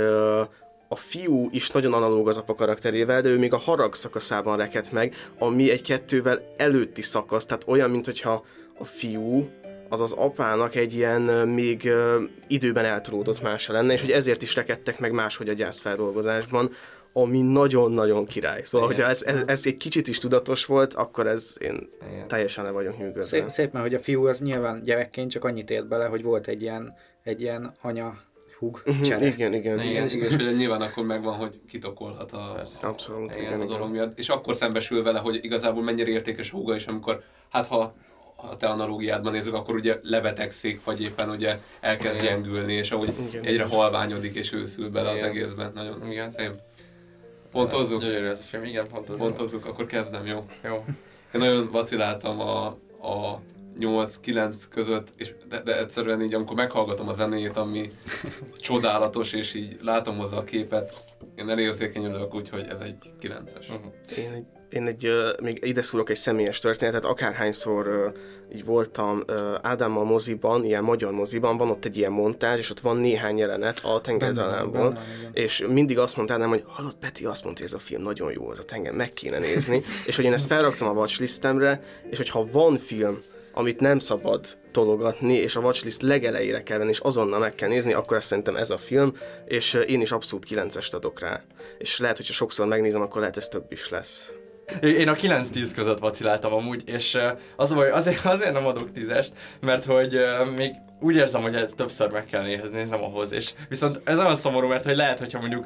A fiú is nagyon analóg az apa karakterével, de ő még a harag szakaszában rekedt meg, ami egy 2-vel előtti szakasz, tehát olyan, mintha a fiú az apának egy ilyen még időben eltolódott mása lenne, és hogy ezért is rekedtek meg máshogy a gyászfeldolgozásban, ami nagyon-nagyon király. Szóval, hogyha ez egy kicsit is tudatos volt, akkor én teljesen le vagyok nyűgözve. Szép, mert hogy a fiú az nyilván gyerekként csak annyit ért bele, hogy volt egy ilyen anya csere. Igen. És hogy nyilván akkor megvan, hogy kitokolhat a dolog miatt. És akkor szembesül vele, hogy igazából mennyire értékes a húga, és amikor, hát ha a te analógiádban nézzük, akkor ugye lebetegszik, vagy éppen ugye elkezd gyengülni, és ahogy egyre halványodik, és őszül bele az egészben. Nagyon szép. Pontozzuk? Gyönyörű ez a film, igen, pontozzuk. Akkor kezdem, jó? Én nagyon vaciláltam a 8-9 között, de egyszerűen így, amikor meghallgatom a zenét, ami csodálatos, és így látom hozzá a képet, én elérzékenyülök, úgyhogy ez egy 9-es. Én még ide szúrok egy személyes történetet, akárhányszor így voltam Ádámmal moziban, ilyen magyar moziban, van ott egy ilyen montázs, és ott van néhány jelenet a Tengertalánból, és mindig azt mondta Ádám, hogy hallott, Peti azt mondta, hogy ez a film nagyon jó, ez a tenger, meg kéne nézni, és hogy én ezt felraktam a watchlistemre, és hogyha van film, amit nem szabad tologatni, és a watchlist legelejére kell venni, és azonnal meg kell nézni, akkor azt szerintem ez a film, és én is abszolút 9-est adok rá. És lehet, hogyha sokszor megnézem, akkor lehet ez több is lesz. Én a 9-10 között vaciláltam amúgy, és az a baj, azért nem adok 10-est, mert hogy még úgy érzem, hogy ezt többször meg kell néznem ahhoz, és viszont ez olyan szomorú, mert hogy lehet, hogyha mondjuk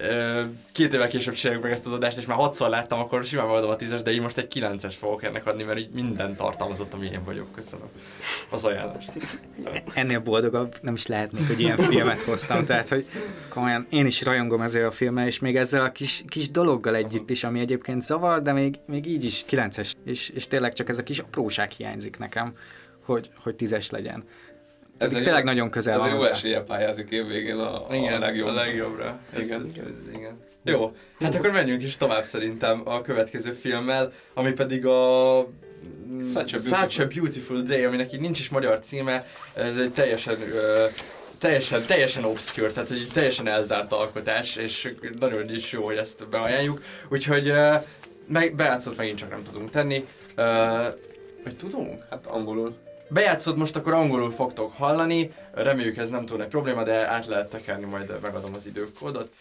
2 évvel később csináljuk meg ezt az adást, és már 6-szor láttam, akkor simán megadom a 10-es, de így most egy 9-es fogok ennek adni, mert így minden tartalmazott, ami én vagyok. Köszönöm az ajánlást. Ennél boldogabb nem is lehetnék, hogy ilyen filmet hoztam, tehát hogy komolyan én is rajongom ezzel a filmmel, és még ezzel a kis dologgal együtt is, ami egyébként zavar, de még így is 9-es, és tényleg csak ez a kis apróság hiányzik nekem, hogy 10-es legyen. Ez tényleg nagyon közel van. Ez jó eséllyel pályázik évvégén a legjobbra. Igen. Igen. Jó, hát akkor menjünk is tovább szerintem a következő filmmel, ami pedig a Such a Beautiful Day, aminek így nincs is magyar címe, ez egy teljesen obscure, tehát hogy teljesen elzárt alkotás, és nagyon is jó, hogy ezt beajánljuk. Úgyhogy bejátszott megint csak nem tudunk tenni. Vagy tudunk? Hát angolul. Bejátszott, most akkor angolul fogtok hallani, reméljük ez nem túl nagy probléma, de át lehet tekerni, majd megadom az időkódot.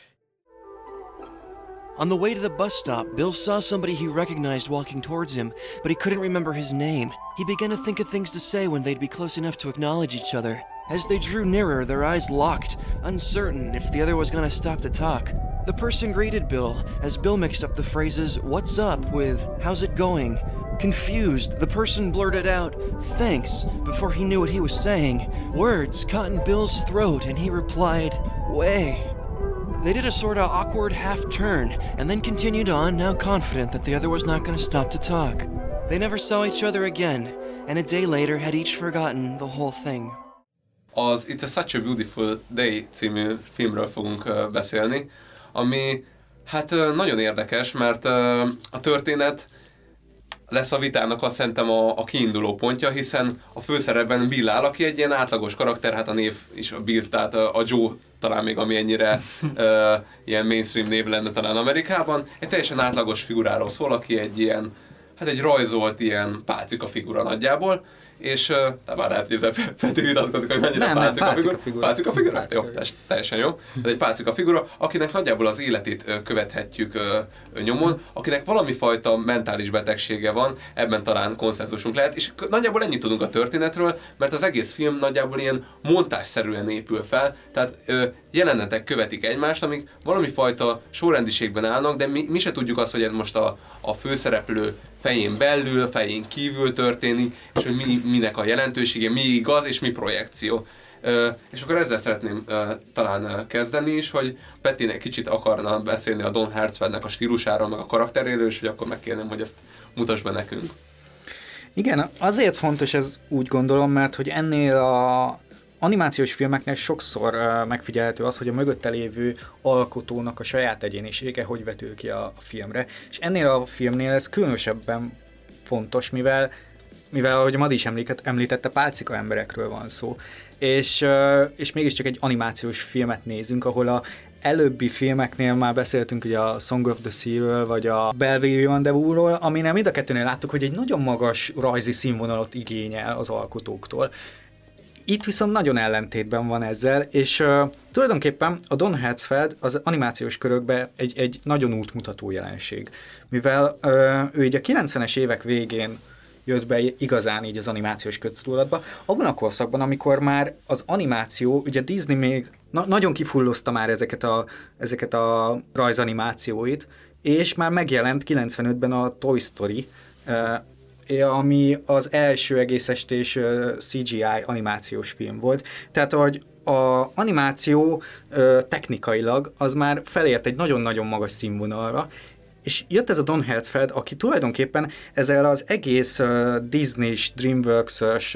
On the way to the bus stop, Bill saw somebody he recognized walking towards him, but he couldn't remember his name. He began to think of things to say when they'd be close enough to acknowledge each other. As they drew nearer, their eyes locked, uncertain if the other was gonna stop to talk. The person greeted Bill, as Bill mixed up the phrases, "What's up?" with "How's it going?" Confused, the person blurted out, "Thanks," before he knew what he was saying. Words caught in Bill's throat, and he replied, "Way." They did a sort of awkward half-turn, and then continued on, now confident that the other was not going to stop to talk. They never saw each other again, and a day later had each forgotten the whole thing. Az It's a Such a Beautiful Day című filmről fogunk beszélni, ami hát nagyon érdekes, mert a történet lesz a vitának azt szerintem a kiinduló pontja, hiszen a főszerepben Bill áll, aki egy ilyen átlagos karakter, hát a név is a Bill, tehát a Joe talán még ami ennyire ilyen mainstream név lenne talán Amerikában. Egy teljesen átlagos figuráról szól, aki egy ilyen, hát egy rajzolt ilyen pálcika figura nagyjából, és már lehet, hogy ezzel Peti vitatkozik, hogy mennyire pálcika figura. Pálcika figura? Jó, teljesen jó. Ez egy pálcika figura, akinek nagyjából az életét követhetjük nyomon, akinek valami fajta mentális betegsége van, ebben talán konszenzusunk lehet, és nagyjából ennyit tudunk a történetről, mert az egész film nagyjából ilyen montásszerűen épül fel, tehát jelenetek követik egymást, amik valami fajta sorrendiségben állnak, de mi se tudjuk azt, hogy ez most a főszereplő fején belül, fején kívül történik, és hogy minek a jelentősége, mi igaz és mi projekció. És akkor ezzel szeretném talán kezdeni is, hogy Petinek kicsit akarna beszélni a Don Hertzfeldnek a stílusáról, meg a karakteréről, és hogy akkor megkérném, hogy ezt mutass be nekünk. Igen, azért fontos ez, úgy gondolom, mert hogy ennél a animációs filmeknél sokszor megfigyelhető az, hogy a mögötte lévő alkotónak a saját egyénisége hogy vetül ki a filmre, és ennél a filmnél ez különösebben fontos, mivel ahogy Madi is említette, pálcika emberekről van szó, és mégiscsak egy animációs filmet nézünk, ahol a előbbi filmeknél már beszéltünk ugye a Song of the Sea-ről, vagy a Belleville Rendezvous-ról, aminél mind a kettőnél láttuk, hogy egy nagyon magas rajzi színvonalat igényel az alkotóktól. Itt viszont nagyon ellentétben van ezzel, és tulajdonképpen a Don Hertzfeld az animációs körökben egy nagyon útmutató jelenség, mivel ő így a 90-es évek végén jött be igazán így az animációs köztudatba, abban a korszakban, amikor már az animáció, ugye Disney még nagyon kifullozta már ezeket a rajzanimációit, és már megjelent 95-ben a Toy Story, ami az első egész estés CGI animációs film volt. Tehát, hogy az animáció technikailag az már felért egy nagyon-nagyon magas színvonalra, és jött ez a Don Hertzfeld, aki tulajdonképpen ezzel az egész Disney-s, DreamWorks-ös,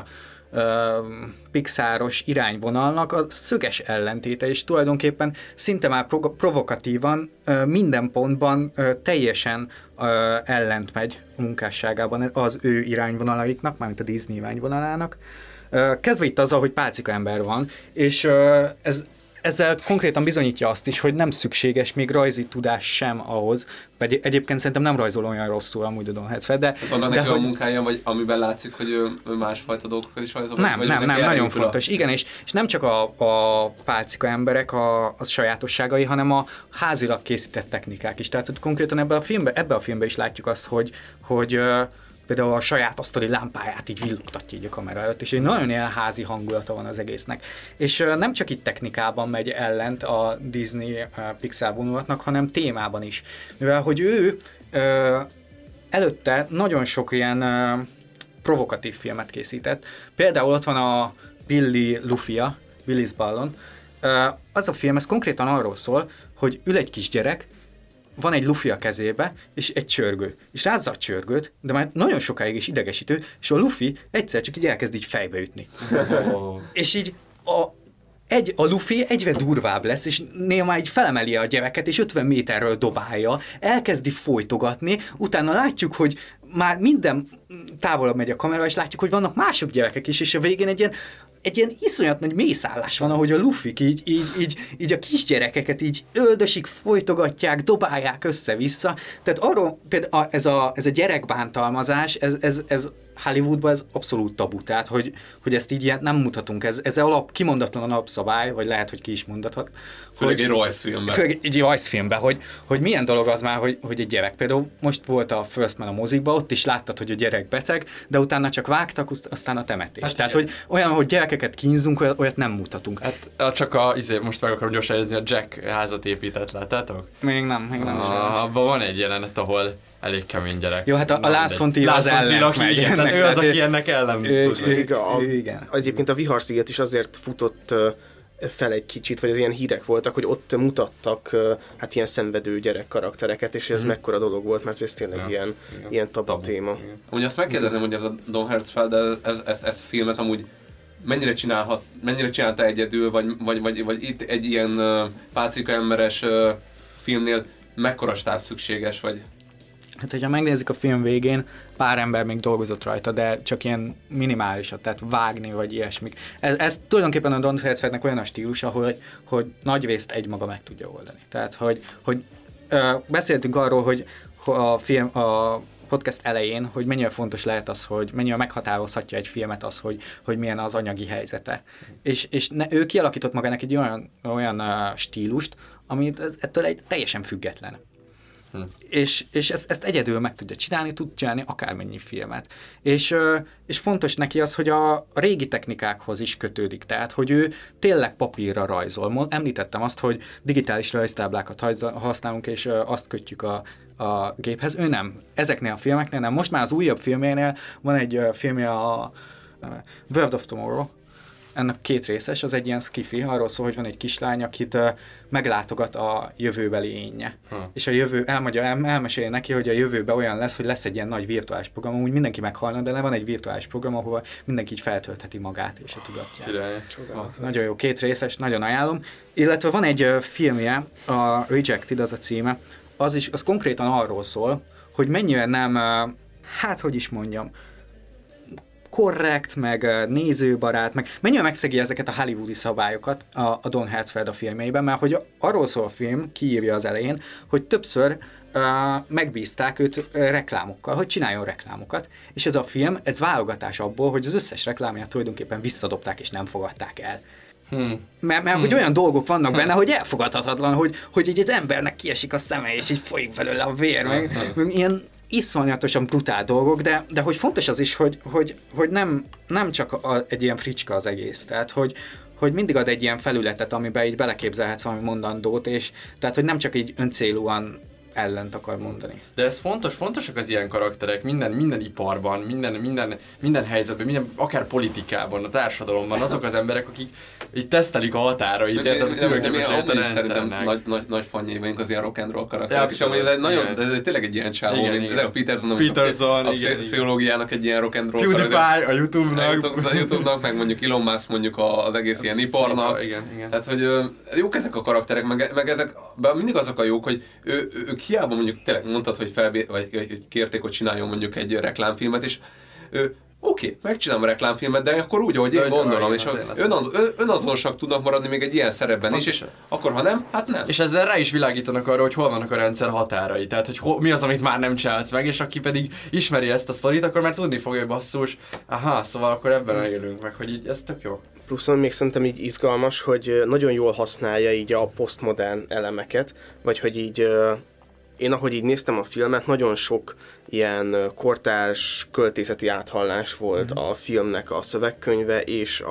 Pixar-os irányvonalnak a szöges ellentéte, és tulajdonképpen szinte már provokatívan minden pontban teljesen ellent megy a munkásságában az ő irányvonalaiknak, mármint a Disney irányvonalának. Kezdve itt azzal, hogy pálcika ember van, és ezzel konkrétan bizonyítja azt is, hogy nem szükséges még rajzi tudás sem ahhoz, pedig egyébként szerintem nem rajzol olyan rosszul amúgy a Don Hertzfeld, de... Vannak neki a munkája, vagy amiben látszik, hogy ő másfajta dolgokat is rajzol? Nem, nagyon fontos. Igen, és nem csak a pálcika emberek az sajátosságai, hanem a házilag készített technikák is. Tehát konkrétan ebbe a filmbe is látjuk azt, hogy például például a saját asztali lámpáját így villogtatja így a kamera előtt, és egy nagyon ilyen házi hangulata van az egésznek. És nem csak itt technikában megy ellent a Disney Pixar vonulatnak, hanem témában is. Mivel, hogy ő előtte nagyon sok ilyen provokatív filmet készített. Például ott van a Billy Lufia, Willy's Ballon. Az a film, ez konkrétan arról szól, hogy ül egy kisgyerek, van egy lufi a kezébe, és egy csörgő. És rázza a csörgőt, de már nagyon sokáig is idegesítő, és a lufi egyszer csak így elkezd így fejbe ütni. És így a lufi egyre durvább lesz, és néha már így felemeli a gyereket, és 50 méterről dobálja, elkezdi folytogatni, utána látjuk, hogy már minden távolabb megy a kamera, és látjuk, hogy vannak mások gyerekek is, és a végén egy ilyen iszonyat nagy mészállás van, ahogy a lufik így a kisgyerekeket így öldösik, folytogatják, dobálják össze-vissza. Tehát arról például ez a gyerekbántalmazás, ez Hollywoodban ez abszolút tabu, tehát hogy ezt így nem mutatunk, ez kimondatlan alapszabály, vagy lehet, hogy ki is mondathat. Főleg egy rajzfilmben. Főleg egy rajzfilmben, hogy milyen dolog az már, hogy egy gyerek. Például most volt a First Man a mozikba, ott is láttad, hogy a gyerek beteg, de utána csak vágtak, aztán a temetés. Hát tehát, hogy olyan, hogy gyerekeket kínzunk, olyat nem mutatunk. Hát csak most meg akarom gyorsan jegyezni, a Jack házat épített, láttátok? Még nem. Abban van egy jelenet, ahol elég kemény gyerek. Jó, hát a Lars von Trier az ellen megy. Tehát ő az, aki ennek ellen tud. Igen. Egyébként a Viharsziget is azért futott fel egy kicsit, vagy az ilyen hírek voltak, hogy ott mutattak hát ilyen szenvedő gyerek karaktereket, és ez mekkora dolog volt, mert ez tényleg ilyen tabu téma. Amúgy azt megkérdezem, hogy ez a Don Hertzfeld, ez a filmet amúgy mennyire csinálta egyedül, vagy itt egy ilyen pácika emberes filmnél mekkora stáb szükséges, vagy? Hát, hogyha megnézzük a film végén, pár ember még dolgozott rajta, de csak ilyen minimálisat, tehát vágni, vagy ilyesmik. Ez tulajdonképpen a Don Hertzfeldnek olyan a stílusa, hogy nagy részt egymaga meg tudja oldani. Tehát, hogy beszéltünk arról, hogy a podcast elején, hogy mennyire fontos lehet az, hogy mennyire meghatározhatja egy filmet az, hogy milyen az anyagi helyzete. És ő kialakított magának egy olyan stílust, amit ettől teljesen független. És ezt egyedül meg tudja csinálni, tud csinálni akármennyi filmet. És fontos neki az, hogy a régi technikákhoz is kötődik, tehát hogy ő tényleg papírra rajzol. Említettem azt, hogy digitális rajztáblákat használunk, és azt kötjük a géphez. Ő nem. Ezeknél a filmeknél nem. Most már az újabb filménél van egy filmje, a World of Tomorrow, ennek 2 részes, az egy ilyen skifi, arról szól, hogy van egy kislány, akit meglátogat a jövőbeli énje. És a jövő elmeséli neki, hogy a jövőben olyan lesz, hogy lesz egy ilyen nagy virtuális program, úgy mindenki meghalna, de van egy virtuális program, ahol mindenki így feltöltheti magát és a tudatját. Nagyon jó, 2 részes, nagyon ajánlom. Illetve van egy filmje, a Rejected az a címe, az konkrétan arról szól, hogy mennyire nem, korrekt, meg nézőbarát, meg mennyire megszegi ezeket a hollywoodi szabályokat a Don Hertzfeld a filmjeiben, mert hogy arról szól a film, kiírja az elején, hogy többször megbízták őt reklámokkal, hogy csináljon reklámokat, és ez a film, ez válogatás abból, hogy az összes reklámját tulajdonképpen visszadobták és nem fogadták el. Mert hogy olyan dolgok vannak benne, hogy elfogadhatatlan, hogy így az embernek kiesik a szeme, és így folyik belőle a vér, meg ilyen iszonyatosan brutál dolgok, de hogy fontos az is, hogy nem csak egy ilyen fricska az egész, tehát hogy mindig ad egy ilyen felületet, amiben így beleképzelhetsz valami mondandót, és tehát hogy nem csak így öncélúan ellent akar mondani. De ez fontosak az ilyen karakterek minden iparban, minden helyzetben, akár politikában, a társadalomban, azok az emberek, akik így tesztelik a határait. Szerintem nagy fanjai vagyunk az ilyen rock and roll karakterek. Ez tényleg egy ilyen csávó, mint a Peterson, a pszichológiának egy ilyen rock and roll karakter. PewDiePie a YouTube-nak. Meg mondjuk Elon Musk mondjuk az egész ilyen iparnak. Igen. Tehát, hogy jók ezek a karakterek, meg ezek mindig azok a jók, hogy ők hiába mondjuk tényleg mondtad, hogy kérték, hogy csináljon mondjuk egy reklámfilmet, és oké, megcsinálom a reklámfilmet, de akkor úgy, ahogy én gondolom, és önazonosak tudnak maradni még egy ilyen szerepben is, és akkor ha nem, hát nem. És ezzel rá is világítanak arra, hogy hol vannak a rendszer határai, tehát hogy mi az, amit már nem csinálsz meg, és aki pedig ismeri ezt a sztorit, akkor már tudni fogja, hogy basszus, szóval akkor ebben élünk meg, hogy így ez tök jó. Pluszon még szerintem így izgalmas, hogy nagyon jól használja így a posztmodern elemeket, vagy hogy így én ahogy így néztem a filmet, nagyon sok ilyen kortárs költészeti áthallás volt a filmnek a szövegkönyve és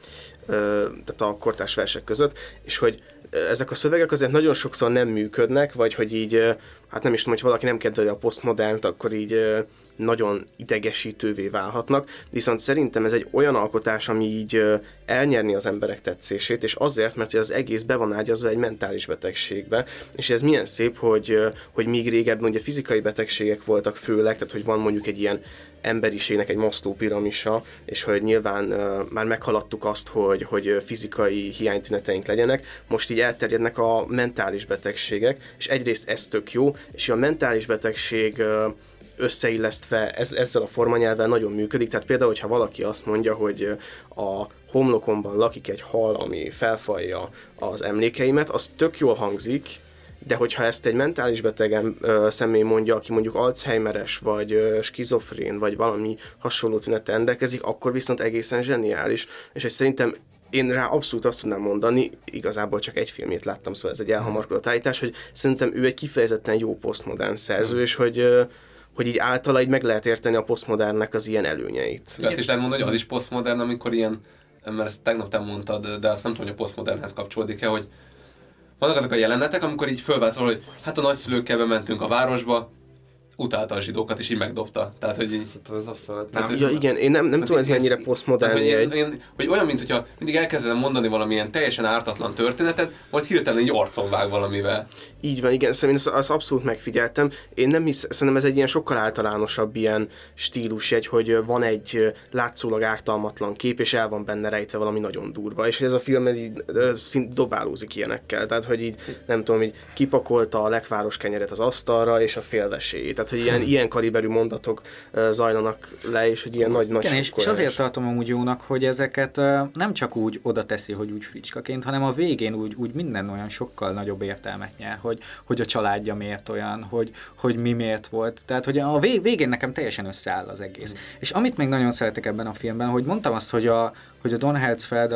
tehát a kortárs versek között, és hogy ezek a szövegek azért nagyon sokszor nem működnek, vagy hogy így, hát nem is tudom, hogy valaki nem kedveli a posztmodernt, akkor így nagyon idegesítővé válhatnak, viszont szerintem ez egy olyan alkotás, ami így elnyerni az emberek tetszését, és azért, mert az egész be van ágyazva egy mentális betegségbe, és ez milyen szép, hogy még régebben ugye fizikai betegségek voltak főleg, tehát hogy van mondjuk egy ilyen emberiségnek egy Maslow piramisa, és hogy nyilván már meghaladtuk azt, hogy fizikai hiánytüneteink legyenek, most így elterjednek a mentális betegségek, és egyrészt ez tök jó, és a mentális betegség összeillesztve ezzel a formanyelvvel nagyon működik, tehát például, hogyha valaki azt mondja, hogy a homlokomban lakik egy hal, ami felfalja az emlékeimet, az tök jól hangzik, de hogyha ezt egy mentális beteg személy mondja, aki mondjuk Alzheimeres, vagy skizofrén, vagy valami hasonló tünettel rendelkezik, akkor viszont egészen zseniális. És hogy szerintem én rá abszolút azt tudnám mondani, igazából csak egy filmét láttam, szóval ez egy elhamarkodott állítás, hogy szerintem ő egy kifejezetten jó posztmodern szerző, és hogy így általa így meg lehet érteni a posztmodernnek az ilyen előnyeit. Azt is lehet mondani, hogy az is posztmodern, amikor ilyen, mert ezt tegnap te mondtad, de azt nem tudom, hogy a posztmodernhez kapcsolódik-e, hogy vannak azok a jelenetek, amikor így fölvázol, hogy hát a nagyszülőkkel bementünk a városba, utálta a zsidókat, és így megdobta. Tehát, hogy így... Ez abszolút nem. Ja, igen, én nem tudom, ez mennyire posztmodern. Hogy olyan, mint hogyha mindig elkezdem mondani valamilyen teljesen ártatlan történetet, majd hirtelen így arcon vág valamivel. Így van, igen, szerintem azt abszolút megfigyeltem. Én nem szerintem ez egy ilyen sokkal általánosabb ilyen stílusjegy, hogy van egy látszólag ártalmatlan kép, és el van benne rejtve valami nagyon durva. És ez a film így dobálózik ilyenekkel. Tehát, hogy így, nem tudom, így kipakolta a lekváros kenyeret az asztalra, és a félvesélyét. Tehát, hogy ilyen kaliberű mondatok zajlanak le, és hogy ilyen nagy és azért tartom amúgy jónak, hogy ezeket nem csak úgy oda teszi, hogy úgy fricskaként, hanem a végén úgy minden olyan sokkal nagyobb értelmet nyer, hogy a családja miért olyan, hogy mi miért volt. Tehát, hogy a végén nekem teljesen összeáll az egész. És amit még nagyon szeretek ebben a filmben, hogy mondtam azt, hogy a Don Hertzfeldt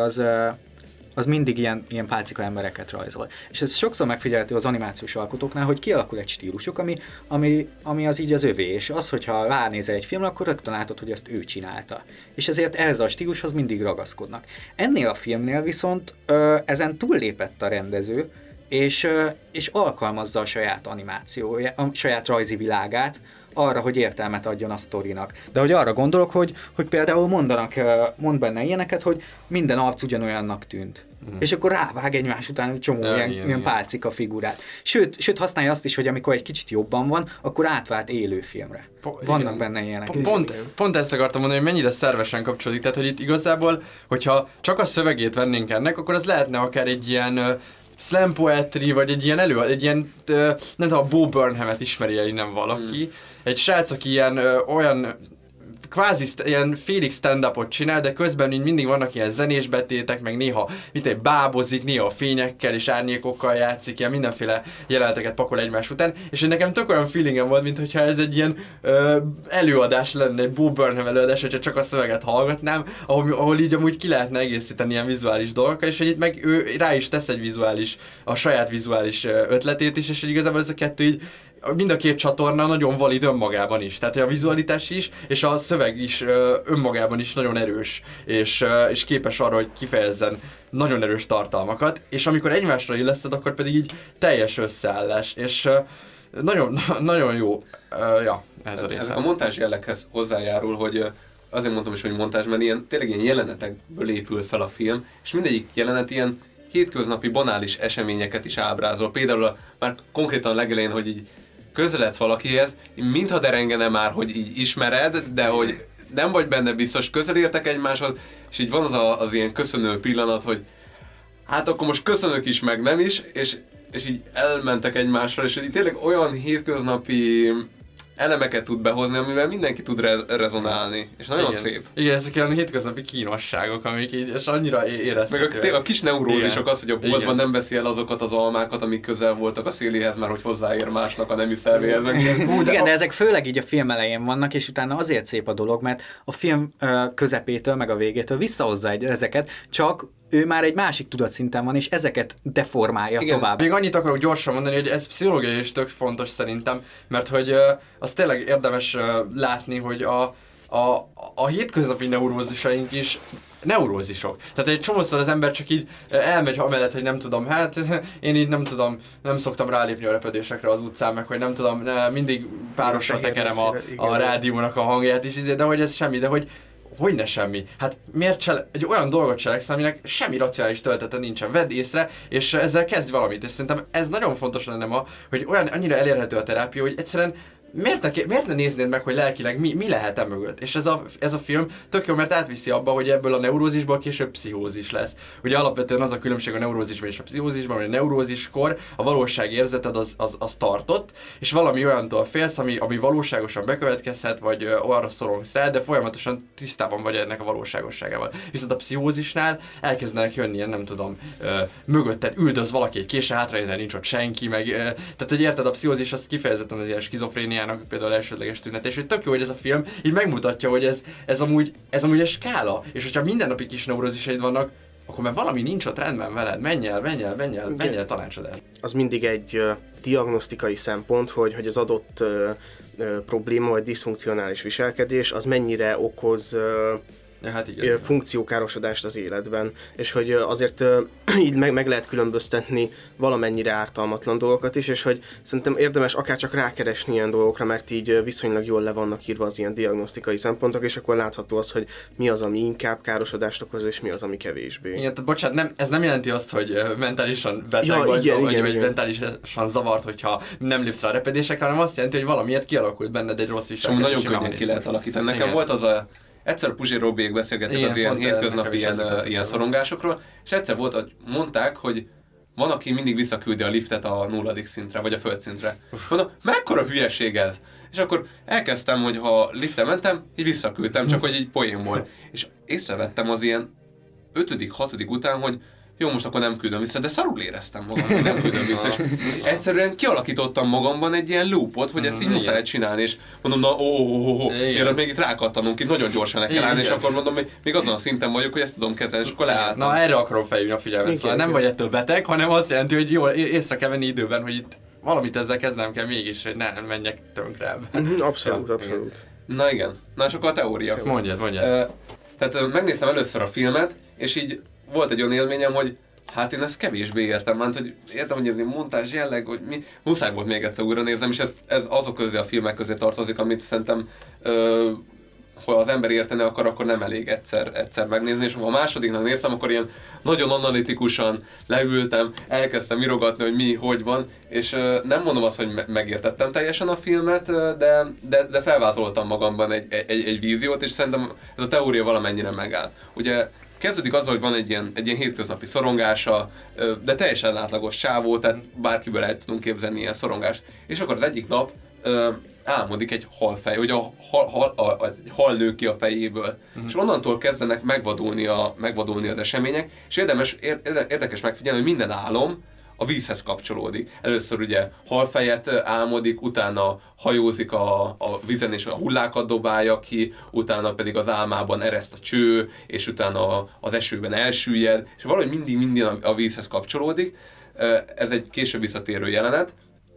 az mindig ilyen pálcika embereket rajzol. És ez sokszor megfigyelhető az animációs alkotóknál, hogy kialakul egy stílusuk, ami az így az övé, és az, hogyha ránézel egy filmre, akkor rögtön látod, hogy ezt ő csinálta. És ezért ehhez a stílushoz mindig ragaszkodnak. Ennél a filmnél viszont ezen túllépett a rendező, és alkalmazza a saját animációját, a saját rajzi világát arra, hogy értelmet adjon a sztorinak. De hogy arra gondolok, hogy például mond benne ilyeneket, hogy minden arc ugyanolyannak tűnt. És akkor rávág egymás után egy csomó ilyen pálcika figurát. Sőt, használja azt is, hogy amikor egy kicsit jobban van, akkor átvált élőfilmre. Vannak benne ilyenek. Pont ezt akartam mondani, hogy mennyire szervesen kapcsolódik. Tehát, hogy itt igazából, hogyha csak a szövegét vennénk ennek, akkor az lehetne akár egy ilyen slam poetry, vagy egy ilyen nem tudom, a Bo Burnham-et ismeri nem valaki. Egy srác, aki olyan kvázi ilyen félig stand-upot csinál, de közben mindig vannak ilyen zenés betétek, meg néha bábozik, néha fényekkel és árnyékokkal játszik, ilyen mindenféle jeleneteket pakol egymás után, és nekem tök olyan feelingem volt, mintha ez egy ilyen előadás lenne, egy Bo Burnham előadás, hogyha csak a szöveget hallgatnám, ahol így amúgy ki lehetne egészíteni ilyen vizuális dolgokkal, és hogy itt meg ő rá is tesz a saját vizuális ötletét is, és hogy igazából ez a kettő így mind a két csatorna nagyon valid önmagában is. Tehát a vizualitás is, és a szöveg is önmagában is nagyon erős, és képes arra, hogy kifejezzen nagyon erős tartalmakat, és amikor egymásra illeszted, akkor pedig így teljes összeállás, és nagyon, nagyon jó ez a része. A montázs jelleghez hozzájárul, hogy azért mondtam is, hogy montázs, mert tényleg ilyen jelenetekből épül fel a film, és mindegyik jelenet ilyen hétköznapi banális eseményeket is ábrázol. Például már konkrétan legelején, hogy így közeledsz valakihez, mintha derengene már, hogy így ismered, de hogy nem vagy benne biztos, közel értek egymáshoz, és így van az ilyen köszönő pillanat, hogy hát akkor most köszönök is, meg nem is, és így elmentek egymásra, és így tényleg olyan hétköznapi elemeket tud behozni, amivel mindenki tud rezonálni, és nagyon szép. Igen, ezek olyan hétköznapi kínosságok, amik így, és annyira érezhetőek. Meg a kis neurózisok, az, hogy a boltban nem veszi el azokat az almákat, amik közel voltak a széléhez, már hogy hozzáér másnak a nemű szervéhez. Igen, de ezek főleg így a film elején vannak, és utána azért szép a dolog, mert a film közepétől, meg a végétől visszahozza ezeket, csak ő már egy másik tudatszinten van, és ezeket deformálja tovább. Még annyit akarok gyorsan mondani, hogy ez pszichológiai is tök fontos szerintem, mert hogy az tényleg érdemes látni, hogy a hétköznapi neurózisaink is neurózisok. Tehát egy csomószor az ember csak így elmegy amellett, hogy nem tudom, hát én így nem tudom, nem szoktam rálépni a repedésekre az utcán, meg hogy nem tudom, mindig párosra tekerem a rádiónak a hangját is, de hogy ez semmi, de hogy ne semmi. Hát miért egy olyan dolgot cselekszel, aminek semmi racionális töltete nincsen. Vedd észre, és ezzel kezdj valamit. És szerintem ez nagyon fontos lenne ma, hogy olyan annyira elérhető a terápia, hogy egyszerűen miért ne néznéd meg, hogy lelkileg mi lehet mögött? És ez a film tök jó, mert átviszi abba, hogy ebből a neurózisból később pszichózis lesz. Ugye alapvetően az a különbség a neurózisban és a pszichózisban, hogy a neuróziskor a valóságérzeted az tartott, és valami olyantól félsz, ami valóságosan bekövetkezhet, vagy arra szorongsz rá, de folyamatosan tisztában vagy ennek a valóságosságával. Viszont a pszichózisnál elkezdenek jönni ilyen, nem tudom, mögötted üldöz valaki egy kése, hátranézel, nincs ott senki, meg tehát hogy érted, a pszichózis az kifejezetten az ilyen skizofrénia például elsődleges tünet, és hogy tök jó, hogy ez a film így megmutatja, hogy ez amúgy egy skála, és hogyha mindennapi kis neurózisaid vannak, akkor már valami nincs ott rendben veled, menj el, tanácsod el. Az mindig egy diagnosztikai szempont, hogy az adott probléma vagy diszfunkcionális viselkedés az mennyire okoz hát igen, funkciókárosodást az életben, és hogy azért így meg lehet különböztetni valamennyire ártalmatlan dolgokat is, és hogy szerintem érdemes akár csak rákeresni ilyen dolgokra, mert így viszonylag jól le vannak írva az ilyen diagnosztikai szempontok, és akkor látható az, hogy mi az, ami inkább károsodást okoz, és mi az, ami kevésbé. Igen, tehát bocsánat, ez nem jelenti azt, hogy mentálisan beteg vagy mentálisan zavart, hogyha nem lépsz rá a repedésekre, hanem azt jelenti, hogy valamiért kialakult benned egy rossz viselkedési nagyon könnyen ki lehet alakítani. Nekem volt az egyszer Puzsér Robiék beszélgettek az ilyen hétköznapi ilyen szorongásokról, és egyszer volt, hogy mondták, hogy van, aki mindig visszaküldi a liftet a 0. szintre, vagy a földszintre. Mondom, mekkora hülyeség ez? És akkor elkezdtem, hogy ha liften mentem, így visszaküldtem, csak hogy így poénból. És észrevettem az ilyen 5.-6. után, hogy jó, most akkor nem küldöm vissza, de szarul éreztem magam, hogy nem küldöm vissza. És egyszerűen kialakítottam magamban egy ilyen loopot, hogy ezt így muszáj csinálni, és mondom, mielőtt még itt rákattanunk, itt nagyon gyorsan le kell állni, és akkor mondom, hogy még azon a szinten vagyok, hogy ezt tudom kezelni, és akkor leálltam. Na, erre akarom felhívni a figyelmet, szóval nem vagy ettől beteg, hanem azt jelenti, hogy jól észre kell venni időben, hogy itt valamit ezzel kezdem kell mégis, hogy ne menjek tönkre. Abszolút. Na igen. Na és akkor a teória. Mondjad. Tehát megnéztem először a filmet, és így volt egy olyan élményem, hogy hát én ezt kevésbé értem, mert hogy értem, hogy ez egy montázs jelleg, hogy mi, muszáj volt még egyszer újra néznem, és ez azok közé a filmek közé tartozik, amit szerintem ha az ember értene akar, akkor nem elég egyszer megnézni, és ha a másodiknak néztem, akkor ilyen nagyon analitikusan leültem, elkezdtem írogatni, hogy mi, hogy van, és nem mondom azt, hogy megértettem teljesen a filmet, de felvázoltam magamban egy víziót, és szerintem ez a teória valamennyire megáll. Ugye kezdődik azzal, hogy van egy ilyen hétköznapi szorongása, de teljesen átlagos csávó, tehát bárkiből el tudunk képzelni ilyen szorongást. És akkor az egyik nap álmodik egy halfej, hogy a hal nő ki a fejéből. És onnantól kezdenek megvadulni az események, és érdekes megfigyelni, hogy minden álom a vízhez kapcsolódik. Először ugye halfejet álmodik, utána hajózik a vízen és a hullákat dobálja ki, utána pedig az álmában ereszt a cső, és utána az esőben elsüllyed, és valahogy mindig a vízhez kapcsolódik. Ez egy később visszatérő jelenet.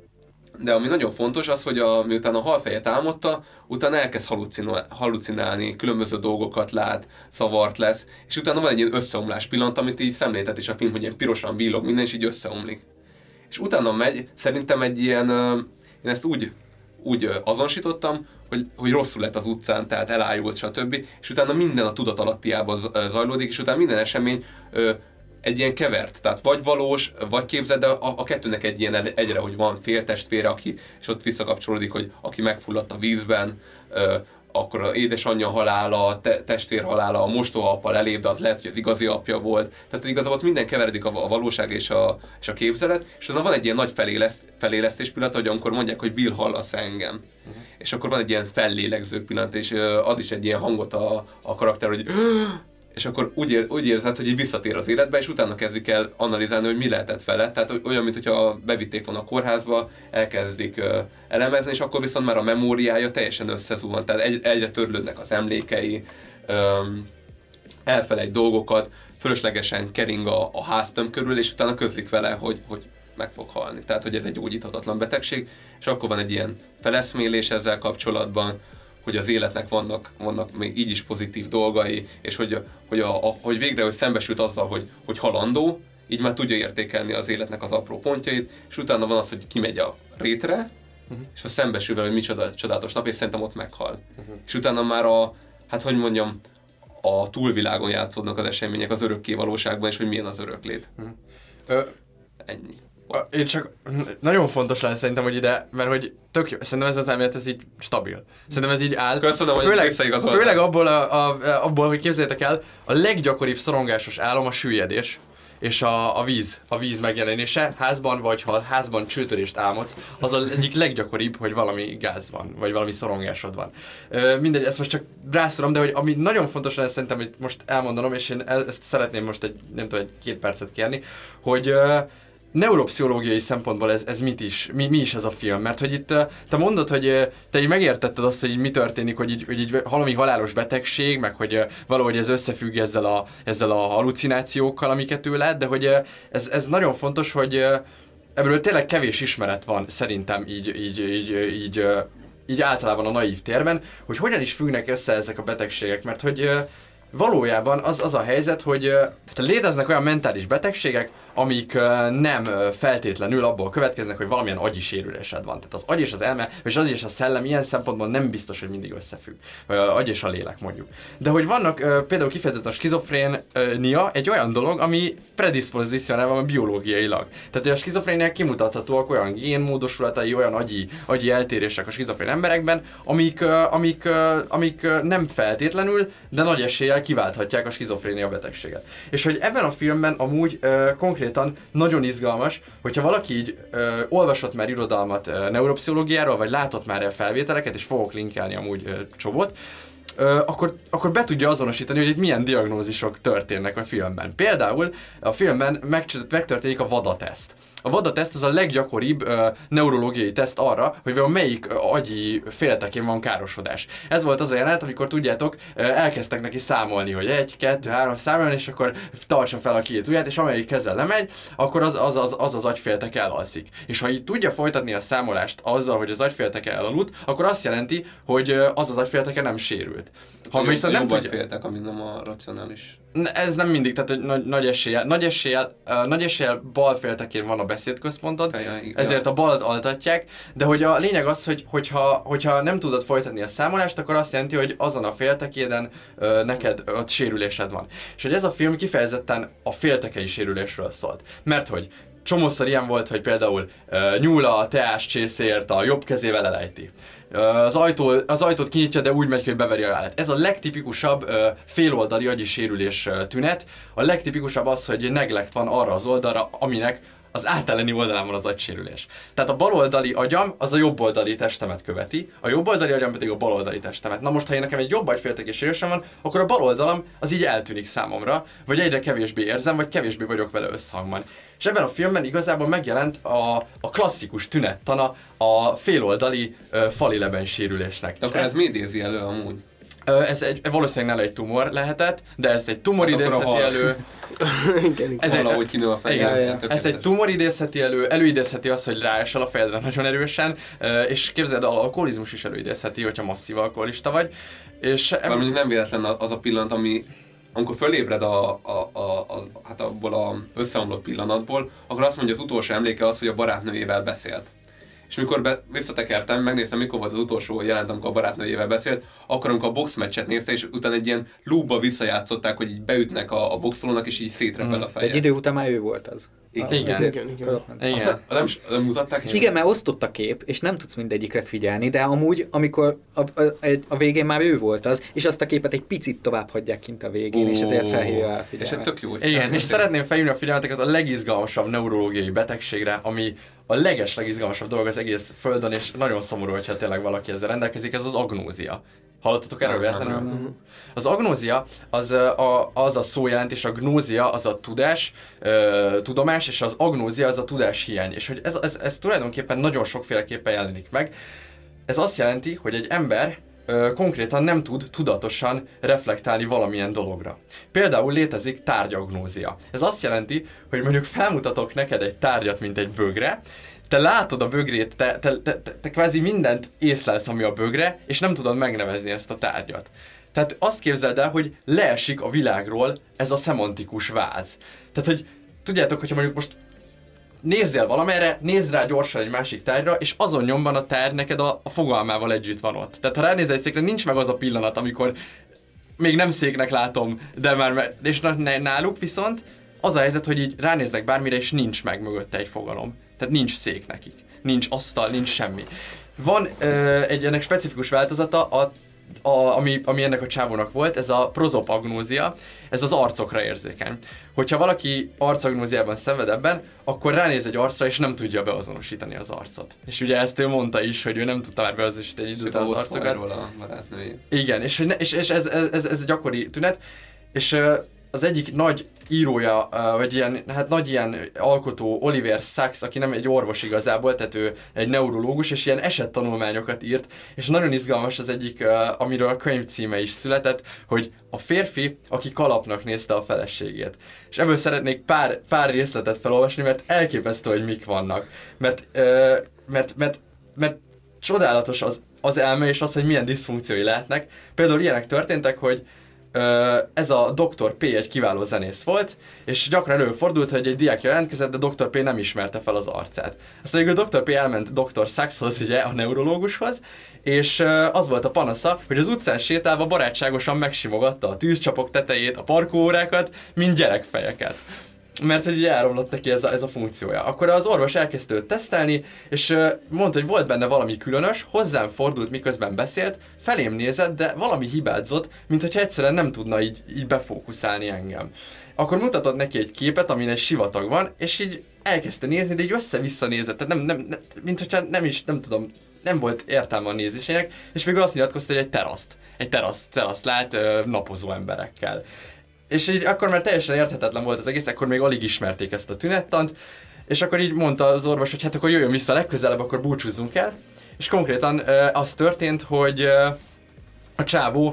De ami nagyon fontos az, hogy miután a halfejet álmodta, utána elkezd halucinálni, különböző dolgokat lát, zavart lesz, és utána van egy ilyen összeomlás pillanat, amit így szemléltet is a film, hogy ilyen pirosan villog minden, és így összeomlik. És utána megy, szerintem egy ilyen, én ezt úgy azonosítottam, hogy rosszul lett az utcán, tehát elájult, stb. És utána minden a tudatalattiában zajlódik, és utána minden esemény egy ilyen kevert, tehát vagy valós, vagy képzeld, de a kettőnek egy ilyen egyre, hogy van féltestvére, és ott visszakapcsolódik, hogy aki megfulladt a vízben, akkor az édesanyja halála, testvér halála, a mostohaapa lelép, de az lehet, hogy az igazi apja volt. Tehát igazából minden keveredik a valóság és a képzelet, és utána van egy ilyen nagy felélesztés pillanat, hogy amikor mondják, hogy Bill, hallasz engem. És akkor van egy ilyen fellélegző pillanat, és ad is egy ilyen hangot a karakter, hogy és akkor úgy érzed, hogy így visszatér az életbe, és utána kezdik el analizálni, hogy mi lehetett vele. Tehát olyan, mintha bevitték volna a kórházba, elkezdik elemezni, és akkor viszont már a memóriája teljesen összezuhan. Tehát egyre törlődnek az emlékei, elfelejt dolgokat, fölöslegesen kering a háztömb körül, és utána közlik vele, hogy meg fog halni. Tehát, hogy ez egy gyógyíthatatlan betegség, és akkor van egy ilyen feleszmélés ezzel kapcsolatban, hogy az életnek vannak még így is pozitív dolgai, és hogy végre hogy szembesült azzal, hogy halandó, így már tudja értékelni az életnek az apró pontjait, és utána van az, hogy kimegy a rétre, és az szembesül vele, hogy micsoda csodálatos nap, és szerintem ott meghal. És utána már a túlvilágon játszódnak az események, az örökké valóságban, és hogy milyen az öröklét. Ennyi. Én csak nagyon fontos lenne szerintem, hogy ide, mert hogy tök jó, szerintem ez az elmélet, ez így stabil. Szerintem ez így áll. Köszönöm, hogy visszaigazoltál. Főleg abból, hogy képzeljétek el, a leggyakoribb szorongásos álom a süllyedés. És a víz megjelenése házban, vagy ha házban csőtörést álmodsz, az az egyik leggyakoribb, hogy valami gáz van, vagy valami szorongásod van. Mindegy, ezt most csak rászorom, de hogy ami nagyon fontos lenne szerintem, hogy most elmondanom, és én ezt szeretném most egy 2 percet kérni, hogy neuropszichológiai szempontból ez mi is ez a film, mert hogy itt te mondod, hogy te így megértetted azt, hogy így mi történik, hogy így valami halálos betegség, meg hogy valahogy ez összefügg ezzel a hallucinációkkal, amiket ő lát, de hogy ez nagyon fontos, hogy ebből tényleg kevés ismeret van szerintem így általában a naív térben, hogy hogyan is függnek össze ezek a betegségek, mert hogy valójában az a helyzet, hogy léteznek olyan mentális betegségek, amik nem feltétlenül abból következnek, hogy valamilyen agyi sérülésed van. Tehát az agy és az elme, és az agy és a szellem ilyen szempontból nem biztos, hogy mindig összefügg. Vagy az agy és a lélek mondjuk. De hogy vannak például kifejezetten a skizofrénia egy olyan dolog, ami predispozícionálva van biológiailag. Tehát hogy a skizofréniák kimutathatóak olyan génmódosulatai, olyan agyi eltérések a skizofrén emberekben, amik nem feltétlenül, de nagy eséllyel kiválthatják a skizofrénia betegséget. És hogy ebben a filmben amúgy konkrétan nagyon izgalmas, hogyha valaki így olvasott már irodalmat neuropszichológiáról, vagy látott már felvételeket, és fogok linkelni amúgy csomót, akkor be tudja azonosítani, hogy itt milyen diagnózisok történnek a filmben. Például a filmben megtörténik a VADA-teszt. A VADA-teszt az a leggyakoribb neurológiai teszt arra, hogy vajon melyik agyi féltekén van károsodás. Ez volt az a jelenet, amikor tudjátok, elkezdtek neki számolni, hogy 1, 2, 3 számolni, és akkor tartsa fel a 2 ujját, és amelyik kezel lemegy, akkor az agyfélteke elalszik. És ha így tudja folytatni a számolást azzal, hogy az agyfélteke elaludt, akkor azt jelenti, hogy az agyfélteke nem sérült. Ha viszont nem tudja... agyféltek, ami nem a racionális. Ez nem mindig, tehát hogy nagy eséllyel bal féltekén van a beszédközpontod, ezért a balt altatják, de hogy a lényeg az, hogyha nem tudod folytatni a számolást, akkor azt jelenti, hogy azon a féltekéden neked ott sérülésed van. És hogy ez a film kifejezetten a féltekei sérülésről szólt. Mert hogy csomószor ilyen volt, hogy például nyúl a teáscsészért, a jobb kezével elejti. Az ajtót kinyitja, de úgy megy, hogy beveri a vállat. Ez a legtipikusabb féloldali agyi sérülés tünet. A legtipikusabb az, hogy neglect van arra az oldalra, aminek az átelleni oldalán van az agysérülés. Tehát a baloldali agyam az a jobboldali testemet követi, a jobboldali agyam pedig a baloldali testemet. Na most, ha én nekem egy jobb agyféltekés sérülésem van, akkor a baloldalam az így eltűnik számomra, vagy egyre kevésbé érzem, vagy kevésbé vagyok vele összhangban. És ebben a filmben igazából megjelent a klasszikus tünettana a féloldali falileben sérülésnek. De akkor ez mi idézi elő amúgy? Ez valószínűleg nem egy tumor lehetett, de ezt egy tumor idézheti elő. Valahogy kinő a fején. Ezt egy tumor idézheti elő, előidézheti azt, hogy ráesel a fejedre nagyon erősen, és képzeld, az alkoholizmus is előidézheti, hogyha masszív alkoholista vagy. És mondjuk nem véletlen az a pillanat, amikor fölébred hát abból az összeomlott pillanatból, akkor azt mondja, az utolsó emléke az, hogy a barátnőjével beszélt. És mikor visszatekertem, megnéztem, mikor volt az utolsó jelent, amikor a barátnőjével beszélt, akkor amikor a boxmeccset nézte, és utána egy ilyen loopba visszajátszották, hogy így beütnek a boxolónak, és így szétreped a feje. Egy idő után már ő volt az. Igen. Nem mutatták? Igen, mert osztott a kép, és nem tudsz mindegyikre figyelni, de amúgy, amikor a végén már ő volt az, és azt a képet egy picit tovább hagyják kint a végén, és ezért felhívja a figyelmet. És ez tök jó. Igen, és szeretném felhívni a figyelmeteket a legizgalmasabb neurológiai betegségre, ami a legizgalmasabb dolog az egész Földön, és nagyon szomorú, hogyha tényleg valaki ezzel rendelkezik, ez az agnózia. Hallottatok erről véletlenül? Az agnózia az a szójelentés, a gnózia az a tudás, tudomás, és az agnózia az a tudáshiány. És hogy ez tulajdonképpen nagyon sokféleképpen jelenik meg. Ez azt jelenti, hogy egy ember konkrétan nem tud tudatosan reflektálni valamilyen dologra. Például létezik tárgyagnózia. Ez azt jelenti, hogy mondjuk felmutatok neked egy tárgyat, mint egy bögre, te látod a bögrét, te kvázi mindent észlelsz, ami a bögre, és nem tudod megnevezni ezt a tárgyat. Tehát azt képzeld el, hogy leesik a világról ez a szemantikus váz. Tehát, hogy tudjátok, hogyha mondjuk most nézzél valamerre, nézz rá gyorsan egy másik tárgyra, és azon nyomban a tárgy neked a fogalmával együtt van ott. Tehát ha ránézel egy székre, nincs meg az a pillanat, amikor még nem széknek látom, de már... És náluk viszont az a helyzet, hogy így ránéznek bármire, és nincs meg mögötte egy fogalom. Tehát nincs szék nekik. Nincs asztal, nincs semmi. Van egy ennek specifikus változata, ami ennek a csávónak volt, ez a prozopagnózia, ez az arcokra érzékeny. Hogyha valaki arcagnóziában szenved ebben, akkor ránéz egy arcra, és nem tudja beazonosítani az arcot. És ugye ezt ő mondta is, hogy ő nem tudta már beazonosítani egy időt az arcokat. A barátnői. Igen, és ez gyakori tünet, és az egyik nagy írója, vagy ilyen, hát nagy ilyen alkotó, Oliver Sacks, aki nem egy orvos igazából, tehát ő egy neurológus, és ilyen esettanulmányokat írt, és nagyon izgalmas az egyik, amiről a könyv címe is született, hogy a férfi, aki kalapnak nézte a feleségét. És ebből szeretnék pár részletet felolvasni, mert elképesztő, hogy mik vannak. Mert csodálatos az elme, és az, hogy milyen diszfunkciói lehetnek. Például ilyenek történtek, hogy ez a Dr. P. egy kiváló zenész volt, és gyakran előfordult, hogy egy diák jelentkezett, de Dr. P. nem ismerte fel az arcát. Aztán végül Dr. P. elment Dr. Saxhoz, ugye, a neurológushoz, és az volt a panasza, hogy az utcán sétálva barátságosan megsimogatta a tűzcsapok tetejét, a parkóórákat, mint gyerekfejeket. Mert hogy ugye elromlott neki ez a funkciója. Akkor az orvos elkezdte őt tesztelni, és mondta, hogy volt benne valami különös, hozzám fordult, miközben beszélt, felém nézett, de valami hibázott, mintha egyszerűen nem tudna így befókuszálni engem. Akkor mutatott neki egy képet, amin egy sivatag van, és így elkezdte nézni, de így össze-vissza nézett, tehát mintha nem volt értelme a nézésének, és végül azt nyilatkozta, hogy egy teraszt lát napozó emberekkel. És így akkor már teljesen érthetetlen volt az egész, akkor még alig ismerték ezt a tünettant, és akkor így mondta az orvos, hogy hát akkor jöjjön vissza legközelebb, akkor búcsúzzunk el. És konkrétan az történt, hogy a csávó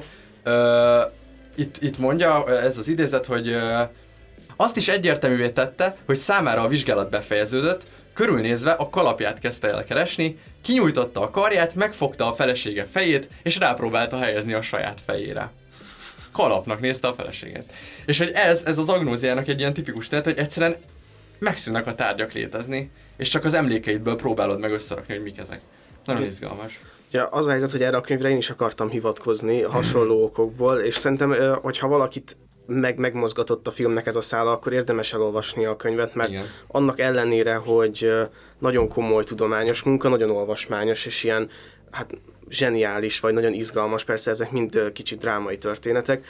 itt mondja, ez az idézet, hogy azt is egyértelművé tette, hogy számára a vizsgálat befejeződött, körülnézve a kalapját kezdte el keresni, kinyújtotta a karját, megfogta a felesége fejét, és rápróbálta helyezni a saját fejére. Kalapnak nézte a feleséget. És hogy ez az agnóziának egy ilyen tipikus tett, hogy egyszerűen megszűnnek a tárgyak létezni, és csak az emlékeidből próbálod meg összerakni, hogy mik ezek. Nagyon izgalmas. Ja, az a helyzet, hogy erre a könyvre én is akartam hivatkozni hasonló okokból, és szerintem, hogyha valakit megmozgatott a filmnek ez a szála, akkor érdemes elolvasni a könyvet, mert igen. Annak ellenére, hogy nagyon komoly tudományos munka, nagyon olvasmányos, és ilyen, hát zseniális, vagy nagyon izgalmas, persze ezek mind kicsit drámai történetek,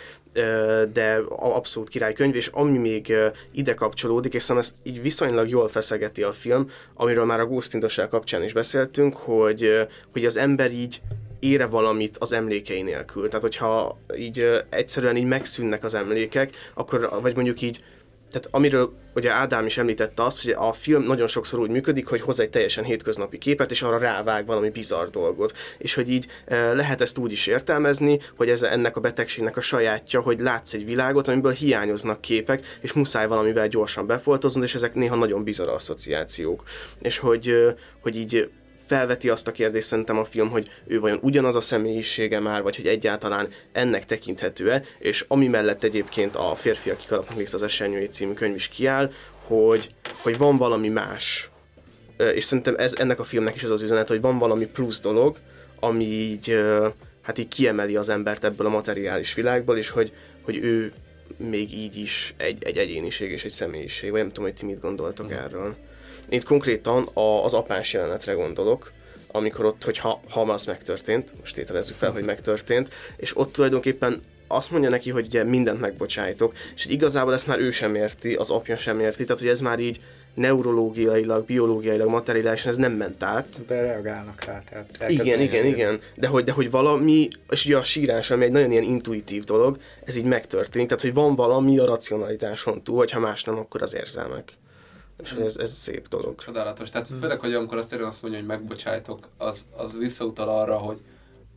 de abszolút királykönyv, és ami még ide kapcsolódik, és szerintem ezt így viszonylag jól feszegeti a film, amiről már a Ghost in the Shell kapcsán is beszéltünk, hogy az ember így ére valamit az emlékei nélkül. Tehát, hogyha így egyszerűen így megszűnnek az emlékek, akkor, vagy mondjuk így, tehát amiről ugye Ádám is említette azt, hogy a film nagyon sokszor úgy működik, hogy hoz egy teljesen hétköznapi képet, és arra rávág valami bizarr dolgot. És hogy így lehet ezt úgy is értelmezni, hogy ez ennek a betegségnek a sajátja, hogy látsz egy világot, amiből hiányoznak képek, és muszáj valamivel gyorsan befoltoznod, és ezek néha nagyon bizarr asszociációk. És hogy így felveti azt a kérdést szerintem a film, hogy ő vajon ugyanaz a személyisége már, vagy hogy egyáltalán ennek tekinthető-e, és ami mellett egyébként a Férfi, aki kalapnak nézte az Esernyőjét című könyv is kiáll, hogy van valami más. És szerintem ennek a filmnek is ez az üzenet, hogy van valami plusz dolog, ami így, hát így kiemeli az embert ebből a materiális világból, és hogy ő még így is egy egyéniség és egy személyiség, vagy nem tudom, hogy ti mit gondoltok erről. Itt konkrétan az apás jelenetre gondolok, amikor ott, hogyha az megtörtént, most tételezzük fel, hogy megtörtént, és ott tulajdonképpen azt mondja neki, hogy ugye mindent megbocsájtok, és hogy igazából ezt már ő sem érti, az apja sem érti, tehát hogy ez már így neurológiailag, biológiailag, materiálisan ez nem ment át. De reagálnak rá, tehát igen. De hogy valami, és ugye a sírás, ami egy nagyon ilyen intuitív dolog, ez így megtörténik, tehát hogy van valami a racionalitáson túl, hogyha más nem, akkor az érzelmek. És ez szép dolog. Csodálatos. Tehát főleg, hogy amikor azt mondja, hogy megbocsájtok, az visszautal arra,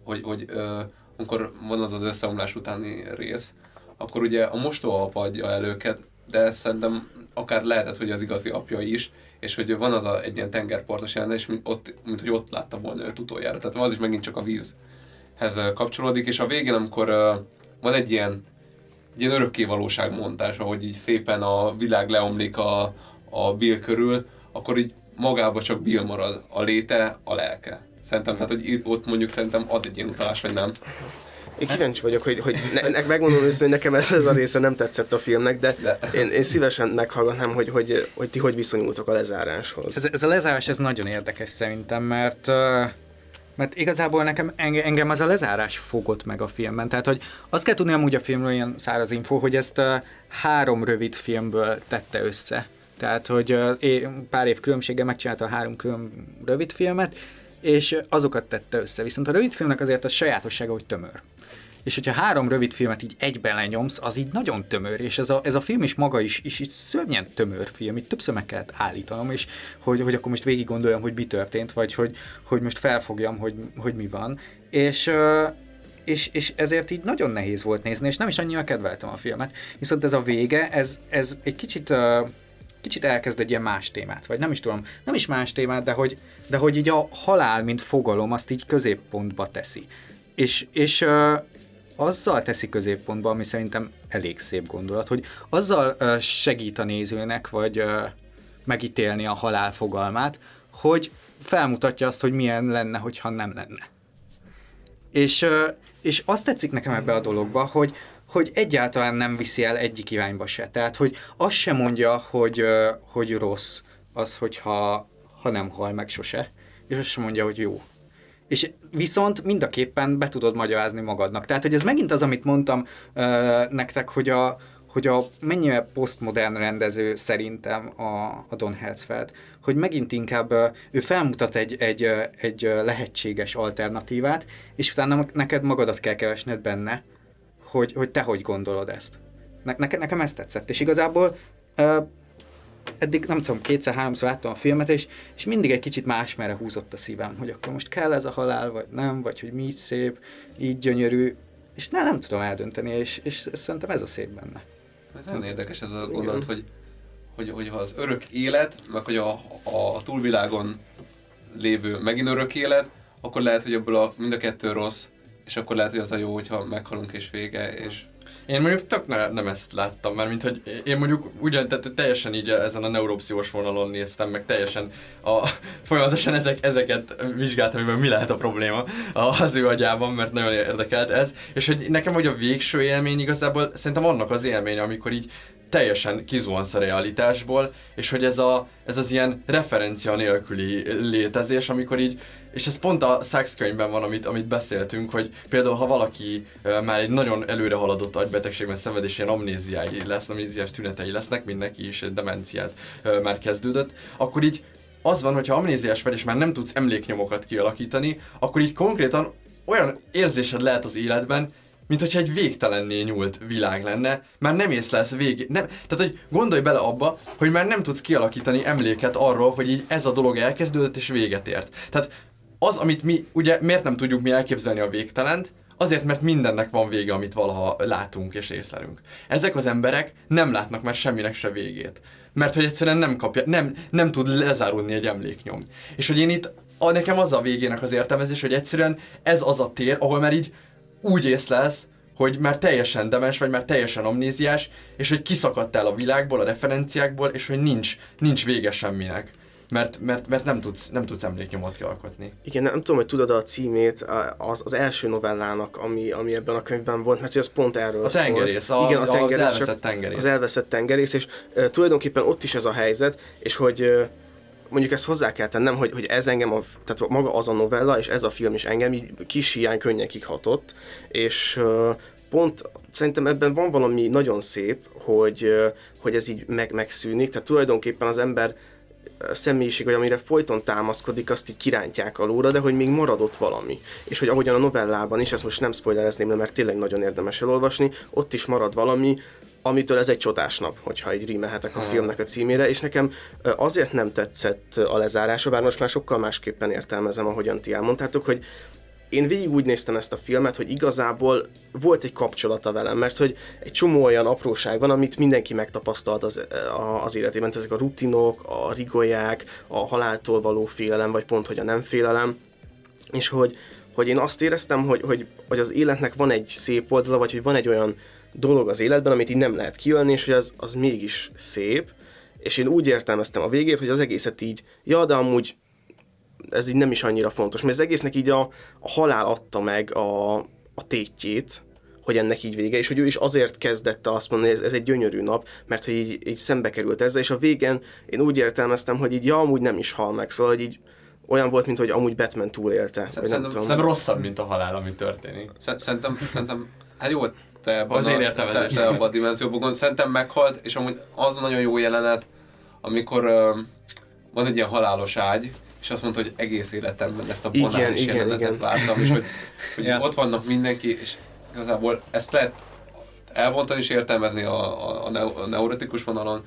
amikor van az összeomlás utáni rész, akkor ugye a mostóapa adja el őket, de szerintem akár lehetett, hogy az igazi apja is, és hogy van egy ilyen tengerpartos jelenet, és mint hogy ott látta volna őt utoljára. Tehát az is megint csak a vízhez kapcsolódik, és a végén, amikor van egy ilyen örökkévalóság montás, ahogy így szépen a világ leomlik a Bill körül, akkor így magába csak Bill marad, a léte, a lelke. Szerintem, tehát hogy ott mondjuk szerintem ad egy ilyen utalás, vagy nem. Én kíváncsi vagyok, hogy megmondom őszintén, hogy nekem ez a része nem tetszett a filmnek, de. Én szívesen meghallgatnám, hogy ti hogy viszonyultok a lezáráshoz. Ez a lezárás ez nagyon érdekes szerintem, mert igazából engem az a lezárás fogott meg a filmben. Tehát, hogy azt kell tudni amúgy a filmről, ilyen száraz info, hogy ezt 3 rövid filmből tette össze. Tehát, hogy pár év különbséggel megcsinálta a 3 rövid filmet, és azokat tette össze. Viszont a rövid filmnek azért a sajátossága, hogy tömör. És hogyha 3 rövid filmet így egyben lenyomsz, az így nagyon tömör, és ez a film is maga is szörnyen tömör film, itt többször meg kellett állítanom, és hogy akkor most végig gondoljam, hogy mi történt, vagy hogy most felfogjam, hogy mi van. És ezért így nagyon nehéz volt nézni, és nem is annyira kedveltem a filmet. Viszont ez a vége, ez egy kicsit elkezd egy ilyen más témát, vagy nem is tudom, nem is más témát, de hogy így a halál, mint fogalom, azt így középpontba teszi. És azzal teszi középpontba, ami szerintem elég szép gondolat, hogy azzal segít a nézőnek, vagy megítélni a halál fogalmát, hogy felmutatja azt, hogy milyen lenne, hogyha nem lenne. És azt tetszik nekem ebbe a dologba, hogy egyáltalán nem viszi el egyik irányba se. Tehát, hogy azt sem mondja, hogy rossz az, hogyha nem hal meg sose, és azt sem mondja, hogy jó. És viszont mindenképpen be tudod magyarázni magadnak. Tehát, hogy ez megint az, amit mondtam nektek, hogy a mennyire posztmodern rendező szerintem a Don Hertzfeldt, hogy megint inkább ő felmutat egy lehetséges alternatívát, és utána neked magadat kell keresned benne, hogy te hogy gondolod ezt. Nekem ez tetszett, és igazából eddig nem tudom, 2-3-szor láttam a filmet, és mindig egy kicsit másmerre húzott a szívem, hogy akkor most kell ez a halál, vagy nem, vagy hogy mi így szép, így gyönyörű, és nem tudom eldönteni, és szerintem ez a szép benne. Nagyon érdekes ez a gondolat, hogy ha az örök élet, meg hogy a túlvilágon lévő megint örök élet, akkor lehet, hogy ebből mind a kettő rossz, és akkor lehet, hogy az a jó, hogyha meghalunk és vége, és... Én mondjuk tök nem ezt láttam, mert mint hogy én mondjuk tehát teljesen így ezen a neuropszichos vonalon néztem, meg teljesen folyamatosan ezeket vizsgáltam, hogy mi lehet a probléma az ő agyában, mert nagyon érdekelt ez, és hogy nekem hogy a végső élmény igazából szerintem annak az élmény, amikor így teljesen kizuhansz a realitásból, és hogy ez az ilyen referencia nélküli létezés, amikor így, és ez pont a Sachs könyvben van, amit beszéltünk, hogy például ha valaki már egy nagyon előre haladott agybetegségben szenved, és ilyen amnéziás tünetei lesznek, mindenki is demenciát már kezdődött, akkor így az van, hogyha amnéziás vagy, és már nem tudsz emléknyomokat kialakítani, akkor így konkrétan olyan érzésed lehet az életben, mint hogyha egy végtelenné nyúlt világ lenne, már nem észlelsz tehát, hogy gondolj bele abba, hogy már nem tudsz kialakítani emléket arról, hogy így ez a dolog elkezdődött és véget ért. Tehát az, amit mi, ugye miért nem tudjuk mi elképzelni a végtelent, azért, mert mindennek van vége, amit valaha látunk és észlelünk. Ezek az emberek nem látnak már semminek se végét. Mert hogy egyszerűen nem tud lezáródni egy emléknyom. És hogy én itt, nekem az a végének az értelmezés, hogy egyszerűen ez az a tér, ahol már így úgy észlelsz, hogy már teljesen demens vagy, már teljesen amnéziás, és hogy kiszakadtál a világból, a referenciákból, és hogy nincs vége semminek. Mert nem tudsz emléknyomot kialkotni. Igen, nem tudom, hogy tudod a címét az első novellának, ami ebben a könyvben volt, mert az pont erről a tengerész, szólt. Igen, a tengerész, az elveszett tengerész. Az elveszett tengerész, és tulajdonképpen ott is ez a helyzet, és hogy mondjuk ezt hozzá kell tennem, hogy ez engem, tehát maga az a novella, és ez a film is engem így kis hiány könnyekig hatott, és pont szerintem ebben van valami nagyon szép, hogy ez így megszűnik, tehát tulajdonképpen az ember személyiség, vagy amire folyton támaszkodik, azt így kirántják alóra, de hogy még maradott valami. És hogy ahogyan a novellában is, ezt most nem spoilerezném le, mert tényleg nagyon érdemes elolvasni, ott is marad valami, amitől ez egy csodás nap, hogyha így rímelhetek a filmnek a címére, és nekem azért nem tetszett a lezárása, bár most már sokkal másképpen értelmezem, ahogyan ti elmondtátok, hogy én végig úgy néztem ezt a filmet, hogy igazából volt egy kapcsolata velem, mert hogy egy csomó olyan apróság van, amit mindenki megtapasztalt az életében. Ezek a rutinok, a rigolyák, a haláltól való félelem, vagy pont, hogy a nem félelem. És hogy én azt éreztem, hogy az életnek van egy szép oldala, vagy hogy van egy olyan dolog az életben, amit így nem lehet kiölni, és hogy az mégis szép. És én úgy értelmeztem a végét, hogy az egészet így, de amúgy ez így nem is annyira fontos, mert az egésznek így a halál adta meg a tétjét, hogy ennek így vége, és hogy ő is azért kezdette azt mondani, hogy ez egy gyönyörű nap, mert hogy így szembe került ezzel, és a végén én úgy értelmeztem, hogy így amúgy nem is hal meg, szóval hogy így olyan volt, mint hogy amúgy Batman túlélte. Szerintem rosszabb, mint a halál, ami történik. Szerintem hát jó, te abban a dimenzióban szerintem meghalt, és amúgy az nagyon jó jelenet, amikor van egy ilyen halálos ágy, és azt mondta, hogy egész életemben ezt a banális jelenetet vártam, és hogy ott vannak mindenki, és igazából ezt lehet elvontani és értelmezni a neurotikus vonalon,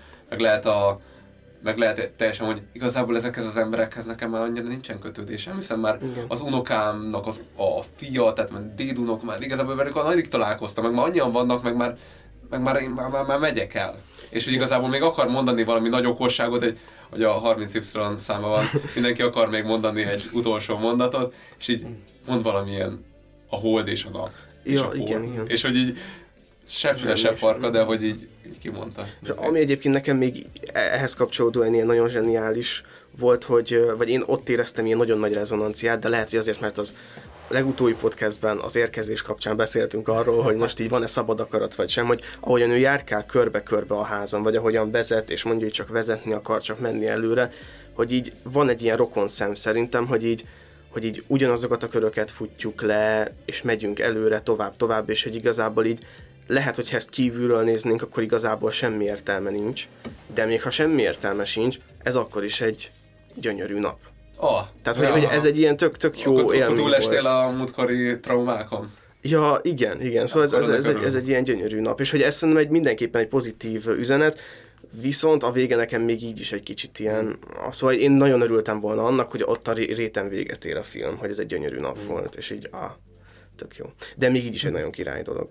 meg lehet teljesen, hogy igazából ezekhez az emberekhez nekem már annyira nincsen kötődésem, hiszen már az unokámnak a fia, tehát már dédunok már igazából velük alig találkoztam, meg már annyian vannak, meg már megyek el. És hogy igazából még akar mondani valami nagy okosságot, hogy a 30Y száma van, mindenki akar még mondani egy utolsó mondatot, és így mond valamilyen a hold és a nap. És a igen. És hogy így se füle, se farka, de hogy így kimondta. És ami egyébként nekem még ehhez kapcsolódóan ilyen nagyon zseniális volt, vagy én ott éreztem ilyen nagyon nagy rezonanciát, de lehet, hogy azért, mert az legutóbbi podcastben az érkezés kapcsán beszéltünk arról, hogy most így van-e szabad akarat vagy sem, hogy ahogyan ő járkál körbe-körbe a házon, vagy ahogyan vezet, és mondja, hogy csak vezetni akar, csak menni előre, hogy így van egy ilyen rokonszem szerintem, hogy így ugyanazokat a köröket futjuk le, és megyünk előre, tovább, és hogy igazából így lehet, hogy ezt kívülről néznénk, akkor igazából semmi értelme nincs, de még ha semmi értelme sincs, ez akkor is egy gyönyörű nap. Tehát, hogy ez egy ilyen tök jó élmény volt. Túlestél a múltkori traumákon? Ja, igen. Szóval ez egy ilyen gyönyörű nap, és hogy ez szerintem mindenképpen egy pozitív üzenet, viszont a vége nekem még így is egy kicsit ilyen... Szóval én nagyon örültem volna annak, hogy ott a réten véget ér a film, hogy ez egy gyönyörű nap volt, és így tök jó. De még így is egy nagyon király dolog.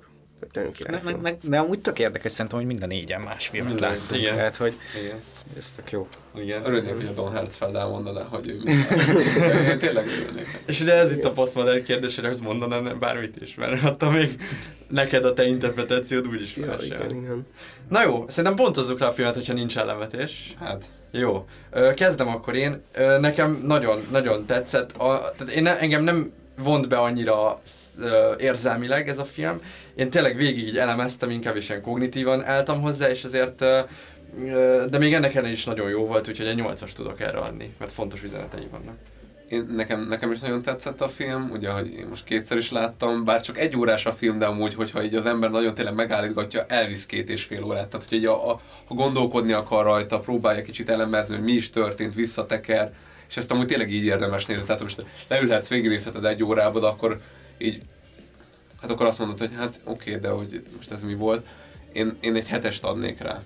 De amúgy tök érdekes szerintem, hogy minden négyen más filmet láttunk. Tehát, hogy ez tök jó. Örülnék, hogy a Don Hertzfeld elmondaná, hogy ő én tényleg örülnék. És ugye ez itt a posztmodern kérdés, hogy azt mondaná bármit is, mert attól még neked a te interpretációd úgyis igen. Na jó, szerintem pontozzuk le a filmet, hogyha nincs ellenvetés. Hát. Jó, kezdem akkor én. Nekem nagyon tetszett. Engem nem vont be annyira érzelmileg ez a film. Én tényleg végig így elemeztem, inkább is ilyen kognitívan álltam hozzá, és ezért, de még ennek ellenére is nagyon jó volt, úgyhogy egy 8-as tudok erre adni, mert fontos üzenetei vannak. Nekem is nagyon tetszett a film, ugye, hogy én most kétszer is láttam, bár csak 1 órás a film, de amúgy, hogyha így az ember nagyon tényleg megállítgatja, elvisz 2,5 órát. Tehát, hogy így ha gondolkodni akar rajta, próbálja kicsit elemezni, hogy mi is történt, visszateker, és ezt amúgy tényleg így érdemes nézni. Tehát most leülhetsz, végignézheted 1 órába, de akkor így, hát akkor azt mondod, hogy hát oké, de hogy most ez mi volt. Én egy 7-est adnék rá.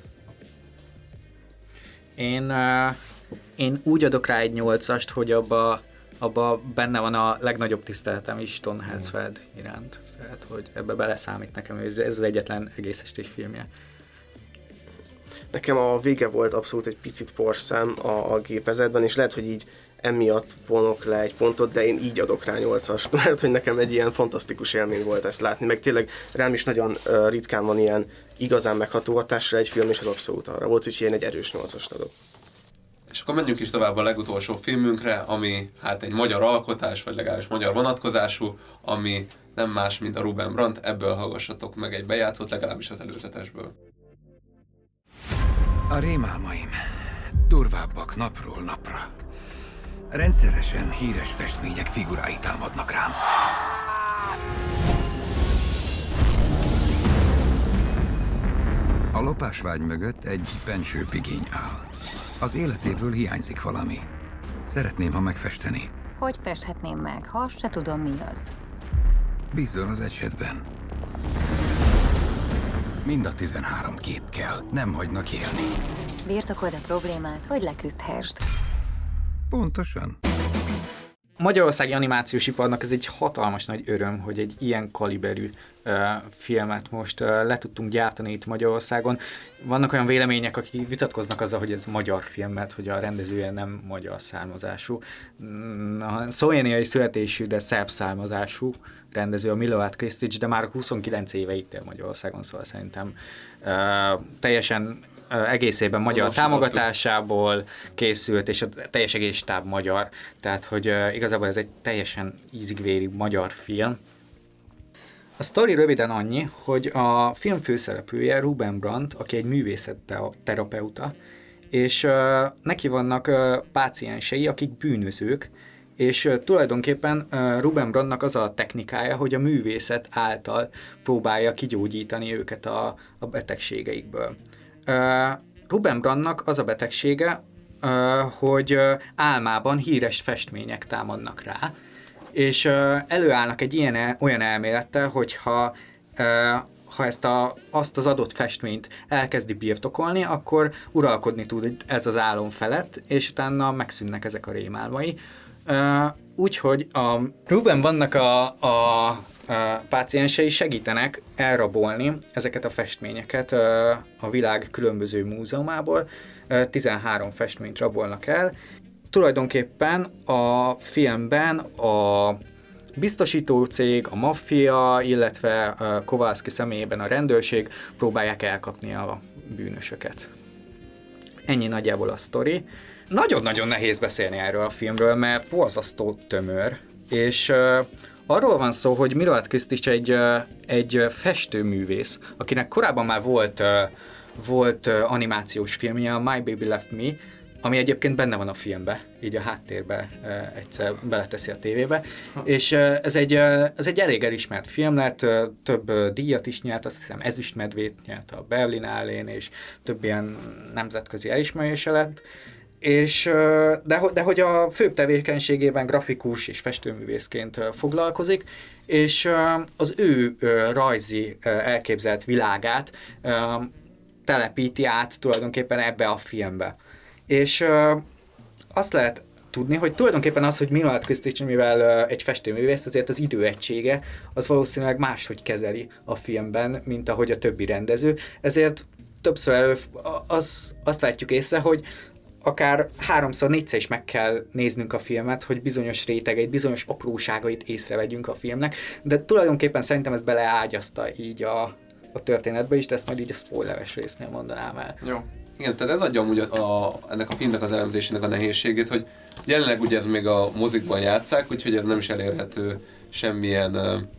Én úgy adok rá egy 8-ast, hogy abba benne van a legnagyobb tiszteletem is Don Hertzfeld iránt. Tehát, hogy ebbe beleszámít nekem, ez az egyetlen egész estés filmje. Nekem a vége volt abszolút egy picit porszem a gépezetben, és lehet, hogy így emiatt vonok le egy pontot, de én így adok rá 8-ast, mert hogy nekem egy ilyen fantasztikus élmény volt ezt látni, meg tényleg rám is nagyon ritkán van ilyen igazán megható hatásra egy film, és az abszolút arra volt, úgyhogy én egy erős 8-ast adok. És akkor menjünk is tovább a legutolsó filmünkre, ami hát egy magyar alkotás, vagy legalábbis magyar vonatkozású, ami nem más, mint a Ruben Brandt, ebből hallgassatok meg egy bejátszót, legalábbis az előzetesből. A rémálmaim durvábbak napról napra. Rendszeresen híres festmények figurái támadnak rám. A lopásvágy mögött egy benső igény áll. Az életéből hiányzik valami. Szeretném, ha megfesteni. Hogy festhetném meg, ha azt se tudom, mi az? Bízzon az esetben. Mind a 13 kép kell. Nem hagynak élni. Birtokod a problémát, hogy leküzdhessd. Pontosan. Magyarországi animációs iparnak ez egy hatalmas nagy öröm, hogy egy ilyen kaliberű filmet most le tudtunk gyártani itt Magyarországon. Vannak olyan vélemények, akik vitatkoznak azzal, hogy ez magyar film, mert hogy a rendezője nem magyar származású. Szlovéniai születésű, de szerb származású rendező a Milorad Krstić, de már 29 éve itt él Magyarországon, szóval szerintem teljesen egészében magyar támogatásából készült, és a teljes egész stáb magyar, tehát hogy igazából ez egy teljesen ízig-vérig magyar film. A sztori röviden annyi, hogy a film főszereplője Ruben Brandt, aki egy művészetterapeuta, és neki vannak páciensei, akik bűnözők, és tulajdonképpen Ruben Brandtnak az a technikája, hogy a művészet által próbálja kigyógyítani őket a betegségeikből. Ruben Brandtnak az a betegsége, hogy álmában híres festmények támadnak rá, és előállnak egy olyan elmélettel, hogyha azt az adott festményt elkezdi birtokolni, akkor uralkodni tud ez az álom felett, és utána megszűnnek ezek a rémálmai. Úgyhogy a Ruben vannak a páciensei segítenek elrabolni ezeket a festményeket a világ különböző múzeumából. 13 festményt rabolnak el. Tulajdonképpen a filmben a biztosítócég, a maffia, illetve Kowalski személyében a rendőrség próbálják elkapni a bűnösöket. Ennyi nagyjából a sztori. Nagyon-nagyon nehéz beszélni erről a filmről, mert borzasztó tömör, és arról van szó, hogy Milorad Krstić egy festőművész, akinek korábban már volt animációs filmje, a My Baby Left Me, ami egyébként benne van a filmbe, így a háttérbe egyszer beleteszi a tévébe, és ez egy elég elismert film lett, több díjat is nyert, azt hiszem ezüstmedvét nyert a Berlinálén, és több ilyen nemzetközi elismerése lett, és, de hogy a főbb tevékenységében grafikus és festőművészként foglalkozik, és az ő rajzi elképzelt világát telepíti át tulajdonképpen ebbe a filmbe. És azt lehet tudni, hogy tulajdonképpen az, hogy Milorad Krstić, mivel egy festőművész, azért az időegysége az valószínűleg máshogy kezeli a filmben, mint ahogy a többi rendező, ezért többször azt látjuk észre, hogy akár 3-4-szer is meg kell néznünk a filmet, hogy bizonyos rétegeit, bizonyos apróságait észrevegyünk a filmnek, de tulajdonképpen szerintem ez beleágyazta így a történetbe is, de ezt majd így a spoileres résznél mondanám el. Jó. Igen, tehát ez adja amúgy ennek a filmnek az elemzésének a nehézségét, hogy jelenleg ugye ez még a mozikban játsszák, úgyhogy ez nem is elérhető semmilyen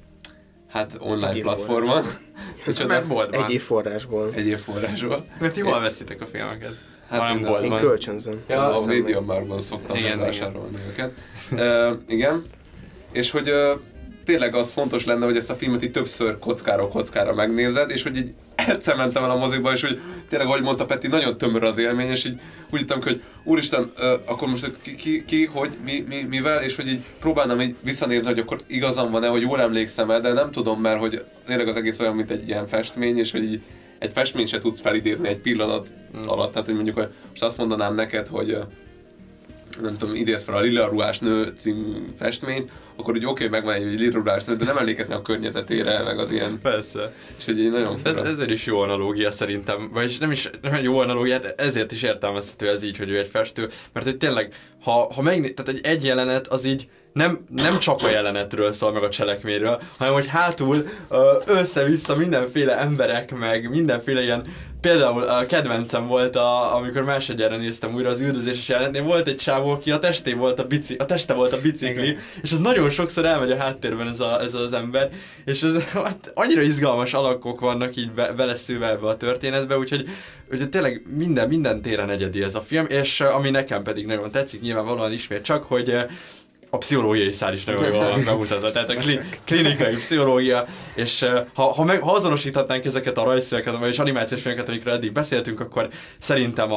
online platformon. Mert boltban. Egyéb forrásból. Mert jól veszitek a filmeket. Én kölcsönzöm. Ja, a MediaMarktban szoktam megvásárolni őket. Igen. És hogy tényleg az fontos lenne, hogy ezt a filmet így többször kockára megnézed, és hogy így egyszer mentem el a mozikba, és hogy tényleg, ahogy mondta Peti, nagyon tömör az élmény, és így úgy jöttem ki, hogy úristen, akkor most hogy, mivel, és hogy így próbálnám így visszanézni, hogy akkor igazam van-e, hogy jól emlékszem-e, de nem tudom, mert hogy tényleg az egész olyan, mint egy ilyen festmény, és hogy így egy festményt se tudsz felidézni egy pillanat alatt, tehát hogy mondjuk most azt mondanám neked, hogy nem tudom, idézd fel a Lila ruhás nő című festményt, akkor úgy oké, megvan egy lila ruhás nő, de nem emlékezni a környezetére, meg az ilyen... Persze. És hogy így nagyon fura. Ezért is jó analógia szerintem, vagyis nem egy jó analógia, ezért is értelmezhető ez így, hogy ő egy festő, mert hogy tényleg, ha tehát egy jelenet az így nem csak a jelenetről szól, meg a cselekményről, hanem hogy hátul össze-vissza mindenféle emberek, meg mindenféle ilyen, például a kedvencem volt, amikor másodjára néztem újra az üldözéses jelenetnél, volt egy csávó, aki a teste volt a bicikli, és ez nagyon sokszor elmegy a háttérben ez az ember, és ez annyira izgalmas alakok vannak így beleszővelve a történetbe, úgyhogy tényleg minden téren egyedi ez a film, és ami nekem pedig nagyon tetszik, nyilvánvalóan ismét csak, hogy a pszichológiai szál is nagyon jól van bemutatva, tehát a klinikai pszichológia, és ha azonosíthatnánk ezeket a rajzfilmeket, vagy animációs filmeket, amikről eddig beszéltünk, akkor szerintem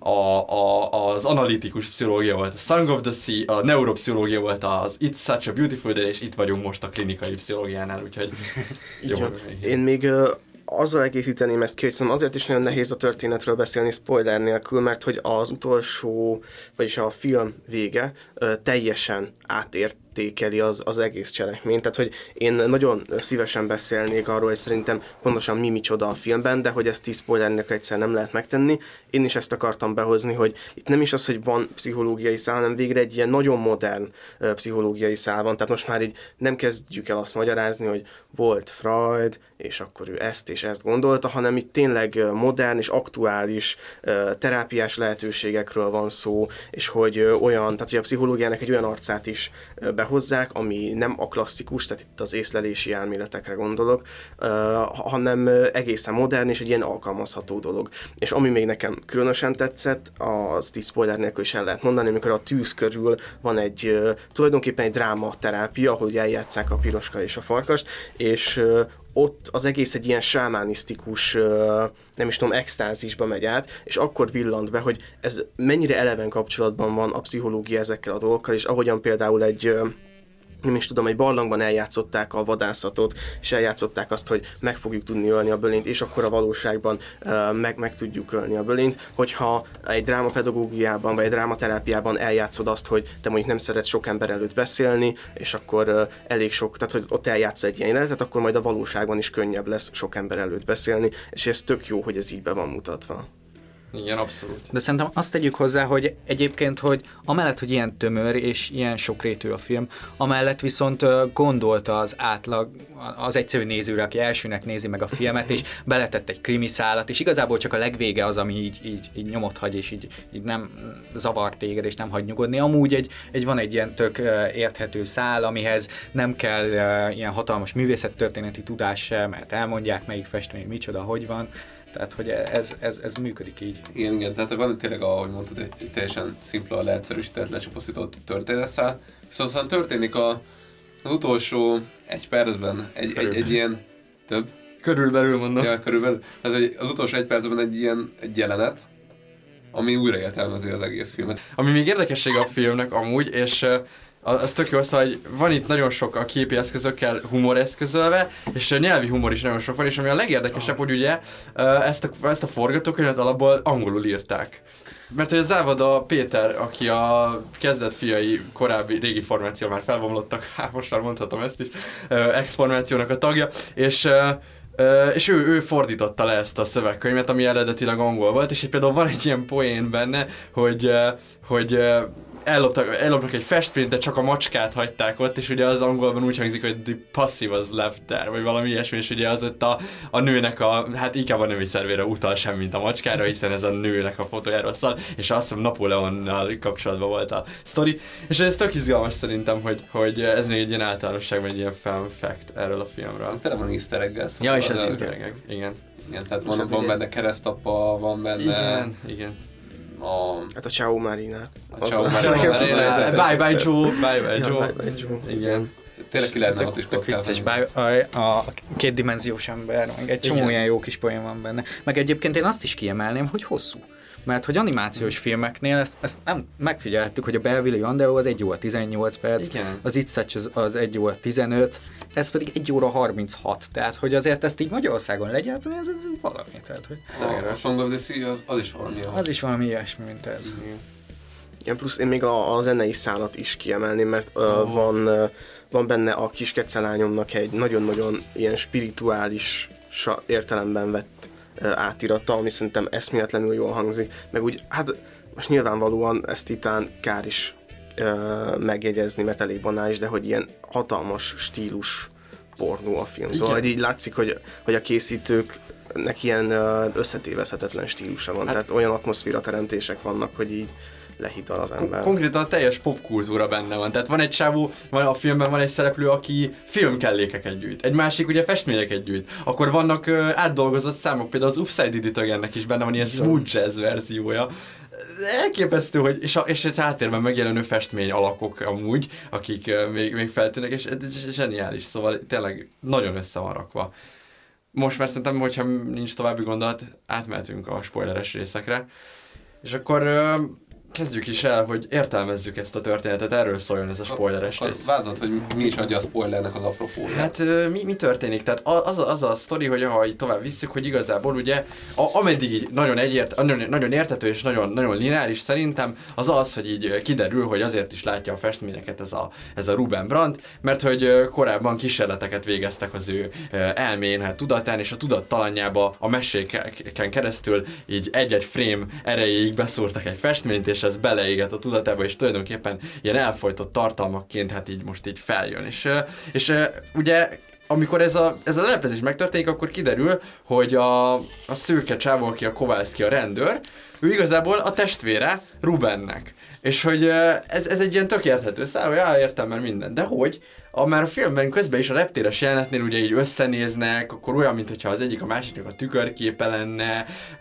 az analitikus pszichológia volt a Song of the Sea, a neuropszichológia volt az It's Such a Beautiful Day, és itt vagyunk most a klinikai pszichológiánál, úgyhogy jó. Én még azzal egészíteném ezt ki, hogy szerintem azért is nagyon nehéz a történetről beszélni spoiler nélkül, mert hogy az utolsó, vagyis a film vége teljesen átértékeli az egész cselekményt. Tehát, hogy én nagyon szívesen beszélnék arról, hogy szerintem pontosan micsoda a filmben, de hogy ezt 10 spoiler nélkül egyszer nem lehet megtenni. Én is ezt akartam behozni, hogy itt nem is az, hogy van pszichológiai szál, hanem végre egy ilyen nagyon modern pszichológiai szál van. Tehát most már így nem kezdjük el azt magyarázni, hogy volt Freud, és akkor ő ezt és ezt gondolta, hanem itt tényleg modern és aktuális terápiás lehetőségekről van szó, és hogy olyan, tehát hogy a pszichológiának egy olyan arcát is behozzák, ami nem a klasszikus, tehát itt az észlelési elméletekre gondolok, hanem egészen modern és egy ilyen alkalmazható dolog. És ami még nekem különösen tetszett, az 10 spoiler nélkül is el lehet mondani, amikor a tűz körül van tulajdonképpen egy drámaterápia, ahol eljátsszák a piroska és a farkast, és ott az egész egy ilyen sámánisztikus, nem is tudom, extázisba megy át, és akkor villant be, hogy ez mennyire eleven kapcsolatban van a pszichológia ezekkel a dolgokkal, és ahogyan például egy barlangban eljátszották a vadászatot, és eljátszották azt, hogy meg fogjuk tudni ölni a bölényt, és akkor a valóságban meg tudjuk ölni a bölényt. Hogyha egy drámapedagógiában, vagy egy drámaterápiában eljátszod azt, hogy te mondjuk nem szeretsz sok ember előtt beszélni, és akkor elég sok, tehát hogy ott eljátsz egy ilyen jelenetet, akkor majd a valóságban is könnyebb lesz sok ember előtt beszélni, és ez tök jó, hogy ez így be van mutatva. Igen, abszolút. De szerintem azt tegyük hozzá, hogy egyébként, hogy amellett, hogy ilyen tömör és ilyen sokrétű a film, amellett viszont gondolta az egyszerű nézőre, aki elsőnek nézi meg a filmet, és beletett egy krimiszálat, és igazából csak a legvége az, ami így nyomot hagy, és így nem zavar téged, és nem hagy nyugodni. Amúgy van egy ilyen tök érthető szál, amihez nem kell ilyen hatalmas művészettörténeti tudás se, mert elmondják, melyik festmény micsoda, hogy van. Tehát, hogy ez működik így. Igen, tehát van tényleg, ahogy mondtad, egy teljesen szimpla, leegyszerűsített, lecsupaszított történetszál, viszont aztán történik az utolsó egy percben egy ilyen több. Körülbelül mondom. Ja, körülbelül. Tehát az utolsó egy percben egy jelenet, ami újraértelmezi az egész filmet. Ami még érdekessége a filmnek amúgy, és az tök jó, szóval, hogy van itt nagyon sok a képi eszközökkel humor eszközölve, és a nyelvi humor is nagyon sok van, és ami a legérdekesebb, hogy ugye ezt a forgatókönyvet alapból angolul írták. Mert hogy az Závada Péter, aki a kezdet fiai korábbi régi formáció már felbomlottak, most már mondhatom ezt is, ex-formációnak a tagja, és ő fordította le ezt a szövegkönyvet, ami eredetileg angol volt, és például van egy ilyen poén benne, hogy ellopnak egy festményt, de csak a macskát hagyták ott, és ugye az angolban úgy hangzik, hogy the pussy was left there, vagy valami ilyesmi, és ugye az ott a nőnek hát inkább a nemi szervére utal sem, mint a macskára, hiszen ez a nőnek a fotójáról szól, és azt hiszem Napóleonnal kapcsolatban volt a sztori, és ez tök izgalmas szerintem, hogy ez még egy ilyen általánosságban egy ilyen fun fact erről a filmről. Tele van easter egg-el, szóval. Ja, és ez easter egg, igen. Igen, tehát van benne keresztapa, van benne... Igen. Hát a Ciao Marina. Bye bye Joe. Igen. Tényleg ki lehetne ott is kockázni. A kétdimenziós ember, meg egy csomó ilyen jó kis poén van benne. Meg egyébként én azt is kiemelném, hogy hosszú. Mert hogy animációs filmeknél ezt nem megfigyeltük, hogy a Belleville Andeo az 1 óra 18 perc, igen. Az It's Such az 1 óra 15, ez pedig 1 óra 36, tehát hogy azért ezt így Magyarországon legyártani, ez valami. Tehát, hogy a Song of the Sea az is valami. Az is valami ilyesmi, mint ez. Igen, plusz én még a zenei szálat is kiemelném, mert van benne a Kis kecelányomnak egy nagyon-nagyon ilyen spirituális értelemben vett átirata, ami szerintem eszméletlenül jól hangzik, meg úgy, hát most nyilvánvalóan ezt itán kár is megjegyezni, mert elég banális, de hogy ilyen hatalmas stílus pornó a film. Szóval hogy így látszik, hogy a készítőknek ilyen összetévezhetetlen stílusa van, tehát olyan atmoszféra teremtések vannak, hogy így lehidal az ember. Konkrétan a teljes popkultúra benne van. Tehát van egy csávó, a filmben van egy szereplő, aki filmkellékeket gyűjt. Egy másik ugye festményeket gyűjt. Akkor vannak átdolgozott számok, például az Upside Edit Againnek is benne van ilyen smooth jazz verziója. Elképesztő, hogy és egy háttérben megjelenő festmény alakok amúgy, akik még feltűnnek, és zseniális, szóval tényleg nagyon össze van rakva. Most már szerintem, hogyha nincs további gondolat, átmehetünk a spoileres részekre. És akkor kezdjük is el, hogy értelmezzük ezt a történetet, erről szóljon ez a spoileres rész. Vázolt, hogy mi is adja a spoilernek az apropóját. Hát mi történik? Tehát az a sztori, hogy ha így tovább visszük, hogy igazából ugye, ameddig így nagyon érthető és nagyon lineáris szerintem, az, hogy így kiderül, hogy azért is látja a festményeket ez a Ruben Brandt, mert hogy korábban kísérleteket végeztek az ő elmén, hát tudatán, és a tudattalanjába a meséken keresztül így egy-egy frame erejéig beszúrtak egy festményt, és ez beleégett a tudatába, és tulajdonképpen ilyen elfojtott tartalmakként hát így most így feljön. És ugye amikor ez a leleplezés megtörténik, akkor kiderül, hogy a szőke csávó, aki a Kowalski a rendőr, ő igazából a testvére Rubennek. És hogy ez egy ilyen tök érthető szál, hogy értem már minden. De hogy már a filmben közben is a reptéres jelenetnél ugye így összenéznek, akkor olyan, mintha az egyik a másiknak a tükörképe lenne.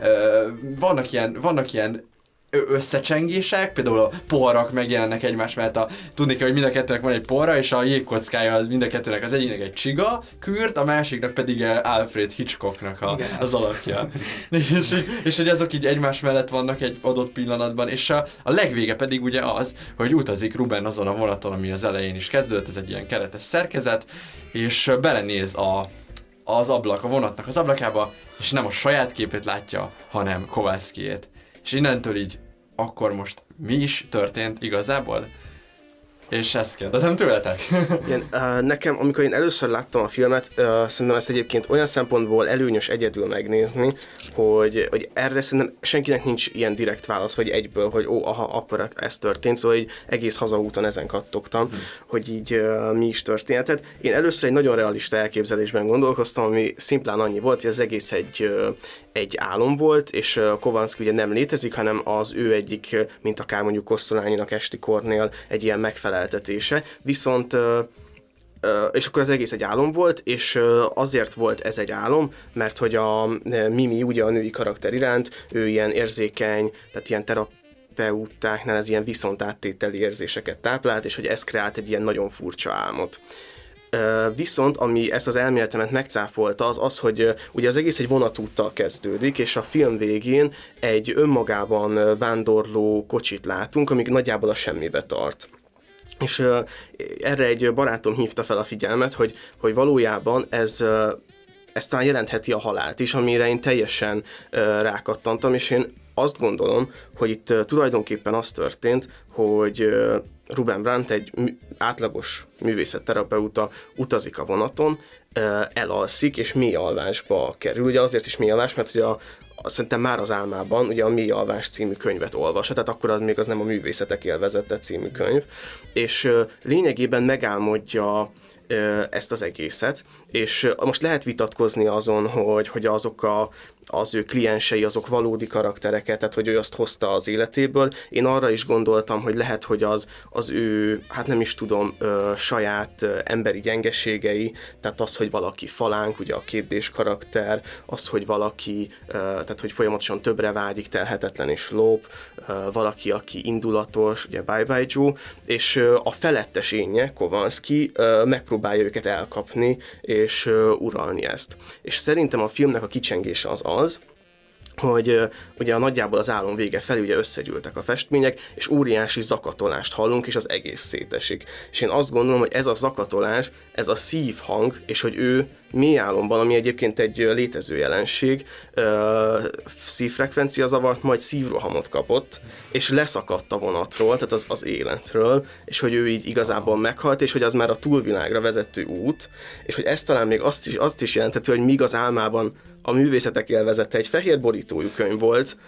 Vannak ilyen összecsengések, például a poharak megjelennek egymás mellett, tudni kell, hogy mind a kettőnek van egy pohara, és a jégkockája mind a kettőnek az egyiknek egy csiga kürt, a másiknak pedig Alfred Hitchcocknak az alakja. és hogy azok így egymás mellett vannak egy adott pillanatban, és a legvége pedig ugye az, hogy utazik Ruben azon a vonaton, ami az elején is kezdődött, ez egy ilyen keretes szerkezet, és belenéz a vonatnak az ablakába, és nem a saját képét látja, hanem Kowalskiét. És innentől így, akkor most mi is történt igazából? És ezt kérdezem tőletek. Igen, nekem, amikor én először láttam a filmet, szerintem ezt egyébként olyan szempontból előnyös egyedül megnézni, hogy erre szerintem senkinek nincs ilyen direkt válasz, vagy egyből, hogy akkor ez történt, szóval így egész hazaúton ezen kattogtam, hogy így mi is történhetett. Én először egy nagyon realista elképzelésben gondolkoztam, ami szimplán annyi volt, hogy az egész egy álom volt, és Kowalski ugye nem létezik, hanem az ő egyik, mint akár mondjuk Kosztolányinak Esti-kornél egy ilyen megfeleltetése. Viszont és akkor az egész egy álom volt, és azért volt ez egy álom, mert hogy a Mimi, ugye a női karakter iránt, ő ilyen érzékeny, tehát ilyen terapeutáknál ez ilyen viszontáttételi érzéseket táplált, és hogy ez kreált egy ilyen nagyon furcsa álmot. Viszont ami ezt az elméletemet megcáfolta, az, hogy ugye az egész egy vonatúttal kezdődik, és a film végén egy önmagában vándorló kocsit látunk, amíg nagyjából a semmibe tart. És erre egy barátom hívta fel a figyelmet, hogy valójában ez talán jelentheti a halált is, amire én teljesen rákattantam, és én azt gondolom, hogy itt tulajdonképpen az történt, hogy Ruben Brandt, egy átlagos művészetterapeuta utazik a vonaton, elalszik, és mély alvásba kerül. Ugye azért is mély alvás, mert ugye szerintem már az álmában ugye a Mély alvás című könyvet olvassa, tehát akkor még az nem a Művészetek élvezete című könyv, és lényegében megálmodja ezt az egészet, és most lehet vitatkozni azon, hogy azok az ő kliensei, azok valódi karaktereket, tehát hogy ő azt hozta az életéből. Én arra is gondoltam, hogy lehet, hogy az ő, hát nem is tudom, saját emberi gyengeségei, tehát az, hogy valaki falánk, ugye a 2D-s karakter, az, hogy valaki, tehát hogy folyamatosan többre vágyik, telhetetlen és lóp, valaki, aki indulatos, ugye Bye Bye Joe, és a felettes énje, Kowalski, megpróbálja őket elkapni, és uralni ezt. És szerintem a filmnek a kicsengése az, hogy ugye nagyjából az álom vége felé ugye összegyűltek a festmények, és óriási zakatolást hallunk, és az egész szétesik. És én azt gondolom, hogy ez a zakatolás, ez a szívhang, és hogy ő mély álomban, ami egyébként egy létező jelenség, szívfrekvencia zavart, majd szívrohamot kapott, és leszakadt a vonatról, tehát az életről, és hogy ő így igazából meghalt, és hogy az már a túlvilágra vezető út, és hogy ez talán még azt is jelenteti, hogy míg az álmában a Művészetek élvezete egy fehér borítójú könyv volt,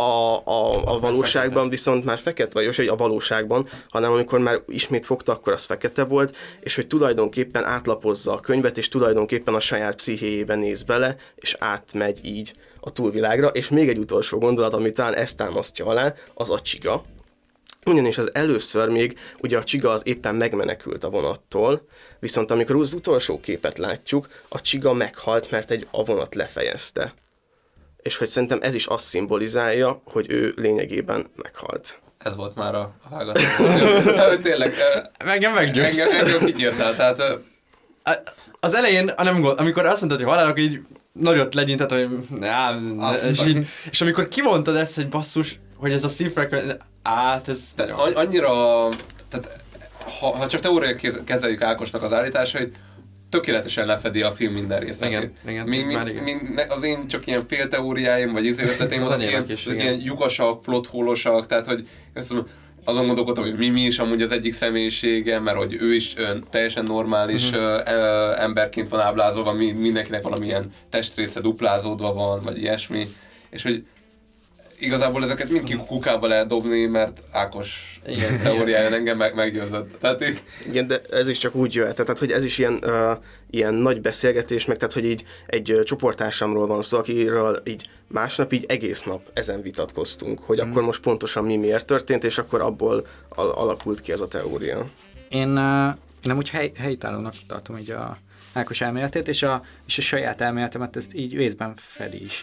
a valóságban viszont már fekete, vagy a valóságban, hanem amikor már ismét fogta, akkor az fekete volt, és hogy tulajdonképpen átlapozza a könyvet, és tulajdonképpen a saját pszichéjében néz bele, és átmegy így a túlvilágra, és még egy utolsó gondolat, ami talán ezt támasztja alá, az a csiga. Ugyanis az először még ugye a csiga az éppen megmenekült a vonattól, viszont amikor az utolsó képet látjuk, a csiga meghalt, mert a vonat lefejezte. És hogy szerintem ez is azt szimbolizálja, hogy ő lényegében meghalt. Ez volt már a vágató. Tényleg. Engem meggyőztél. Engem kinyírtál, tehát... Az elején, amikor azt mondtad, hogy halálok, így nagyot legyintett, hogy és amikor kimondtad ezt, hogy basszus, hogy ez a szívfrekvencia, ez nagyon... Annyira, tehát ha csak teóriailag kezeljük Ákosnak az állításait, tökéletesen lefedi a film minden részletét. Igen. Az én csak ilyen félteóriáim, vagy ötleteim, azok ilyen lyukasak, plotholosak, tehát hogy azon gondolkodtam, hogy Mimi is amúgy az egyik személyisége, mert hogy ő is teljesen normális emberként van ábrázolva, mindenkinek valamilyen testrésze duplázódva van, vagy ilyesmi, és hogy igazából ezeket mind kukába lehet dobni, mert Ákos teóriáján engem meggyőzött. Tehát igen, de ez is csak úgy jöhet, tehát hogy ez is ilyen nagy beszélgetés, meg tehát hogy így egy csoporttársamról van szó, akiről így másnap így egész nap ezen vitatkoztunk, hogy akkor most pontosan mi miért történt, és akkor abból alakult ki ez a teória. Én úgy helytállónak tartom így a Ákos elméletét, és a saját elméletemet ezt így részben fedi is.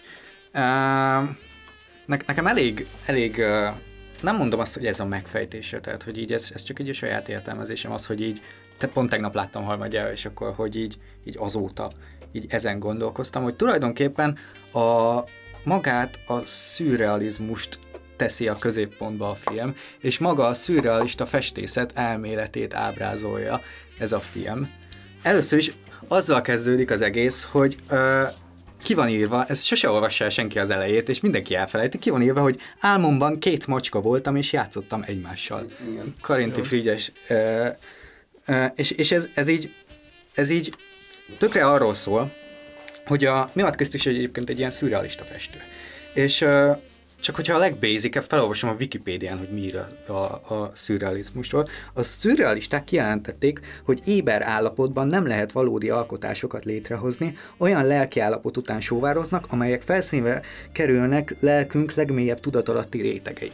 Nekem elég nem mondom azt, hogy ez a megfejtése, tehát hogy így ez csak így a saját értelmezésem az, hogy így, tehát pont tegnap láttam harmadjára, és akkor, hogy így azóta így ezen gondolkoztam, hogy tulajdonképpen magát a szürrealizmust teszi a középpontba a film, és maga a szürrealista festészet elméletét ábrázolja ez a film. Először is azzal kezdődik az egész, hogy ki van írva, ez sose olvassa el senki az elejét, és mindenki elfelejti, ki van írva, hogy álmomban 2 macska voltam, és játszottam egymással. Igen. Karinti Frigyes. És ez így tökre arról szól, hogy a Millard Christie is egyébként egy ilyen szürrealista festő. És csak hogyha a legbasicebb, felolvasom a Wikipédián, hogy mi ír a szürrealizmusról. A szürrealisták kijelentették, hogy éber állapotban nem lehet valódi alkotásokat létrehozni, olyan lelkiállapot után sóvároznak, amelyek felszínre kerülnek lelkünk legmélyebb tudatalatti rétegei.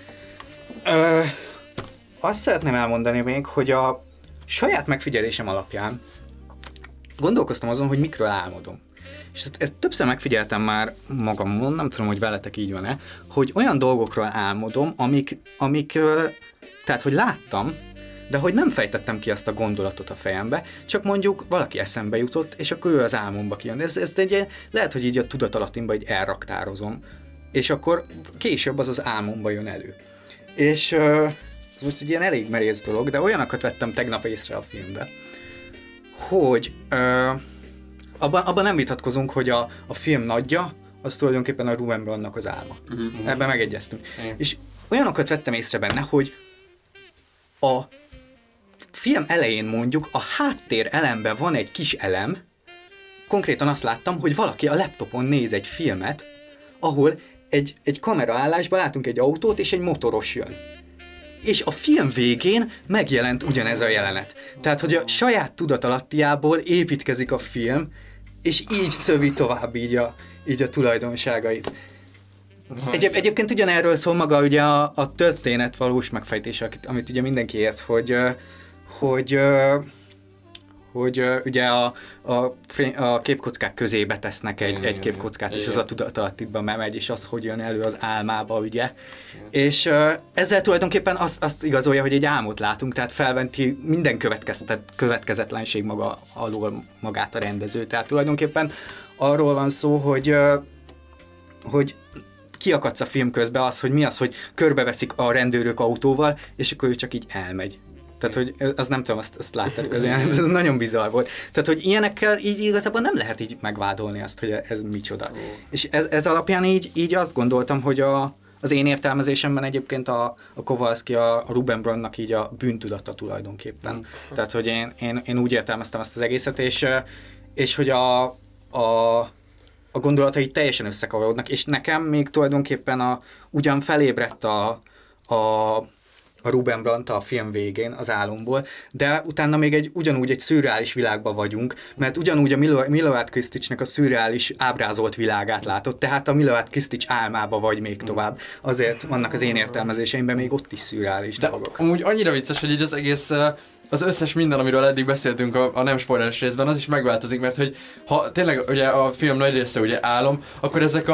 Azt szeretném elmondani még, hogy a saját megfigyelésem alapján gondolkoztam azon, hogy mikről álmodom. És ezt többször megfigyeltem már magamon, nem tudom, hogy veletek így van-e, hogy olyan dolgokról álmodom, amikről, tehát hogy láttam, de hogy nem fejtettem ki azt a gondolatot a fejembe, csak mondjuk valaki eszembe jutott, és akkor ő az álmomba kijön. Ezt lehet, hogy így a tudatalattimba így elraktározom, és akkor később az álmomba jön elő. És ez most egy ilyen elég merész dolog, de olyanokat vettem tegnap észre a filmbe, hogy abban nem vitatkozunk, hogy a film nagyja, az tulajdonképpen a Ruben Brandnak az álma. Ebben megegyeztünk. És olyanokat vettem észre benne, hogy a film elején mondjuk a háttér elemben van egy kis elem, konkrétan azt láttam, hogy valaki a laptopon néz egy filmet, ahol egy kameraállásban látunk egy autót, és egy motoros jön. És a film végén megjelent ugyanez a jelenet. Tehát, hogy a saját tudatalattiából építkezik a film, és így szövi tovább így a tulajdonságait. Egyébként ugyanerről szól maga ugye a történet valós megfejtése, amit ugye mindenki ért, hogy ugye a képkockák közébe tesznek egy képkockát, és az a tudatalattikba megy, és az, hogy jön elő az álmába, ugye. És ezzel tulajdonképpen azt igazolja, hogy egy álmot látunk, tehát felventi minden következetlenség maga alól magát a rendező. Tehát tulajdonképpen arról van szó, hogy kiakadsz a film közben az, hogy mi az, hogy körbeveszik a rendőrök autóval, és akkor ő csak így elmegy. Tehát, hogy az nem tudom, azt láttad közben, ez nagyon bizarr volt. Tehát, hogy ilyenekkel így igazából nem lehet így megvádolni azt, hogy ez micsoda. És ez alapján így azt gondoltam, hogy az én értelmezésemben egyébként a Kowalski a Ruben Brandnak így a bűntudata tulajdonképpen. Tehát, hogy én úgy értelmeztem ezt az egészet, és hogy a gondolatai teljesen összekavarodnak, és nekem még tulajdonképpen ugyan felébredt a Ruben Brandt a film végén az álomból, de utána még ugyanúgy egy szürreális világban vagyunk, mert ugyanúgy a Millard Christie-nek a szürreális ábrázolt világát látod, tehát a Millard Christie álmába vagy még tovább. Azért vannak az én értelmezéseimben még ott is szürreális dolgok. Amúgy annyira vicces, hogy így az egész, az összes minden, amiről eddig beszéltünk a nem spoileres részben, az is megváltozik, mert hogy ha tényleg ugye a film nagy része ugye álom, akkor ezek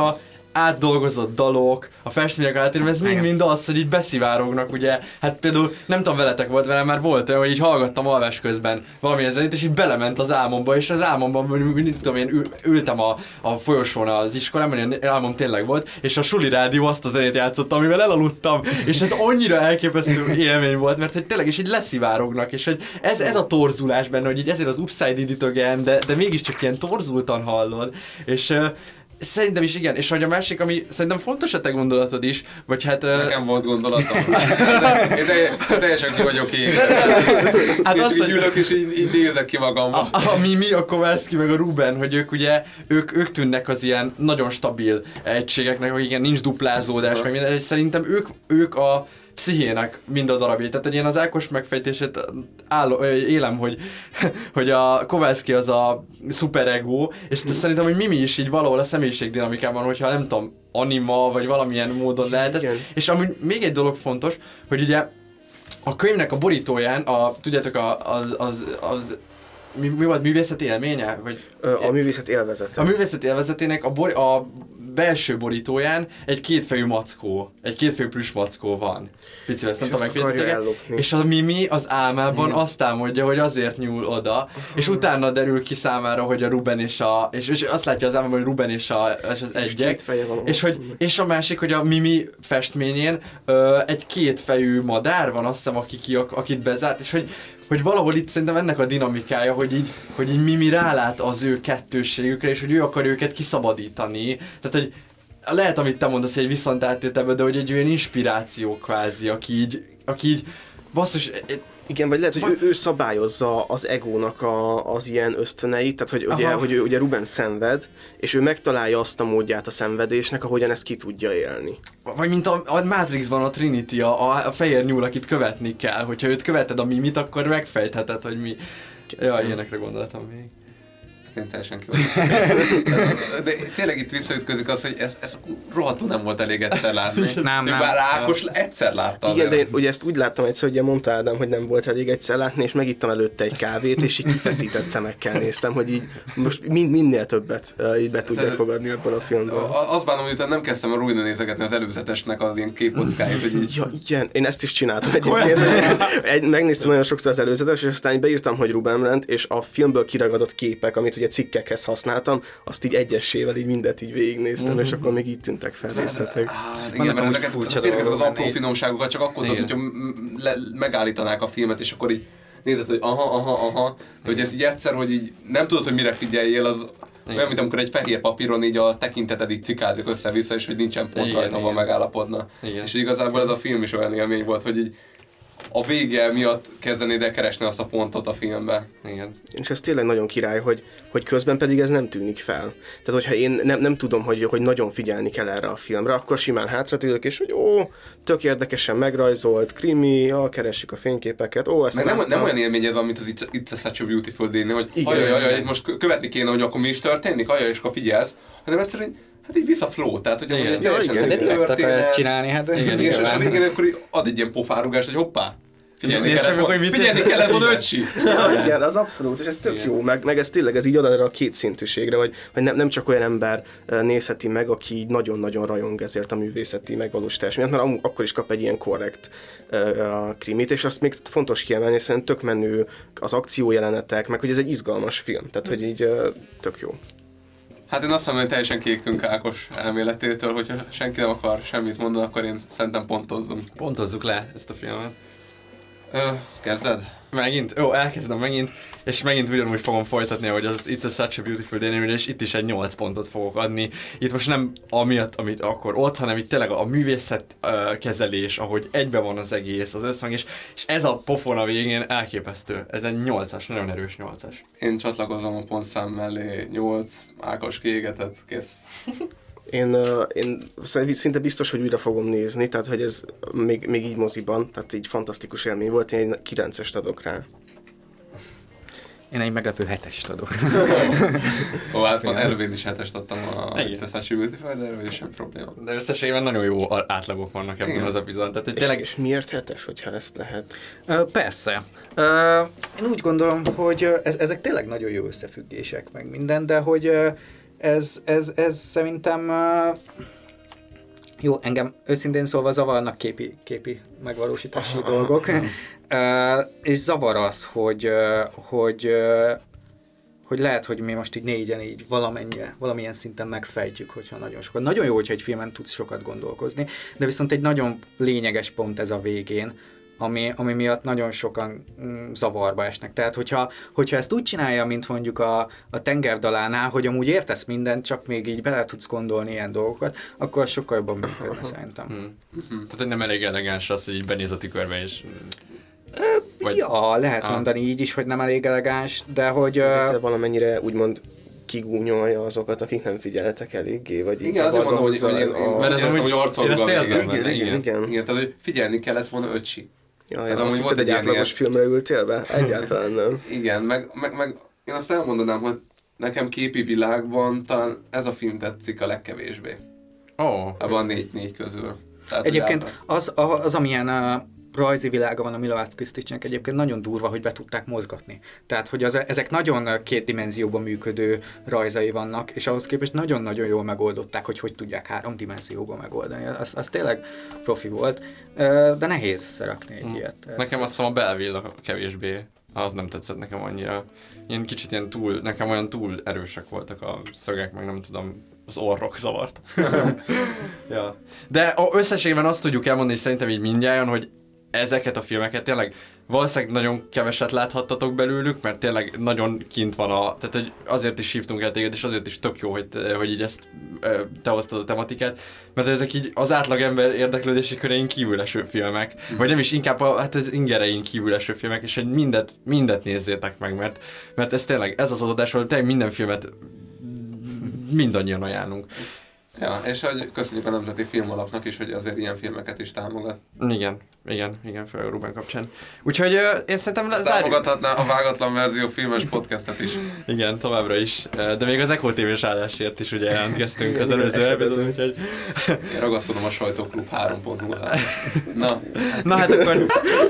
átdolgozott dalok, a festmények átérve, ez mind az, hogy így beszivárognak, ugye, hát például nem tudom, veletek volt velem, már volt olyan, hogy így hallgattam alvás közben valamilyen zenét, és így belement az álmomba, és az álmomban, mit tudom én, ültem a folyosón az iskolában, ilyen álmom tényleg volt, és a suli rádió azt a zenét játszott, amivel elaludtam, és ez annyira elképesztő élmény volt, mert hogy tényleg is így leszivárognak, és hogy ez a torzulás benne, hogy így ezért az Upside It Again, de mégiscsak ilyen torzultan hallod, és szerintem is igen, és hogy a másik, ami szerintem fontos a te gondolatod is, vagy hát... Nekem volt gondolatom. Én teljesen ki vagyok én. Hát azt, hogy ülök és így nézek ki magamba. A Mimi, a Kowalski meg a Ruben, hogy ők ugye, ők tűnnek az ilyen nagyon stabil egységeknek, hogy igen, nincs duplázódás, meg minden, és szerintem ők a pszichének mind a darabjai. Tehát, hogy én az Ákos megfejtését élem, hogy a Kowalski az a szuperego, és szerintem, hogy Mimi is így valahol a személyiségdinamikában, hogyha nem tudom, anima, vagy valamilyen módon lehet ez. És amúgy még egy dolog fontos, hogy ugye a könyvnek a borítóján, tudjátok, az mi volt, művészeti élménye? Vagy a művészet élvezete. A művészet élvezetének a belső borítóján egy kétfejű mackó, egy kétfejű plüss mackó van. Pici, ezt nem tudom megfejteni. És a Mimi az álmában azt álmodja, hogy azért nyúl oda, és utána derül ki számára, hogy a Ruben és azt látja az álmában, hogy Ruben és az egyek, és a másik, hogy a Mimi festményén egy kétfejű madár van, azt hiszem, akit bezárt, és hogy valahol itt szerintem ennek a dinamikája, hogy így Mimi rálát az ő kettősségükre, és hogy ő akar őket kiszabadítani. Tehát, hogy lehet, amit te mondasz, egy viszontátételben, de hogy egy olyan inspiráció kvázi, aki így basszus... Igen, vagy lehet, hogy ő szabályozza az egónak az ilyen ösztöneit, tehát hogy ugye Ruben szenved, és ő megtalálja azt a módját a szenvedésnek, ahogyan ezt ki tudja élni. Vagy mint a Matrixban a Trinity, a fehér nyúl, akit követni kell. Hogyha őt követed a Mimit, akkor megfejtheted, hogy mi... Ja, ilyenekre gondoltam még. Én teljesen ki De tényleg itt visszaütközik az, hogy ez rohadtul nem volt elég egyszer látni. Nem. Bár Ákos egyszer látta. Igen, de én ugye ezt úgy láttam egyszer, hogy mondta Ádám, hogy nem volt elég egyszer látni, és megittam előtte egy kávét, és így kifeszített szemekkel néztem, hogy így most minél többet így be tudják fogadni ebből a filmből. Azt bánom, hogy utána nem kezdtem a újra nézegetni az előzetesnek az ilyen képkockáit, hogy így... Ja, igen, én ezt is csináltam egyébként. Megnéztem nagyon sokszor az előzetes, és aztán beírtam, hogy Ruben Brandt, és a filmből kiragadott képek, amit ugye cikkekhez használtam, azt így egyesével így mindet így végignéztem, és akkor még így tűntek fel részletek. Igen, mert ezek az apró finomságokat csak akkor tudod, hogyha megállítanák a filmet, és akkor így nézed, hogy aha, hogy ez így egyszer, hogy így nem tudod, hogy mire figyeljél, az olyan, mint amikor egy fehér papíron így a tekinteted így cikázik össze-vissza, és hogy nincsen pont rajta, ahol megállapodna. És igazából ez a film is olyan élmény volt, hogy így a vége miatt kezdenéd el keresni azt a pontot a filmbe. Igen. És ez tényleg nagyon király, hogy közben pedig ez nem tűnik fel. Tehát, hogyha én nem tudom, hogy nagyon figyelni kell erre a filmre, akkor simán hátratülök, és hogy tök érdekesen megrajzolt, krimi, keressük a fényképeket, ezt nem olyan élményed van, mint az It's a Such a Beautiful Day, hogy ajaj, most követni kéne, hogy akkor mi is történik, és akkor figyelsz, hanem egyszerűen hát így vissza flow, tehát hogy egy teljesen de direkt akar ezt csinálni, hát igen, és a végén akkor ad egy ilyen pofárugást, hogy hoppá, figyelni kellett volna öcsi. Igen, az abszolút, és ez tök jó, meg ez tényleg ez így ad erre a kétszintűségre, hogy nem csak olyan ember nézheti meg, aki így nagyon-nagyon rajong ezért a művészeti megvalósítás miatt, mert akkor is kap egy ilyen korrekt krimit, és azt még fontos kiemelni, hiszen tök menő az akciójelenetek, meg hogy ez egy izgalmas film, tehát hogy így tök jó. Hát én azt mondom, hogy teljesen kiégtünk Ákos elméletétől, hogyha senki nem akar semmit mondani, akkor én szerintem pontozzunk. Pontozzuk le ezt a filmet. Kezded? Megint? Jó, elkezdem megint, és megint ugyanúgy fogom folytatni, hogy az It's a Such a Beautiful Day, és itt is egy 8 pontot fogok adni. Itt most nem amiatt, amit akkor ott, hanem itt tényleg a művészet kezelés, ahogy egyben van az egész, az összhang, és ez a pofon a végén elképesztő. Ez egy 8-as, nagyon erős 8-as. Én csatlakozom a pontszám mellé, 8, Ákos kiégetett, kész. Én szinte biztos, hogy újra fogom nézni, tehát hogy ez még így moziban, tehát így fantasztikus élmény volt, én egy 9-est adok rá. Én egy meglepő 7-est adok. Hát előbb én is 7-est adtam a It's a Beautiful, de erről is sem probléma. De összességében nagyon jó átlagok vannak ebben az epizódban. Tehát, tényleg... és miért 7-es, hogyha ezt lehet? Persze. Én úgy gondolom, hogy ezek tényleg nagyon jó összefüggések, meg minden, de hogy ez szerintem Jó, engem őszintén szólva zavarnak képi megvalósítási dolgok, és zavar az, hogy lehet, hogy mi most így négyen így valamilyen szinten megfejtjük, hogyha nagyon sokat. Nagyon jó, hogyha egy filmen tudsz sokat gondolkozni, de viszont egy nagyon lényeges pont ez a végén, ami miatt nagyon sokan zavarba esnek. Tehát, hogyha ezt úgy csinálja, mint mondjuk a Tengerdalánál, hogy amúgy értesz mindent, csak még így bele tudsz gondolni ilyen dolgokat, akkor sokkal jobban működne szerintem. Tehát, hogy nem elég elegáns az, hogy így benéz a tükörbe, és... Ja, lehet mondani így is, hogy nem elég elegáns, de hogy... Ezzel valamennyire úgymond kigúnyolja azokat, akik nem figyeltek eléggé, vagy így igen, azért mondom, hogy mert ez amúgy arcolóban igen. Igen, tehát hogy figyelni kellett volna öcsi. Ja, azt hitted egy átlagos filmre ültél be? Egyáltalán nem. Igen, meg én azt elmondanám, hogy nekem képi világban talán ez a film tetszik a legkevésbé. Ebben a négy közül. Tehát, egyébként az amilyen rajzi világa van a Mila Kriszticsnek, egyébként nagyon durva, hogy be tudták mozgatni. Tehát, hogy ezek nagyon két dimenzióban működő rajzai vannak, és ahhoz képest nagyon-nagyon jól megoldották, hogy tudják 3 dimenzióban megoldani. Az tényleg profi volt, de nehéz szerakni egy ilyet. Nekem azt a Belleville kevésbé, az nem tetszett nekem annyira. Én kicsit ilyen nekem olyan túl erősek voltak a szögek, meg nem tudom, az orrok zavart. Ja. De összességében azt tudjuk elmondani, szerintem így mindjárt, hogy ezeket a filmeket tényleg valószínűleg nagyon keveset láthattatok belőlük, mert tényleg nagyon kint van tehát hogy azért is hívtunk el téged, és azért is tök jó, hogy így ezt te hoztad a tematikát, mert ezek így az átlagember érdeklődési körein kívül eső filmek, vagy nem is, inkább az ingerein kívül eső filmek, és hogy mindet nézzétek meg, mert ez tényleg, ez az adás, hogy tényleg minden filmet mindannyian ajánlunk. Ja, és hogy köszönjük a Nemzeti Filmalapnak is, hogy azért ilyen filmeket is támogat. Igen, főleg Ruben kapcsán. Úgyhogy én szerintem támogathatná a Vágatlan Verzió filmes podcastet is. Igen, továbbra is. De még az Echo TV-s állásért is ugye jelentkeztünk az előző epizódon, úgyhogy... Én ragaszkodom a Sajtóklub 3.0-ra. Na hát akkor...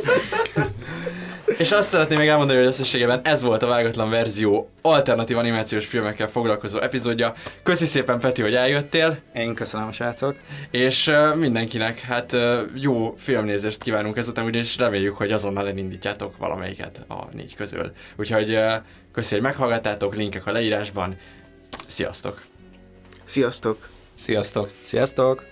És azt szeretném még elmondani, hogy összességében ez volt a Vágatlan Verzió alternatív animációs filmekkel foglalkozó epizódja. Köszi szépen, Peti, hogy eljöttél. Én köszönöm, a srácok. És mindenkinek hát jó filmnézést kívánunk ezután, ugyanis reméljük, hogy azonnal elindítjátok valamelyiket a 4 közül. Úgyhogy köszi, hogy meghallgattátok, linkek a leírásban. Sziasztok! Sziasztok! Sziasztok! Sziasztok!